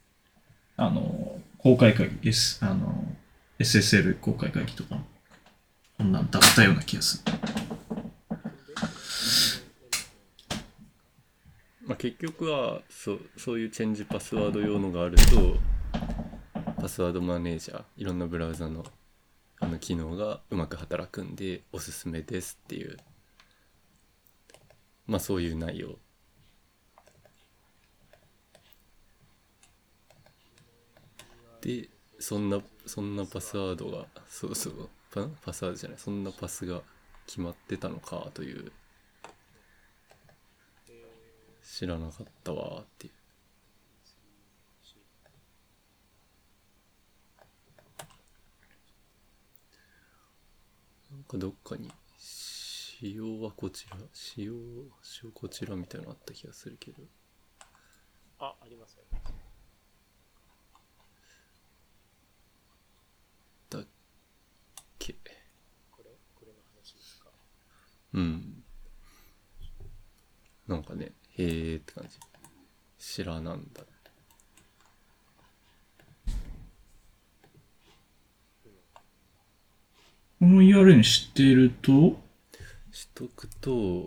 公開会議です。SSL 公開会議とか、こんなんだったような気がする。 まあ、結局はそういうチェンジパスワード用のがあるとパスワードマネージャーいろんなブラウザの機能がうまく働くんでおすすめですっていう、まあそういう内容で、そんなパスワードがパスワードじゃない、そんなパスが決まってたのかという、知らなかったわっていう。なんかどっかに仕様はこちらこちらみたいなのあった気がするけど、 ありますよね。 だっけ。 これの話ですか。 なんかね、へーって感じ。知らなんだ。 この URL 知っているとしとくと、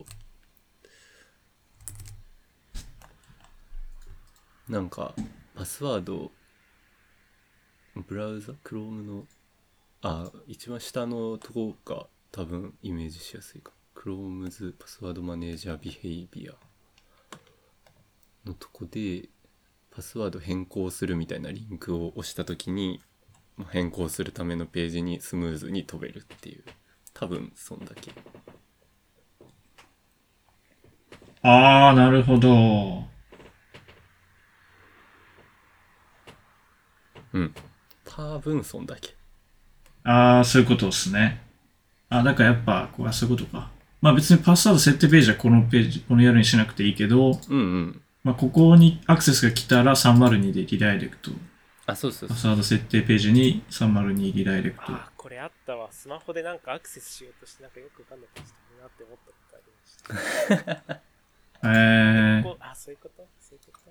なんかパスワードブラウザ Chrome の一番下のとこが多分イメージしやすいか。Chrome's パスワードマネージャービヘイビアのとこでパスワード変更するみたいなリンクを押したときに変更するためのページにスムーズに飛べるっていう、多分そんだけ。 なるほど。 多分そんだけ。 そういうことですね。だからやっぱそういうことか。まあ別にパスワード設定ページはこの URL にしなくていいけど、まあここにアクセスが来たら302でリダイレクト。 そう。 パスワード設定ページに302リダイレクト。 これあったわ。スマホでなんかアクセスしようとしてなんかよくわかんないことしてるなって思ったことありました。 そういうことそういうこと、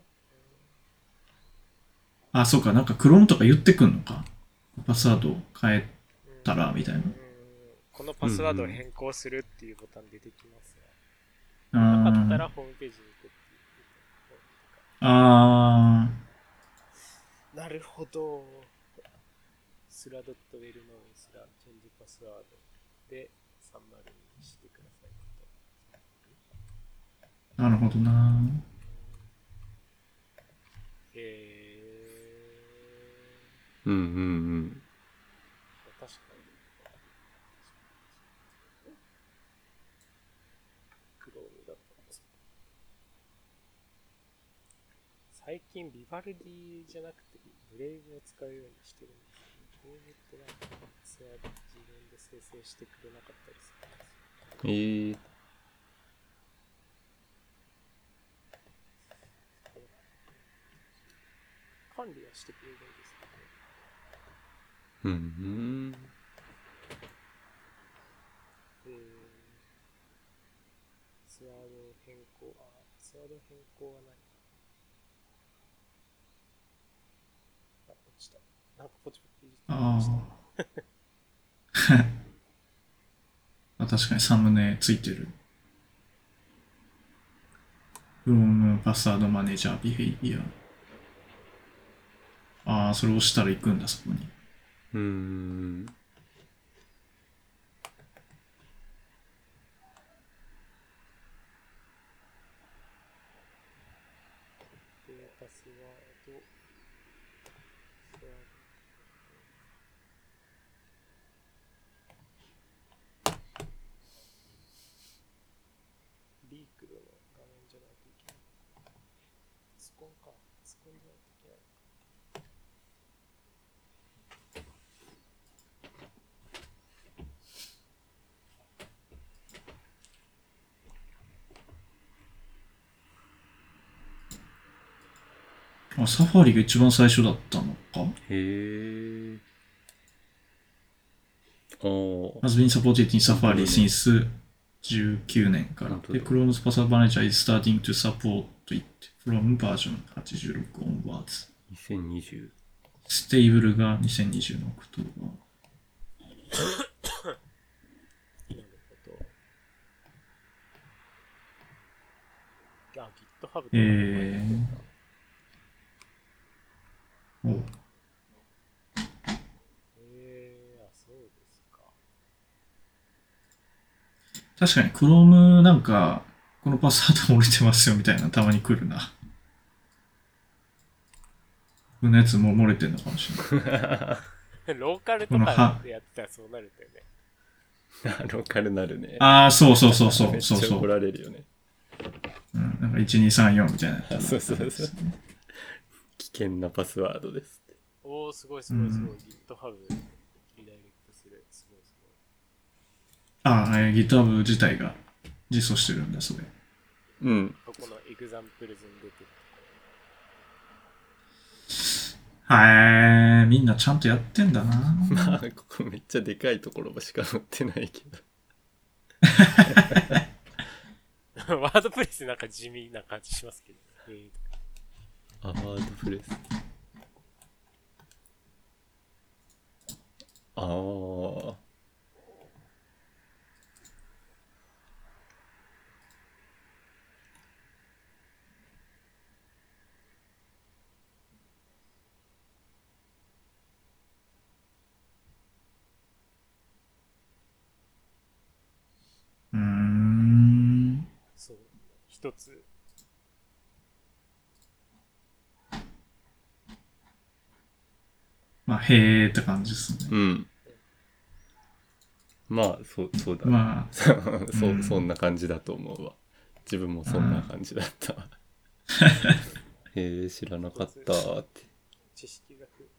あ、そうか、なんか Chrome とか言ってくんのか。パスワードを変えたら、みたいな。 このパスワードを変更するっていうボタン出てきますが。 なかったらホームページに行くっていう。 あなるほど。スラドットウェルノーンスラチェンジパスワードで30にしてくださいー、なるほどな。 うんうんうん。 確かに。クロームだったんですか。最近ビバルディじゃなくてブレイブを使うようにしてるんですけど、ブレイブってなんか自分で生成してくれなかったりするんですよ。管理はしてくれるんですけど、スワード変更、スワード変更はないな。落ちた。なんかポチポチいじってました。 確かにサムネついてる。Chrome パスワードマネージャービヘイビア。それを押したら行くんだ、そこに。 データスワード、ビークルの画面じゃないといけない。パソコンか。パソコンじゃないといけない。 サファリが一番最初だったのか。 へえ。 Has been supported in Safari since 19年から。で、Chrome's Password Manager is starting to support it from version 86 onwards。 2020。 ステーブルが2020のオクトーバー。 なるほど。GitHub とかおそうですか。 確かに Chrome なんか、このパスワード漏れてますよみたいなたまに来るな。このやつも漏れてんのかもしれない。 ローカルとかでやってたらそうなるんだよね。 ローカルなるね。 そうそうそうそう。 めっちゃ怒られるよね。 なんか1234みたいな。 そう。危険なパスワードですって。 すごい。GitHub リダイレクトする。すごい。 GitHub 自体が実装してるんだ、それ。 ここのエグザンプルズに出てる。 みんなちゃんとやってんだな。 ここめっちゃでかいところしか載ってないけど。ワードプレスなんか地味な感じしますけど。 ワードプレス。 そう、一つ。 へーって感じですね。 そうだ。そんな感じだと思うわ。自分もそんな感じだった。知らなかったって。 知識が増え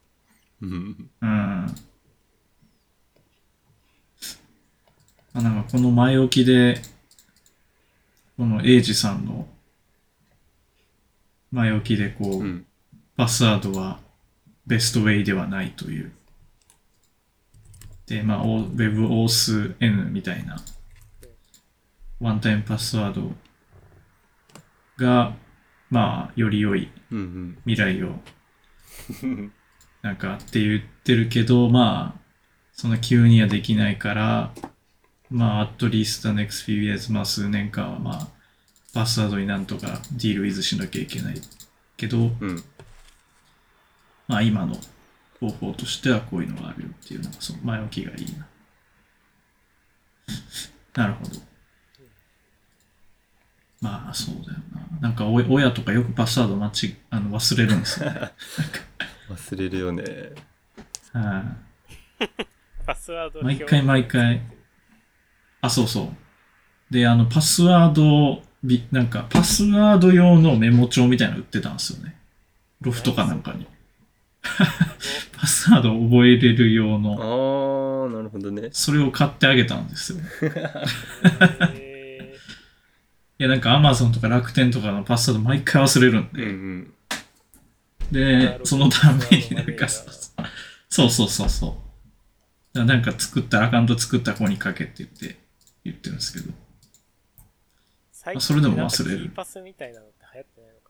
なんかこの前置きで、このエイジさんの前置きでパスワードはベストウェイではないという。で、WebAuthN みたいなワンタイムパスワードがまあ、より良い未来を、なんかって言ってるけど、まあ、そんな急にはできないから、まあ、at least the next few years、まあ、数年間は、まあ、パスワードになんとかディールウィズしなきゃいけないけど、まあ、今の方法としてはこういうのがあるよっていうのが、その前置きがいいな。なるほど。まあ、そうだよな。なんか親とかよくパスワード忘れるんですよね。 忘れるよね。 パスワード毎回。あ、そうそう。で、パスワード、なんか、パスワード用のメモ帳みたいなの売ってたんですよね。ロフトかなんかに。パスワードを覚えれる用の。 ああ、なるほどね。 それを買ってあげたんですよ。いや、なんか Amazon とか楽天とかのパスワード毎回忘れるんで。で、そのためになんか、そう。なんかアカウント作った子にかけって言ってるんですけど。それでも忘れる。 キーパスみたいなのって流行ってないのか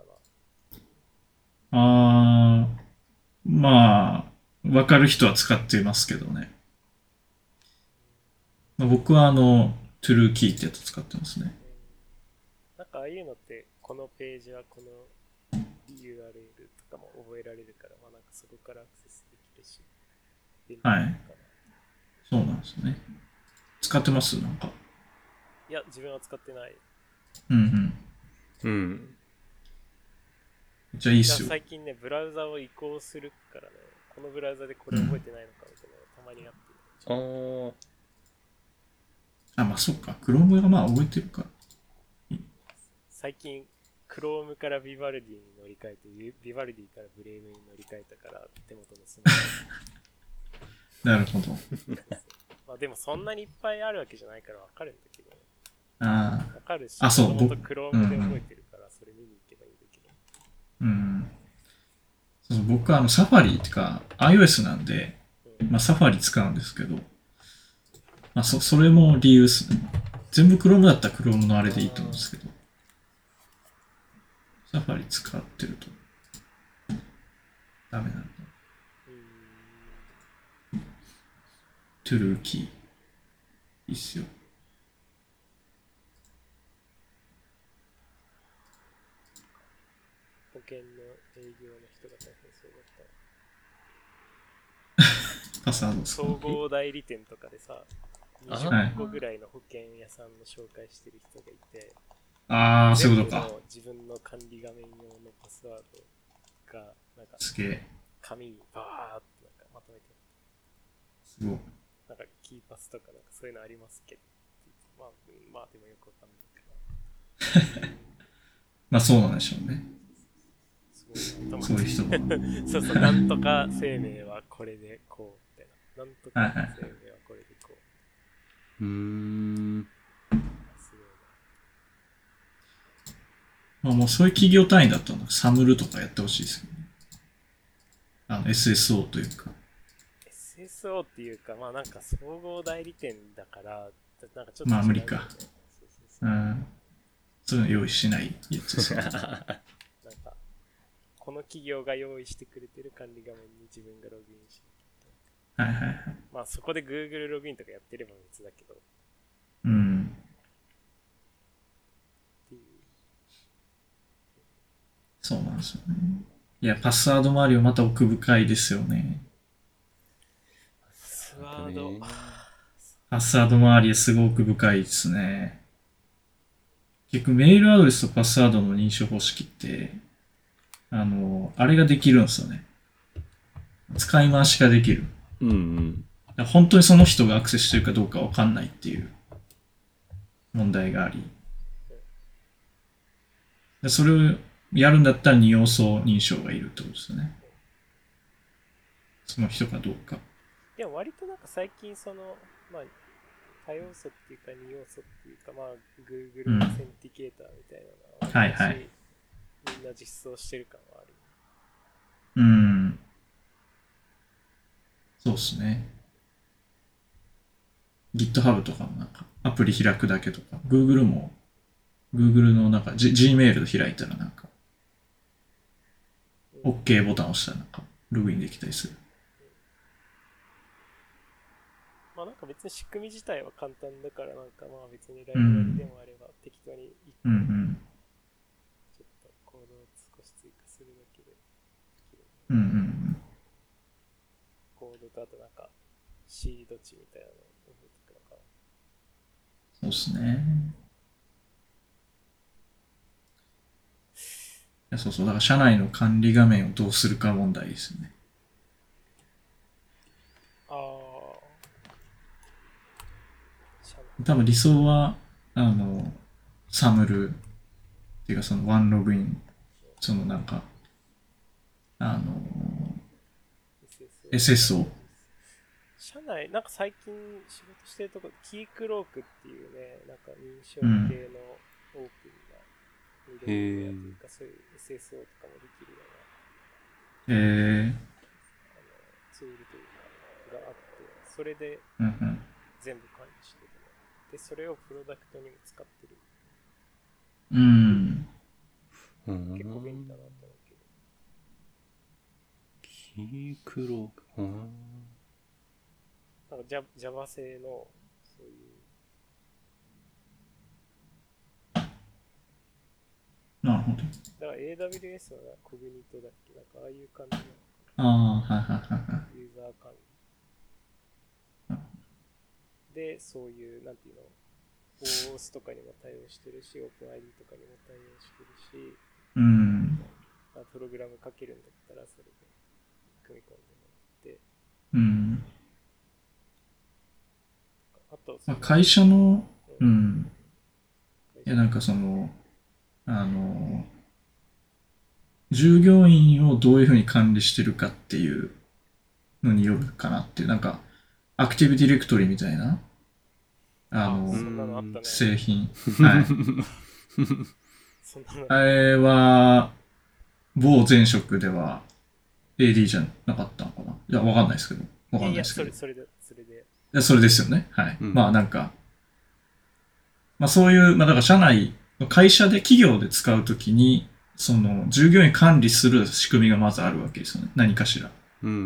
な？まあ、わかる人は使ってますけどね。まあ、僕はトゥルーキーってやつ使ってますね。 なんかああいうのって、このページはこの URL とかも覚えられるから、まあなんかそこからアクセスできるし。 はい。そうなんですね。使ってますなんか。 いや、自分は使ってない。 じゃあいいっすよ。 最近ね、ブラウザを移行するからね、このブラウザでこれ覚えてないのかみたいなのがたまにあって。 まあそっか。Chrome がまあ覚えてるから。 最近、Chrome からビバルディに乗り換えて、ビバルディからブレイブに乗り換えたから、手元のスマホ。 なるほど。 まあでもそんなにいっぱいあるわけじゃないからわかるんだけど。わかるし、 そう。 もともと Chrome で覚えてるから、それ見に行けばいいんだけど。僕はサファリってか iOS なんで、まあサファリ使うんですけど、まあそれも理由ですね。全部 Chrome だったら Chrome のあれでいいと思うんですけど、サファリ使ってるとダメなんだ。トゥルーキー。いいっすよ。 保険の営業の人が大変そうだった。 パスワード総合代理店とかでさ、20個ぐらいの保険屋さんの紹介してる人がいて、 そういうことか。 自分の管理画面用のパスワードが、なんか、 すげえ。 紙にバーってなんかまとめてすごい。 なんかキーパスとかなんかそういうのありますけど、まあでもよくわかんないから。 まあそうなんでしょうね。そういう人も。 そう、なんとか生命はこれでこうみたいな。なんとか生命はこれでこう。すごいな。もうそういう企業単位だったらサムルとかやってほしいですよね。SSO というか。 SSO っていうか、まあなんか総合代理店だから、なんかちょっと、 まあ無理か。そういうの用意しないやつですよ。なんか、 この企業が用意してくれてる管理画面に自分がログインしなきゃいけない。 まあそこで Google ログインとかやってれば別だけど。 そうなんですよね。いや、パスワード周りはまた奥深いですよね。パスワード周りはすごく奥深いですね。結局メールアドレスとパスワードの認証方式って、あれができるんですよね。使い回しができる。本当にその人がアクセスしてるかどうかわかんないっていう問題があり。それをやるんだったら二要素認証がいるってことですよね。その人かどうか。 でも割となんか最近まあ、多要素っていうか二要素っていうか、まあ、Google オーセンティケーターみたいなのは、みんな実装してる感はある。 そうですね。GitHub とかもなんかアプリ開くだけとか、Google も、Google のなんか、Gmail 開いたらなんか、 OK ボタンを押したらなんかログインできたりする。 まあなんか別に仕組み自体は簡単だからなんかまあ別にライブラリでもあれば適当に1個ちょっとコードを少し追加するだけでできる。コードとあとなんかシード値みたいなのを覚えてくるのかな。 そうですね。いやそうそう、だから社内の管理画面をどうするか問題ですよね。多分理想は、サムルっていうかそのワンログイン、そのなんか、SSO。 社内、なんか最近仕事してるところ、キークロークっていうね、なんか認証系のオープンなミドルウェアというか、そういう SSO とかもできるような、ツールというかがあって、それで全部管理してる。で、それをプロダクトにも使ってる。結構便利だなと思うけど。 キークローク。 なんか Java 製のそういう。 なるほど。 だから AWS はコグニトだっけ、なんかああいう感じの。はいはいはい。 ユーザー管理。で、そういう、なんていうの、OAuth とかにも対応してるし、OpenID とかにも対応してるし、プログラム書けるんだったら、それで組み込んでもらって。あと、 会社の、いや、なんかその、従業員をどういうふうに管理してるかっていうのによるかなっていう、なんか、アクティブディレクトリみたいな、製品。はい。あれは、某前職では AD じゃなかったのかな。いや、わかんないですけど。わかんないですけど。 それで。 いや、それですよね。はい。まあなんか、まあそういう、まあだから社内、会社で、企業で使うときに、その、従業員管理する仕組みがまずあるわけですよね。何かしら。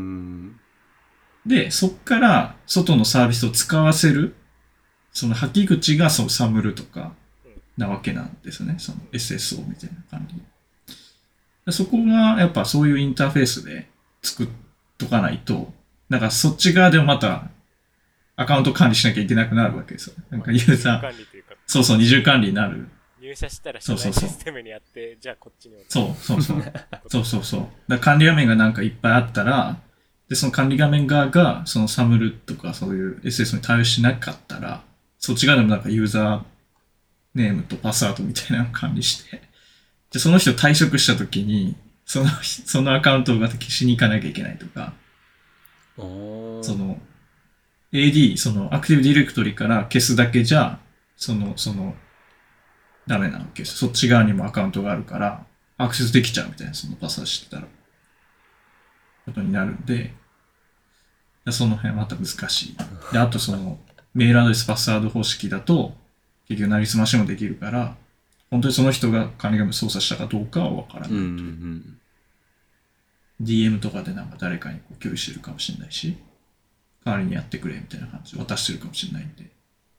で、そっから外のサービスを使わせる、その吐き口がそのサムルとかなわけなんですね。その SSO みたいな感じで。そこがやっぱそういうインターフェースで作っとかないと、なんかそっち側でもまたアカウント管理しなきゃいけなくなるわけですよ。なんかユーザー、そうそう、二重管理になる。 入社したら社内システムにやって、じゃあこっちにも。 そう。だ管理画面がなんかいっぱいあったら、で、その管理画面側が、そのサムルとかそういう SS に対応しなかったら、そっち側でもなんかユーザーネームとパスワードみたいなのを管理して、で、その人退職した時に、そのアカウントをまた消しに行かなきゃいけないとか、その、AD、そのアクティブディレクトリから消すだけじゃ、ダメなわけです。そっち側にもアカウントがあるから、アクセスできちゃうみたいな、そのパスワード知ってたら、ことになるんで、その辺はまた難しい。で、あとその、メールアドレスパスワード方式だと、結局なりすましもできるから、本当にその人が管理画面操作したかどうかはわからない。DM とかでなんか誰かにこう共有してるかもしれないし、代わりにやってくれみたいな感じで渡してるかもしれないんで。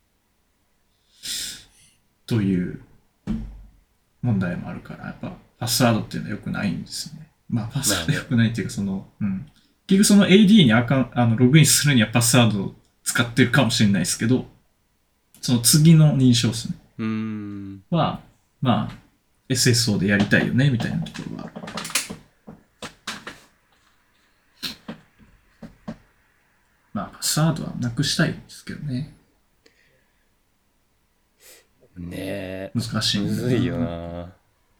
という問題もあるから、やっぱパスワードっていうのは良くないんですよね。まあパスワード良くないっていうか、その、結局その AD にログインするにはパスワードを使ってるかもしれないですけど、その次の認証ですね。は、まあ、SSO でやりたいよね、みたいなところはある。まあ、パスワードはなくしたいんですけどね。 ねえ。 難しい。 むずいよな。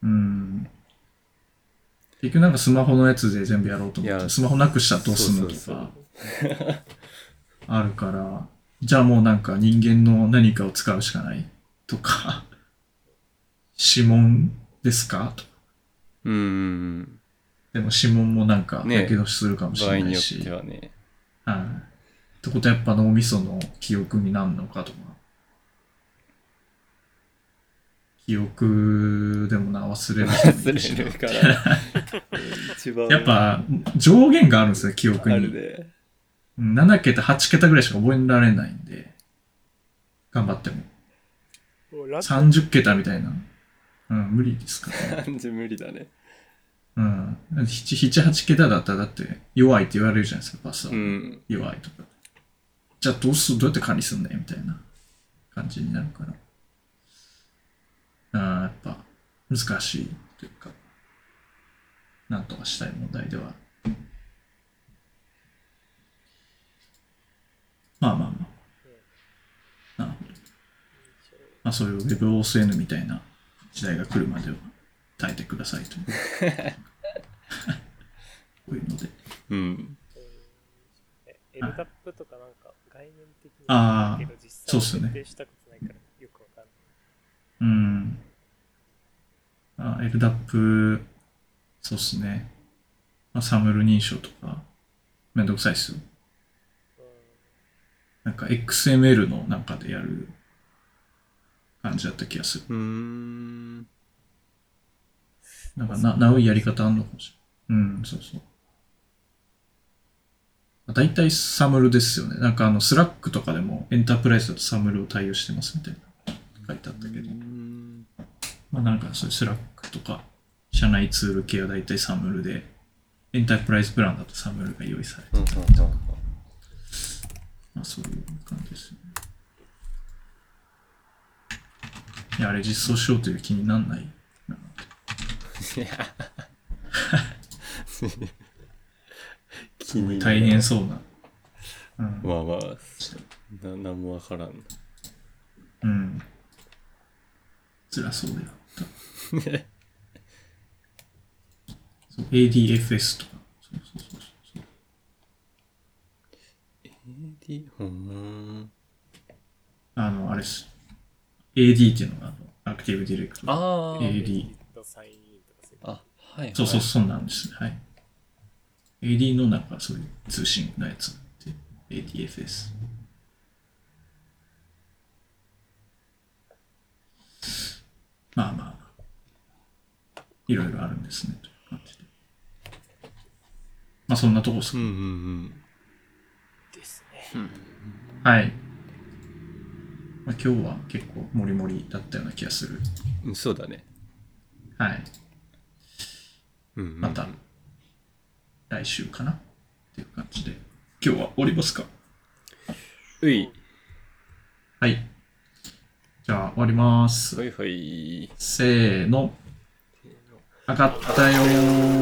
結局なんかスマホのやつで全部やろうと思って、スマホなくしたらどうすんのとか、あるから、じゃあもうなんか人間の何かを使うしかないとか、指紋ですかとか。でも指紋もなんか、やけどするかもしれないし。 場合によってはね。 はい。ってことはやっぱ脳みその記憶になるのかとか。 記憶でもな、忘れる人もいるし忘れるから一番やっぱ上限があるんですよ、記憶に。 あるね。 7桁、8桁ぐらいしか覚えられないんで、頑張っても。30桁みたいな。うん、無理ですからね。 完全無理だね。 うん。7、8桁だったらだって弱いって言われるじゃないですか、パスは。 うん。 弱いとか。じゃあどうやって管理すんねんみたいな感じになるから。やっぱ難しいというか、なんとかしたい問題では。まあ。なるほど。まあそういう WebOSN みたいな時代が来るまでは耐えてくださいという。こういうので。 うん。 LDAP とかなんか概念的にああ、 けど実そうっすね。 際設定したことないからよくわかんない。LDAP、そうっすね。サムル認証とか、めんどくさいっすよ。なんか XML の中でやる感じだった気がする。なんかなうやり方あんのかもしれない。そうそう。大体サムルですよね。なんかスラックとかでもエンタープライズだとサムルを対応してますみたいな書いてあったけど。まあなんかそういうスラックとか社内ツール系は大体サムルで、エンタープライズプランだとサムルが用意されてたりとか。まあそういう感じですよね。いや、あれ実装しようという気になんないな。大変そうな。 まあまあ、なんもわからん。 辛そうだよ。そう ADFS とか。そう。あれです。AD っていうのがアクティブディレクト。AD。 はい。 そうなんですね。はい。AD のなんかそういう通信のやつって ADFS。まあ。いろいろあるんですね。という感じで。まあそんなとこですか。 ですね。 はい。まあ、今日は結構モリモリだったような気がする。 そうだね。 はい。また来週かなっていう感じで今日は終わりますか。はい。じゃあ終わります。 はい。 せーの。上がったよー。